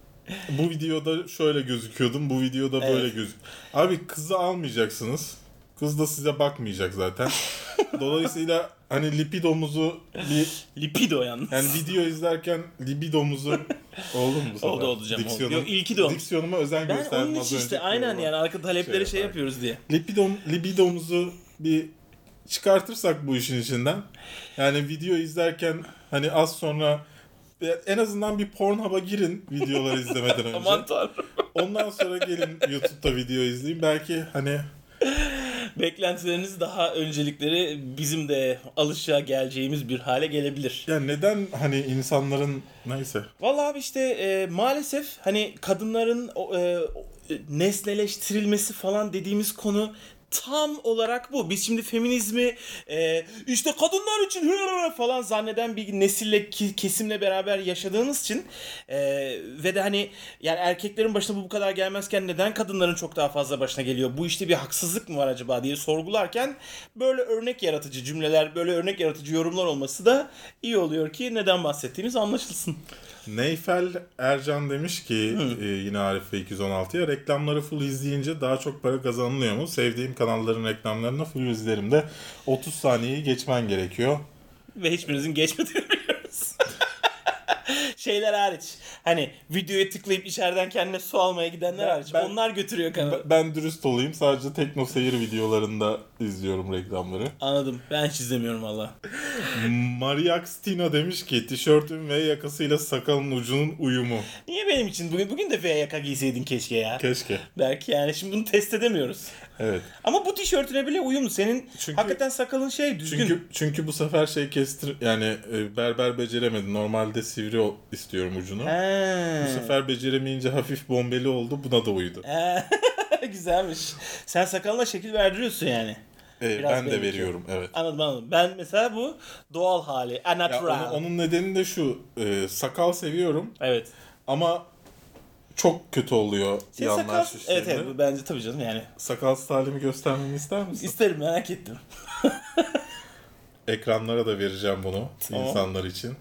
bu videoda şöyle gözüküyordum, bu videoda böyle Evet. gözük. Abi kızı almayacaksınız. Kız da size bakmayacak zaten. Dolayısıyla hani lipidomuzu bir Lipido yalnız. yani video izlerken libidomuzu oldu mu bu sefer? Oldu oldu canım. Diksiyonum, Yok, ilki de olmuş. Diksiyonuma özen Ben gösterdim onun az için işte önceki aynen programa. yani arka talepleri Şey şey, yaparken. yapıyoruz diye. Lipidom, libidomuzu bir çıkartırsak bu işin içinden, yani video izlerken hani az sonra en azından bir Pornhub'a girin videoları izlemeden önce. Aman tanrım. Ondan sonra gelin YouTube'da video izleyin. Belki hani Beklentileriniz daha öncelikleri bizim de alışa geleceğimiz bir hale gelebilir. ya neden hani insanların neyse. Vallahi abi işte e, maalesef hani kadınların o, e, o, e, nesneleştirilmesi falan dediğimiz konu tam olarak bu. Biz şimdi feminizmi e, işte kadınlar için hı falan zanneden bir nesille ki, kesimle beraber yaşadığımız için e, ve de hani yani erkeklerin başına bu bu kadar gelmezken neden kadınların çok daha fazla başına geliyor? Bu işte bir haksızlık mı var acaba diye sorgularken böyle örnek yaratıcı cümleler, böyle örnek yaratıcı yorumlar olması da iyi oluyor ki neden bahsettiğimiz anlaşılsın. Neyfel Ercan demiş ki e, yine Arif Bey iki yüz on altıya reklamları full izleyince daha çok para kazanılıyor mu? Sevdiğim kanalların reklamlarını full izlerim de otuz saniyeyi geçmen gerekiyor. Ve hiçbirinizin geçmediğini biliyoruz. Şeyler hariç. Hani videoya tıklayıp içeriden kendine su almaya gidenler Ben- hariç. ben- Onlar götürüyor kanalı. Ben, ben dürüst olayım, sadece tekno seyir videolarında izliyorum reklamları. Anladım. Ben hiç izlemiyorum valla. Mariaxtina demiş ki tişörtün V yakasıyla sakalın ucunun uyumu. Niye benim için bugün bugün de V yaka giyseydin keşke ya. Keşke. Belki yani şimdi bunu test edemiyoruz. Evet. Ama bu tişörtüne bile uyumlu. Senin Çünkü- hakikaten sakalın şey düzgün. Çünkü çünkü bu sefer şey kestir yani e, berber beceremedi. Normalde sivri o- istiyorum ucunu. He. Bu sefer beceremeyince hafif bombeli oldu. Buna da uydu. He. Güzelmiş. Sen sakalına şekil verdiriyorsun yani. Ee, Biraz ben de belli ki. veriyorum, evet. Anladım anladım. Ben mesela bu doğal hali. A Ya natural. onun, onun nedeni de şu. e, sakal seviyorum Evet. ama çok kötü oluyor Senin yanlar sakal... şiştiğinde. Evet evet bu bence tabii canım yani. Sakalsız halimi göstermemi ister misin? İsterim merak ettim. Ekranlara da vereceğim bunu Tamam. insanlar için.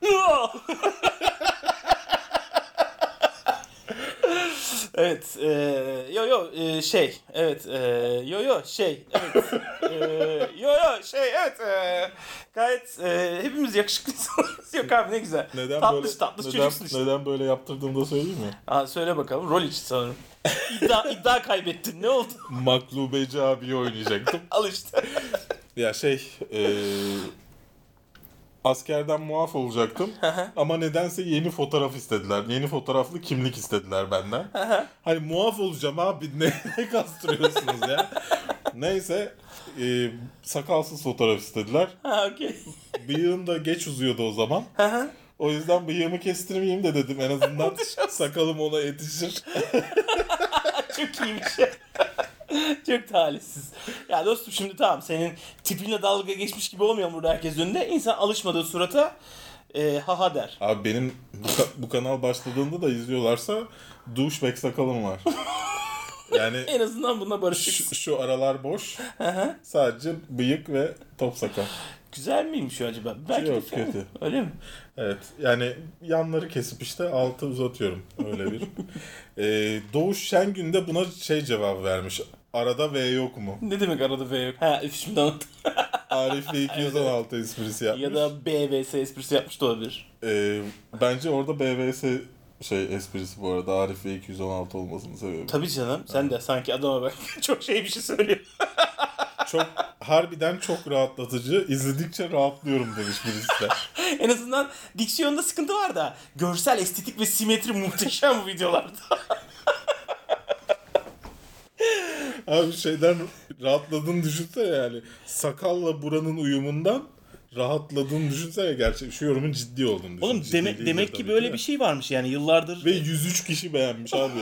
Evet, e, yo yo e, şey, evet, e, yo yo şey, evet, e, yo yo şey, evet, e, gayet e, hepimiz yakışıklı insanlarız. Yok abi ne güzel. Neden tatlış böyle tatlış neden, çocuksun işte. neden böyle yaptırdığımı da söyleyeyim mi? Aa, söyle bakalım, rol için sanırım. İddia, iddia kaybettin, ne oldu? Maklubeci abiyi oynayacaktım. Al işte. Ya şey, e, askerden muaf olacaktım ama nedense yeni fotoğraf istediler. Yeni fotoğraflı kimlik istediler benden. Hani muaf olacağım abi, ne, ne kastırıyorsunuz ya? Neyse, e, sakalsız fotoğraf istediler. Ha okey. Bıyığım da geç uzuyordu o zaman. O yüzden bıyığımı kestirmeyeyim de dedim, en azından sakalım ona yetişir. Çok iyiymiş. Çok talihsiz. Ya dostum şimdi tamam senin tipinle dalga geçmiş gibi olmuyor burada herkes önünde. İnsan alışmadığı surata e, haha der. Abi benim bu, ka- bu kanal başladığında da izliyorlarsa douchebag sakalım var. Yani En azından bununla barışıksın. şu, şu aralar boş. Sadece bıyık ve top sakal. Güzel miymiş o acaba? Belki Yok, de fena. kötü. Öyle mi? Evet, yani yanları kesip işte altı uzatıyorum. Öyle bir. ee, Doğuş Şengün de buna şey cevap vermiş. Arada V yok mu? Ne demek arada V yok? Ha üf, şimdi anladım. Arif'le iki yüz on altı esprisi yapmış. Ya da B V S esprisi yapmış da olabilir. Ee, bence orada B V S şey esprisi bu arada. Arif ve iki yüz on altı olmasının sebebi. Tabii canım. Sen de sanki adama bak çok şey bir şey söylüyor. Çok harbiden çok rahatlatıcı. İzledikçe rahatlıyorum demiş birisi de. En azından diksiyonda sıkıntı var da görsel, estetik ve simetri muhteşem bu videolarda. Abi şeyden rahatladığını düşünsene yani. Sakalla buranın uyumundan rahatladığını düşünsene gerçek. Şu yorumun ciddi olduğunu düşün. Oğlum Ciddi demek değil demek de ki tabii böyle de. bir şey varmış yani yıllardır. Ve yüz üç kişi beğenmiş abi.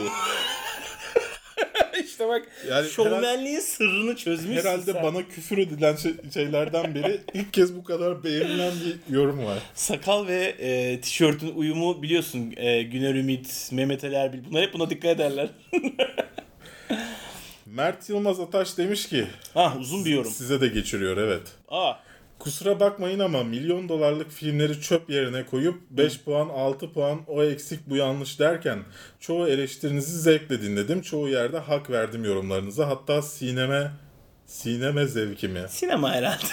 işte bak Yani şovmenliğin sırrını çözmüşsün Herhalde sen. bana küfür edilen şey- şeylerden biri ilk kez bu kadar beğenilen bir yorum var. Sakal ve e, tişörtün uyumu biliyorsun. E, Güner Ümit, Mehmet Ali Erbil bunlar hep buna dikkat ederler. Mert Yılmaz Ataş demiş ki Ah uzun bir yorum. size de geçiriyor, evet. Aa Kusura bakmayın ama milyon dolarlık filmleri çöp yerine koyup beş puan altı puan o eksik bu yanlış derken çoğu eleştirinizi zevkle dinledim. Çoğu yerde hak verdim yorumlarınıza. Hatta sineme Sinema zevki mi? Sinema herhalde.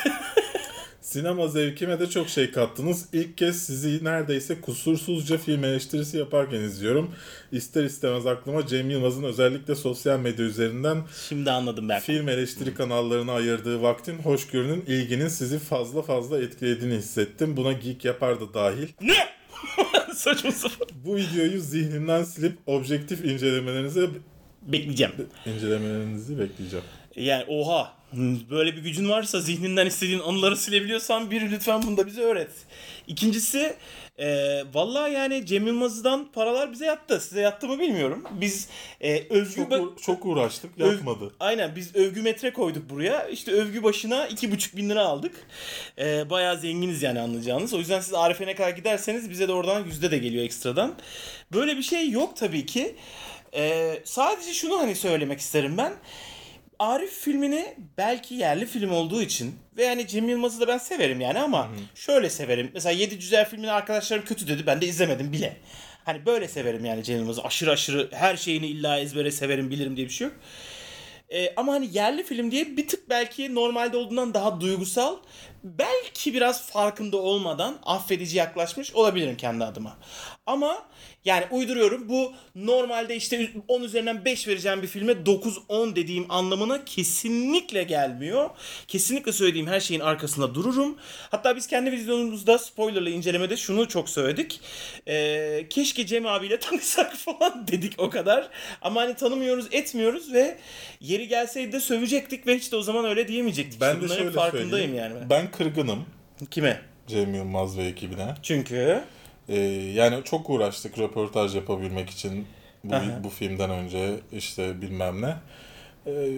Sinema zevkime de çok şey kattınız. İlk kez sizi neredeyse kusursuzca film eleştirisi yaparken izliyorum. İster istemez aklıma Cem Yılmaz'ın özellikle sosyal medya üzerinden Şimdi anladım ben. film eleştiri kanallarına ayırdığı vaktin, hoşgörünün, ilginin sizi fazla fazla etkilediğini hissettim. Buna Geek Yapar da dahil. Ne? Saçma sapan. Bu videoyu zihnimden silip objektif incelemelerinizi Bekleyeceğim. incelemelerinizi bekleyeceğim. Yani oha. Böyle bir gücün varsa, zihninden istediğin anıları silebiliyorsan bir lütfen bunu da bize öğret. İkincisi e, vallahi yani Cem Yılmaz'dan paralar bize yattı. Size yattı mı bilmiyorum. Biz e, övgü... Çok, uğra- çok uğraştık, yapmadı. Öv- Aynen, biz övgü metre koyduk buraya. İşte övgü başına iki buçuk bin lira aldık. E, bayağı zenginiz yani, anlayacağınız. O yüzden siz Arif'e ne kadar giderseniz bize de oradan yüzde de geliyor ekstradan. Böyle bir şey yok tabii ki. E, sadece şunu hani söylemek isterim ben. Arif filmini belki yerli film olduğu için ve yani Cem Yılmaz'ı da ben severim yani ama Hı-hı. şöyle severim. Mesela Yedi Cüzel filmini arkadaşlarım kötü dedi. Ben de izlemedim bile. Hani böyle severim yani Cem Yılmaz'ı. Aşırı aşırı her şeyini illa ezbere severim, bilirim diye bir şey yok. Ee, ama hani yerli film diye bir tık belki normalde olduğundan daha duygusal, belki biraz farkında olmadan affedici yaklaşmış olabilirim kendi adıma. Ama yani uyduruyorum, bu normalde işte on üzerinden beş vereceğim bir filme dokuz on dediğim anlamına kesinlikle gelmiyor. Kesinlikle söylediğim her şeyin arkasında dururum. Hatta biz kendi videomuzda spoilerlı incelemede şunu çok söyledik. Ee, keşke Cem abiyle tanışsak falan dedik, o kadar. Ama hani tanımıyoruz, etmiyoruz ve yeri gelseydi de sövecektik ve hiç de o zaman öyle diyemeyecektik. Ben işte de şöyle farkındayım söyleyeyim. yani. Ben. Ben kırgınım. Kime? Cem Yılmaz ve ekibine. Çünkü... Ee, yani çok uğraştık röportaj yapabilmek için bu, bu filmden önce, işte bilmem ne. Ee,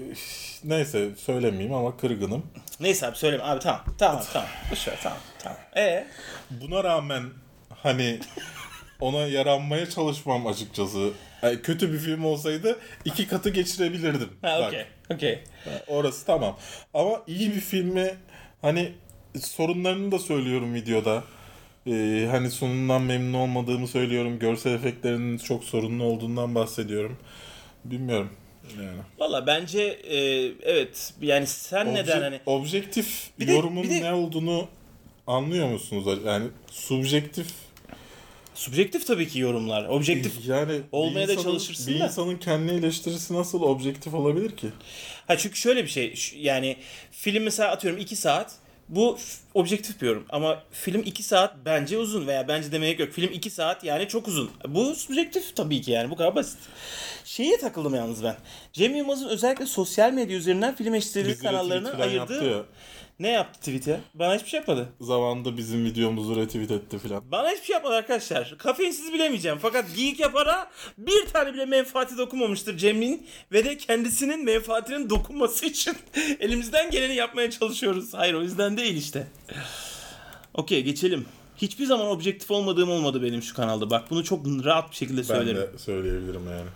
neyse söylemeyeyim ama kırgınım. Neyse abi söyleme abi, tamam tamam tamam. Boşver, tamam tamam. Ee? Buna rağmen hani ona yaranmaya çalışmam açıkçası. Yani kötü bir film olsaydı iki katı geçirebilirdim. Ha okey. Okey. Orası tamam. Ama iyi bir filmi, hani sorunlarını da söylüyorum videoda. Ee, hani sonundan memnun olmadığımı söylüyorum. Görsel efektlerinin çok sorunlu olduğundan bahsediyorum. Bilmiyorum. Yani. Valla bence e, evet yani sen Obje- neden hani... Objektif Bir de- yorumun bir de- ne olduğunu anlıyor musunuz? Yani subjektif... Subjektif tabii ki yorumlar. Objektif yani olmaya da insanın, çalışırsın bir da. insanın kendi eleştirisi nasıl objektif olabilir ki? Ha çünkü şöyle bir şey, yani film mesela atıyorum iki saat, bu f- objektif bir yorum ama film iki saat bence uzun veya bence demeye yok. Film iki saat yani çok uzun. Bu subjektif tabii ki, yani bu kadar basit. Şeye takıldım yalnız ben. Cem Yılmaz'ın özellikle sosyal medya üzerinden film eleştiri Bizi kanallarına retweet falan yaptı ayırdığı... ya. Ne yaptı tweet'e? Bana hiçbir şey yapmadı. Zamanında bizim videomuzu retweet etti filan. Bana hiçbir şey yapmadı arkadaşlar. Kafeinsiz bilemeyeceğim. Fakat Geek Yapar'a bir tane bile menfaati dokunmamıştır Cem'in ve de kendisinin menfaatinin dokunması için elimizden geleni yapmaya çalışıyoruz. Hayır, o yüzden değil işte. Okey, geçelim. Hiçbir zaman objektif olmadığım olmadı benim şu kanalda. Bak bunu çok rahat bir şekilde söylerim. Ben de söyleyebilirim yani.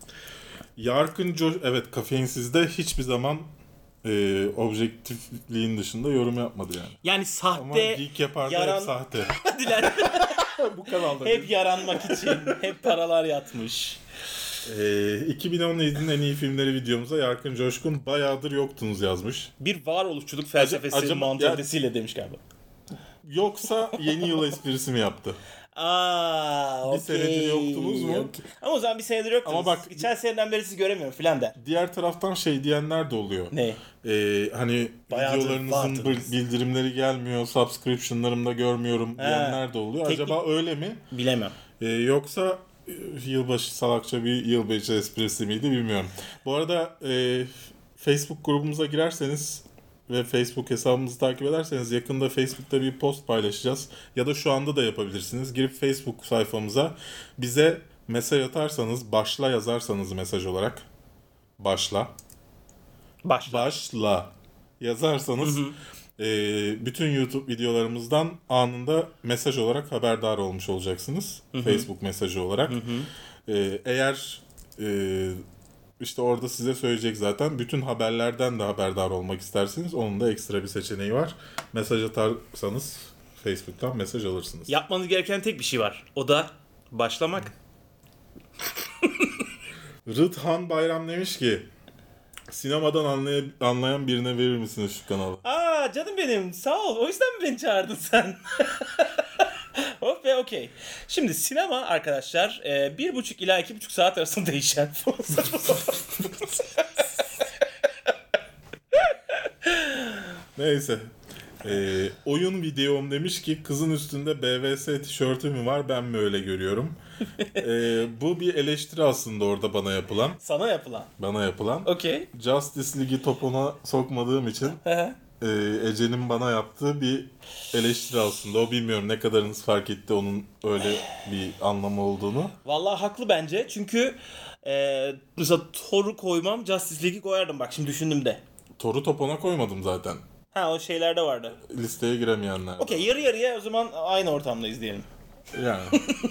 Yarkın Coş... Evet, Kafeinsiz'de hiçbir zaman e, objektifliğin dışında yorum yapmadı yani. Yani Ama sahte, Geek Yapar'da yaran... hep sahte. Hadiler. Bu kanalda. Hep yaranmak için. Hep paralar yatmış. Ee, iki bin on yedinin en iyi filmleri videomuza Yarkın Coşkun bayağıdır yoktunuz yazmış. Bir varoluşçuluk felsefesi Acaba- mantalitesiyle demiş galiba. Yoksa yeni yıl esprisi mi yaptı? Aa, Bir okey. senedir yoktunuz mu? Okey. Ama o zaman bir senedir yoktunuz. Ama bak- Geçen seneden beri sizi göremiyorum filan der. Diğer taraftan şey diyenler de oluyor. Ne? Ee, hani Bayağıdır videolarınızın vardınız. bildirimleri gelmiyor, subscription'larımda görmüyorum diyenler de oluyor. Teknik- Acaba öyle mi? Bilemem. Ee, yoksa e, yılbaşı salakça bir yılbaşı esprisi miydi bilmiyorum. Bu arada e, Facebook grubumuza girerseniz ve Facebook hesabımızı takip ederseniz yakında Facebook'ta bir post paylaşacağız. Ya da şu anda da yapabilirsiniz. Girip Facebook sayfamıza bize mesaj atarsanız, başla yazarsanız mesaj olarak. Başla. Başla. Başla yazarsanız e, bütün YouTube videolarımızdan anında mesaj olarak haberdar olmuş olacaksınız. Facebook mesajı olarak. E, eğer e, işte orada size söyleyecek zaten. Bütün haberlerden de haberdar olmak isterseniz onun da ekstra bir seçeneği var. Mesaj atarsanız Facebook'tan mesaj alırsınız. Yapmanız gereken tek bir şey var. O da başlamak. Rıdhan Bayram demiş ki Sinemadan anlay- anlayan birine verir misiniz şu kanalı? Aa canım benim, sağ ol. O yüzden mi beni çağırdın sen? Hop ve okey. Şimdi sinema arkadaşlar e, bir buçuk ila iki buçuk saat arasında değişen. Neyse. Ee, oyun videom demiş ki kızın üstünde B V S tişörtü mü var, ben mi öyle görüyorum? Ee, bu bir eleştiri aslında orada bana yapılan. Sana yapılan. Bana yapılan. Okey. Justice League'i topuna sokmadığım için e, Ece'nin bana yaptığı bir eleştiri aslında. O bilmiyorum ne kadarınız fark etti onun öyle bir anlamı olduğunu. Vallahi haklı bence. Çünkü e, mesela Thor'u koymam, Justice League'i koyardım bak şimdi düşündüm de. Thor'u topuna koymadım zaten. Ha o şeylerde vardı. Listeye giremeyenler. Okey, yarı yarıya o zaman aynı ortamdayız diyelim. Yani.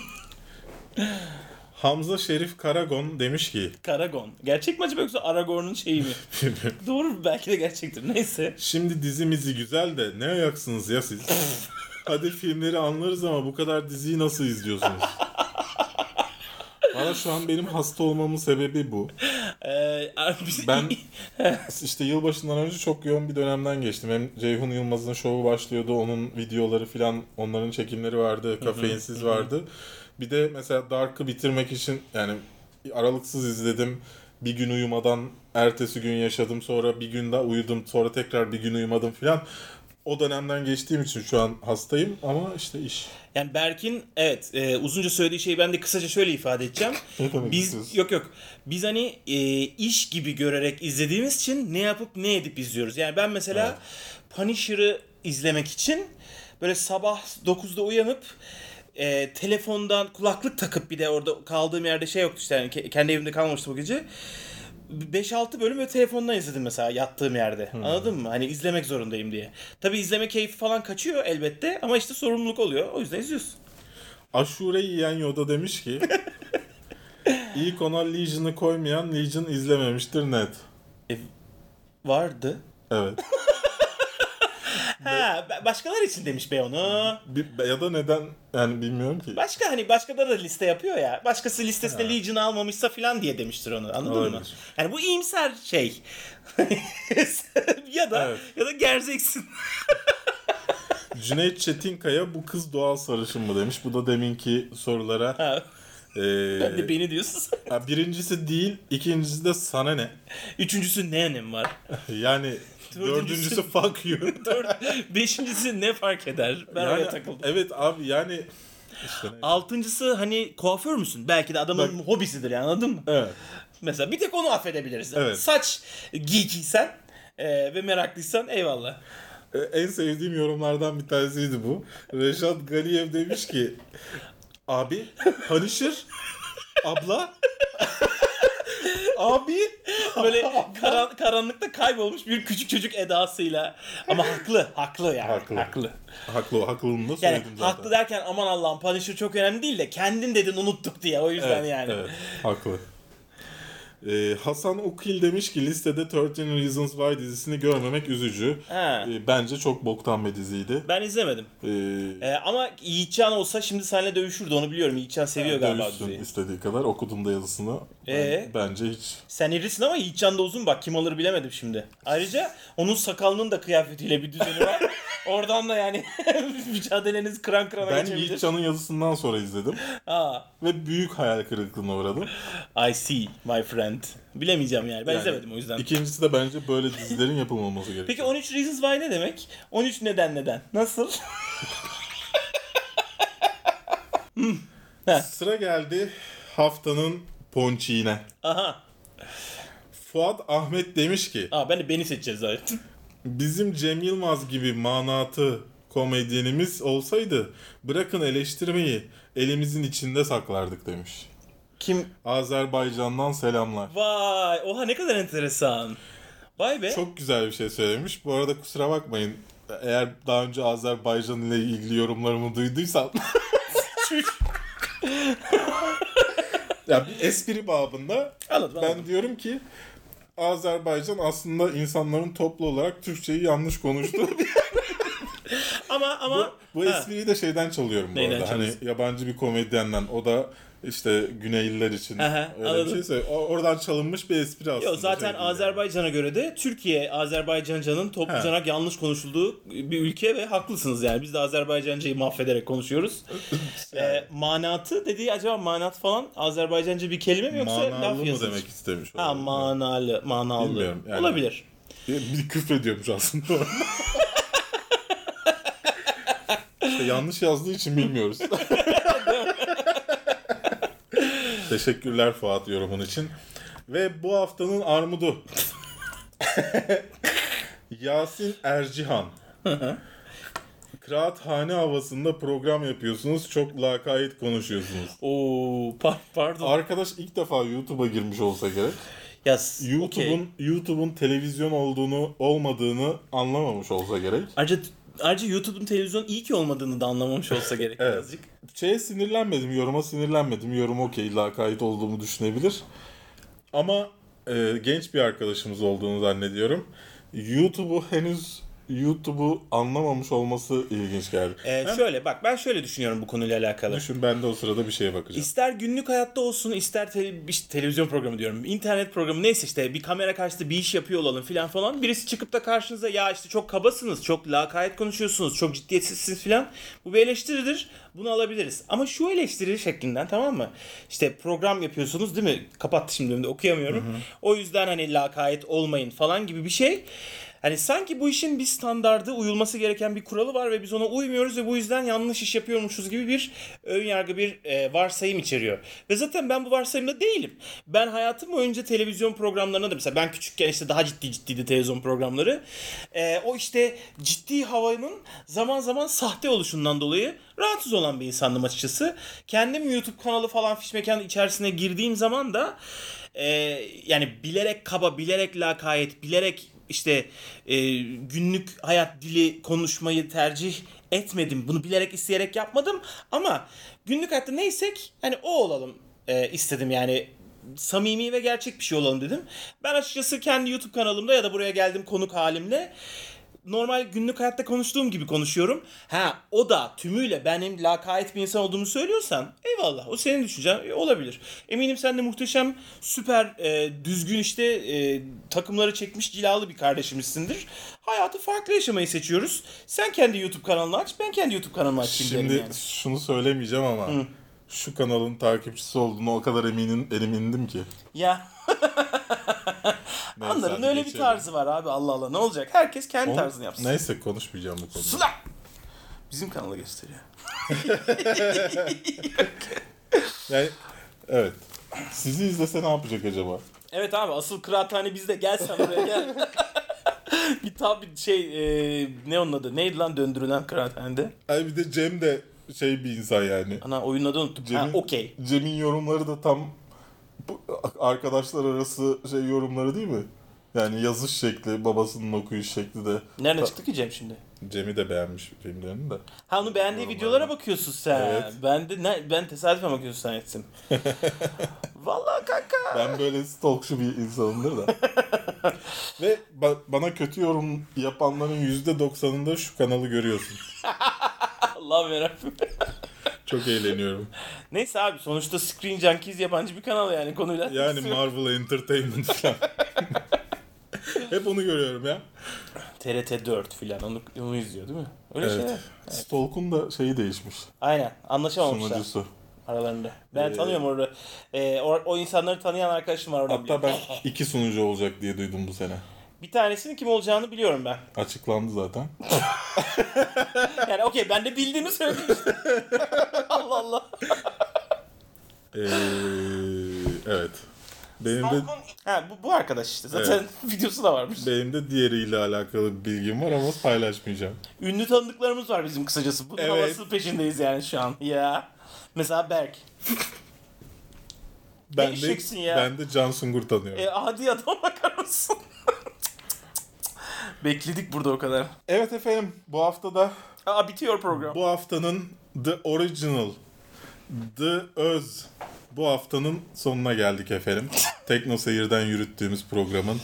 Hamza Şerif Karagon demiş ki Karagon. Gerçek mi acaba yoksa Aragorn'un şeyi mi? Doğru, belki de gerçektir. Neyse. şimdi dizimizi güzel de ne ayaksınız ya siz? Hadi filmleri anlarız ama bu kadar diziyi nasıl izliyorsunuz? Valla şu an benim hasta olmamın sebebi bu. Ee, Ben işte yılbaşından önce çok yoğun bir dönemden geçtim. Hem Ceyhun Yılmaz'ın şovu başlıyordu. Onun videoları filan, onların çekimleri vardı. Kafeinsiz vardı. Bir de mesela Dark'ı bitirmek için yani aralıksız izledim. Bir gün uyumadan ertesi gün yaşadım. Sonra bir gün daha uyudum. Sonra tekrar bir gün uyumadım filan. O dönemden geçtiğim için şu an hastayım ama işte iş. Yani Berk'in evet e, uzunca söylediği şeyi ben de kısaca şöyle ifade edeceğim. Biz yok yok. Biz hani e, iş gibi görerek izlediğimiz için ne yapıp ne edip izliyoruz. Yani ben mesela evet. Punisher'ı izlemek için böyle sabah dokuzda uyanıp e, telefondan kulaklık takıp bir de orada kaldığım yerde şey yoktu işte yani kendi evimde kalmamıştım o gece. beş altı bölüm böyle telefondan izledim mesela yattığım yerde. Hmm. Anladın mı? Hani izlemek zorundayım diye. Tabii izleme keyfi falan kaçıyor elbette ama işte sorumluluk oluyor. O yüzden izliyorsun. Aşure yiyen Yoda demiş ki ilk ona Legion'ı koymayan Legion izlememiştir net. E, vardı. Evet. Ha, başkaları için demiş be onu. Bir, ya da neden yani bilmiyorum ki. Başka hani başkaları da liste yapıyor ya. Başkası listesinde ha. Legion'ı almamışsa filan diye demiştir onu. Anladın Öyle. mı? Yani bu iyimser şey. ya da evet. ya da gerzeksin. Cüneyt Çetinkaya bu kız doğal sarışın mı demiş. Bu da deminki sorulara. Ha. Ee, ben de beni diyorsun. Birincisi değil, ikincisi de sana ne? Üçüncüsü ne önemi var? Yani dördüncüsü fuck you. Dört, beşincisi ne fark eder? Ben yani, oraya takıldım. Evet abi yani. İşte altıncısı hani kuaför müsün? Belki de adamın Bak, hobisidir yani anladın mı? Evet. Mesela bir tek onu affedebiliriz. Evet. Saç geekiysen e, ve meraklıysan eyvallah. E, en sevdiğim yorumlardan bir tanesiydi bu. Reşat Galiyev demiş ki abi Punisher abla abi böyle karan, karanlıkta kaybolmuş bir küçük çocuk edasıyla ama haklı haklı yani haklı haklı haklı haklılığını da söyledim yani, zaten. Haklı derken aman Allah'ım Punisher çok önemli değil de kendin dedin unuttuk diye o yüzden evet, yani. Evet haklı. Ee, Hasan Ukil demiş ki listede on üç Reasons Why dizisini görmemek üzücü. Ee, bence çok boktan bir diziydi. Ben izlemedim. Ee, ee, ama Yiğitcan olsa şimdi seninle dövüşürdü onu biliyorum. Yiğitcan seviyor yani galiba diziyi. Dövüşsün istediği kadar okudum da yazısını. Ee? Ben, bence hiç. Sen irisin ama Yiğitcan da uzun bak kim alır bilemedim şimdi. Ayrıca onun sakalının da kıyafetiyle bir düzeni var. Oradan da yani mücadeleniz kıran kırana ben geçebilir. Ben Yiğitcan'ın yazısından sonra izledim. Aa. Ve büyük hayal kırıklığına uğradım. I see my friend. Bilemeyeceğim yani. Ben yani, izlemedim o yüzden. İkincisi de bence böyle dizilerin yapılmaması gerekiyor. Peki on üç Reasons Why ne demek? on üç neden neden? Nasıl? hmm. Sıra geldi haftanın ponçiğine. Aha. Fuat Ahmet demiş ki. Aa ben de beni seçeceğiz zaten. Bizim Cem Yılmaz gibi manatı komedyenimiz olsaydı bırakın eleştirmeyi elimizin içinde saklardık demiş. Kim? Azerbaycan'dan selamlar. Vay oha ne kadar enteresan. Vay be. Çok güzel bir şey söylemiş. Bu arada kusura bakmayın. Eğer daha önce Azerbaycan ile ilgili yorumlarımı duyduysam. Ya bir espri babında anladım, ben anladım. diyorum ki Azerbaycan aslında insanların toplu olarak Türkçeyi yanlış konuştuğu bir ama ama bu, bu espriyi de şeyden çalıyorum bu Neyden arada. Hani yabancı bir komedyenden. O da işte Güneyliler için Aha, öyle anladım. bir şey söylüyor. O- Oradan çalınmış bir espri aslında. Yo, zaten şey değil Azerbaycan'a göre de Türkiye Azerbaycancanın toplucanak yanlış konuşulduğu bir ülke ve haklısınız yani. Biz de Azerbaycancayı mahvederek konuşuyoruz. ee, manatı dediği acaba manat falan Azerbaycanca bir kelime mi yani. yoksa Manalı laf mı yazılış? demek istemiş? Ha, olabilir. manalı, manalı. Bilmiyorum yani. Olabilir. Bir küfrediyormuş aslında. İşte yanlış yazdığı için bilmiyoruz. Teşekkürler Fuat yorumun için. Ve bu haftanın armudu. Yasin Ercihan. Kıraathane havasında program yapıyorsunuz. Çok lakayt konuşuyorsunuz. Oo, par- pardon. Arkadaş ilk defa YouTube'a girmiş olsa gerek. Ya, YouTube'un okay. YouTube'un televizyon olduğunu, olmadığını anlamamış olsa gerek. Ayrıca, ayrıca YouTube'un televizyon iyi ki olmadığını da anlamamış olsa gerek Evet. birazcık. Şeye sinirlenmedim, yoruma sinirlenmedim. Yorum okey, lakayt olduğumu düşünebilir. Ama e, genç bir arkadaşımız olduğunu zannediyorum. YouTube'u henüz YouTube'u anlamamış olması ilginç geldi. Ee, şöyle bak, ben şöyle düşünüyorum bu konuyla alakalı. Düşün, ben de o sırada bir şeye bakacağım. İster günlük hayatta olsun, ister tele, işte televizyon programı diyorum, internet programı, neyse işte bir kamera karşısında bir iş yapıyor olalım filan falan. Birisi çıkıp da karşınıza ya işte çok kabasınız, çok lakayt konuşuyorsunuz, çok ciddiyetsizsiniz filan. Bu bir eleştiridir. Bunu alabiliriz. Ama şu eleştiri şeklinden, tamam mı? İşte program yapıyorsunuz değil mi? Kapattı şimdi önümde, okuyamıyorum. Hı hı. O yüzden hani lakayt olmayın falan gibi bir şey. Hani sanki bu işin bir standardı, uyulması gereken bir kuralı var ve biz ona uymuyoruz ve bu yüzden yanlış iş yapıyormuşuz gibi bir önyargı, bir e, varsayım içeriyor. Ve zaten ben bu varsayımda değilim. Ben hayatım boyunca televizyon programlarına da, mesela ben küçükken işte daha ciddi ciddiydi televizyon programları. E, o işte ciddi havanın zaman zaman sahte oluşundan dolayı rahatsız olan bir insandım açıkçası. Kendim YouTube kanalı falan fiş mekan içerisine girdiğim zaman da e, yani bilerek kaba, bilerek lakayet, bilerek işte e, günlük hayat dili konuşmayı tercih etmedim. Bunu bilerek, isteyerek yapmadım. Ama günlük hayatta neysek hani o olalım e, istedim yani. Samimi ve gerçek bir şey olalım dedim. Ben açıkçası kendi YouTube kanalımda ya da buraya geldim konuk halimle normal günlük hayatta konuştuğum gibi konuşuyorum. Ha, o da tümüyle benim lakayt bir insan olduğumu söylüyorsan eyvallah, o senin düşüncen, e, olabilir. Eminim sen de muhteşem, süper, e, düzgün işte e, takımları çekmiş cilalı bir kardeşimizsindir. Hayatı farklı yaşamayı seçiyoruz. Sen kendi YouTube kanalını aç, ben kendi YouTube kanalımı açayım derim Şimdi yani. şunu söylemeyeceğim ama Hı. şu kanalın takipçisi olduğunu o kadar eminim, emindim ki. Ya. Neyse, Onların öyle geçelim. bir tarzı var abi, Allah Allah, ne olacak? Herkes kendi Onu, tarzını yapsın. Neyse, konuşmayacağım bu konuda. Sıla! Bizim kanalı gösteriyor. Yani, evet. Sizi izlese ne yapacak acaba? Evet abi, asıl kıraathane bizde. Gel sen oraya gel. bir tabi şey e, ne onun adı? Neydi lan döndürülen kıraathanede? Ay bir de Cem de şey bir insan yani. Ana, oyunun adını unuttum. Cem'in, Ha, okey. Cem'in yorumları da tam bu arkadaşlar arası şey yorumları değil mi? Yani yazış şekli, babasının okuyuş şekli de. Nereden Ta- çıktı ki Cem şimdi? Cem'i de beğenmiş filmlerini de. Ha, onu beğendiği Yorumlar. videolara bakıyorsun sen. Evet. Ben de ne, ben tesadüfen bakıyorsun sen etsin. Vallahi kanka. Ben böyle stalkçu bir insanımdır da. Ve ba- bana kötü yorum yapanların yüzde doksanında şu kanalı görüyorsun. Allah'ım yarabbim. Çok eğleniyorum. Neyse abi, sonuçta Screen Junkies yabancı bir kanal yani, konuyla. Yani Marvel Entertainment falan. Hep onu görüyorum ya. T R T dört filan onu, onu izliyor değil mi? Öyle Evet. şeyler. Stalk'un da şeyi değişmiş. Aynen, anlaşamamışlar Sunucusu. aralarında. Ben Ee, tanıyorum orada. Ee, o, o insanları tanıyan arkadaşım var orada. Hatta ben iki sunucu olacak diye duydum bu sene. Bir tanesinin kim olacağını biliyorum ben. Açıklandı zaten. Yani okey, ben de bildiğimi söyledim işte. Allah Allah. Ee, evet. Benim de Ha, bu, bu arkadaş işte. Zaten videosu da varmış. benim de diğeriyle alakalı bir bilgim var ama paylaşmayacağım. Ünlü tanıdıklarımız var bizim kısacası. Bunun Evet. havasının peşindeyiz yani şu an. Ya. Mesela Berk. Ben de, eşeksin ya. ben de Can Sungur tanıyorum. E, hadi adama bakar mısın? Bekledik burada o kadar. Evet efendim, bu hafta da Aa, bitiyor program. bu haftanın The Original, The Öz bu haftanın sonuna geldik efendim. Tekno Seyir'den yürüttüğümüz programın.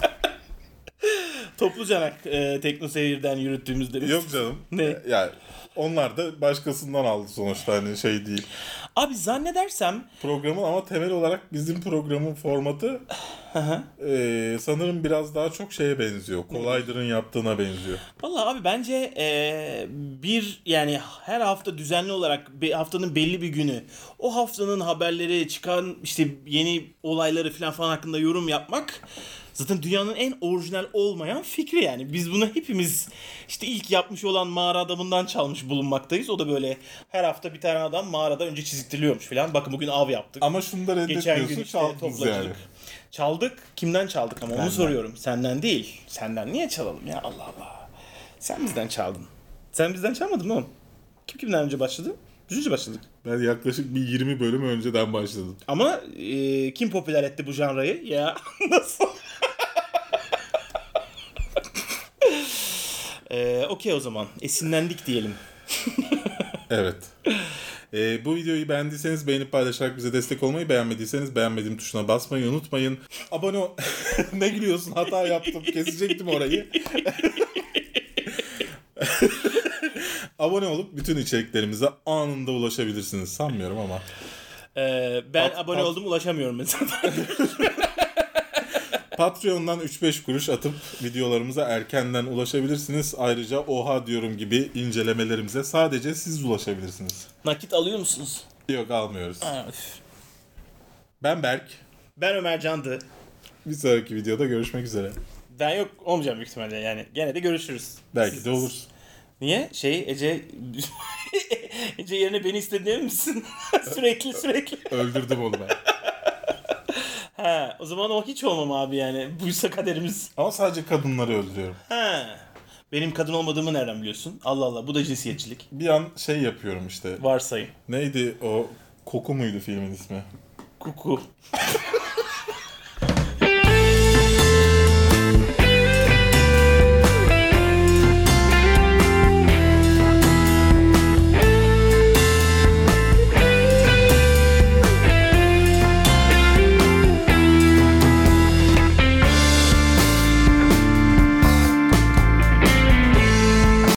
Toplucanak e, Tekno Seyir'den yürüttüğümüzde biz. Yok canım. Ne? Yani Onlar da başkasından aldı sonuçta, hani şey değil. Abi zannedersem Programın ama temel olarak bizim programın formatı e, sanırım biraz daha çok şeye benziyor. Kolaylar'ın yaptığına benziyor. vallahi abi bence e, bir yani her hafta düzenli olarak bir haftanın belli bir günü o haftanın haberleri çıkan işte yeni olayları falan falan hakkında yorum yapmak zaten dünyanın en orijinal olmayan fikri yani. Biz bunu hepimiz işte ilk yapmış olan mağara adamından çalmış bulunmaktayız. O da böyle her hafta bir tane adam mağarada önce çiziktiriliyormuş falan. Bakın bugün av yaptık. Ama şunu da Geçen gün reddetmiyorsun, işte çaldınız toplacılık. yani. Çaldık. Kimden çaldık ama Benden. onu soruyorum. Senden değil. Senden niye çalalım ya, Allah Allah. Sen bizden çaldın. Sen bizden çalmadın mı oğlum? Kim kimden önce başladı? Biz önce başladık. Ben yaklaşık bir yirmi bölüm önceden başladım. Ama e, kim popüler etti bu janrayı? Ya nasıl? e, Okey o zaman. Esinlendik diyelim. Evet. Ee, bu videoyu beğendiyseniz beğenip paylaşarak bize destek olmayı, beğenmediyseniz beğenmediğim tuşuna basmayı unutmayın. Abone ol... Ne gülüyorsun? Hata yaptım. Kesecektim orayı. Abone olup bütün içeriklerimize anında ulaşabilirsiniz. Sanmıyorum ama. Ee, ben At- abone at- oldum, ulaşamıyorum mesela. Patreon'dan üç beş kuruş atıp videolarımıza erkenden ulaşabilirsiniz. Ayrıca oha diyorum gibi incelemelerimize sadece siz ulaşabilirsiniz. Nakit alıyor musunuz? Yok, almıyoruz. Ha, üf. Ben Berk. Ben Ömer Candı. Bir sonraki videoda görüşmek üzere. Ben yok olmayacağım büyük ihtimalle yani. Gene de görüşürüz. Belki Siz- de olursun. Niye? Şey Ece... Ece yerine beni istedi emin misin? sürekli sürekli. Öldürdüm onu ben. Ha, o zaman o hiç olmam abi yani. Buysa kaderimiz. Ama sadece kadınları öldürüyorum. Ha. Benim kadın olmadığımı nereden biliyorsun? Allah Allah, bu da cinsiyetçilik. Bir an şey yapıyorum işte. Varsayım. Neydi o? Koku muydu filmin ismi? Kuku.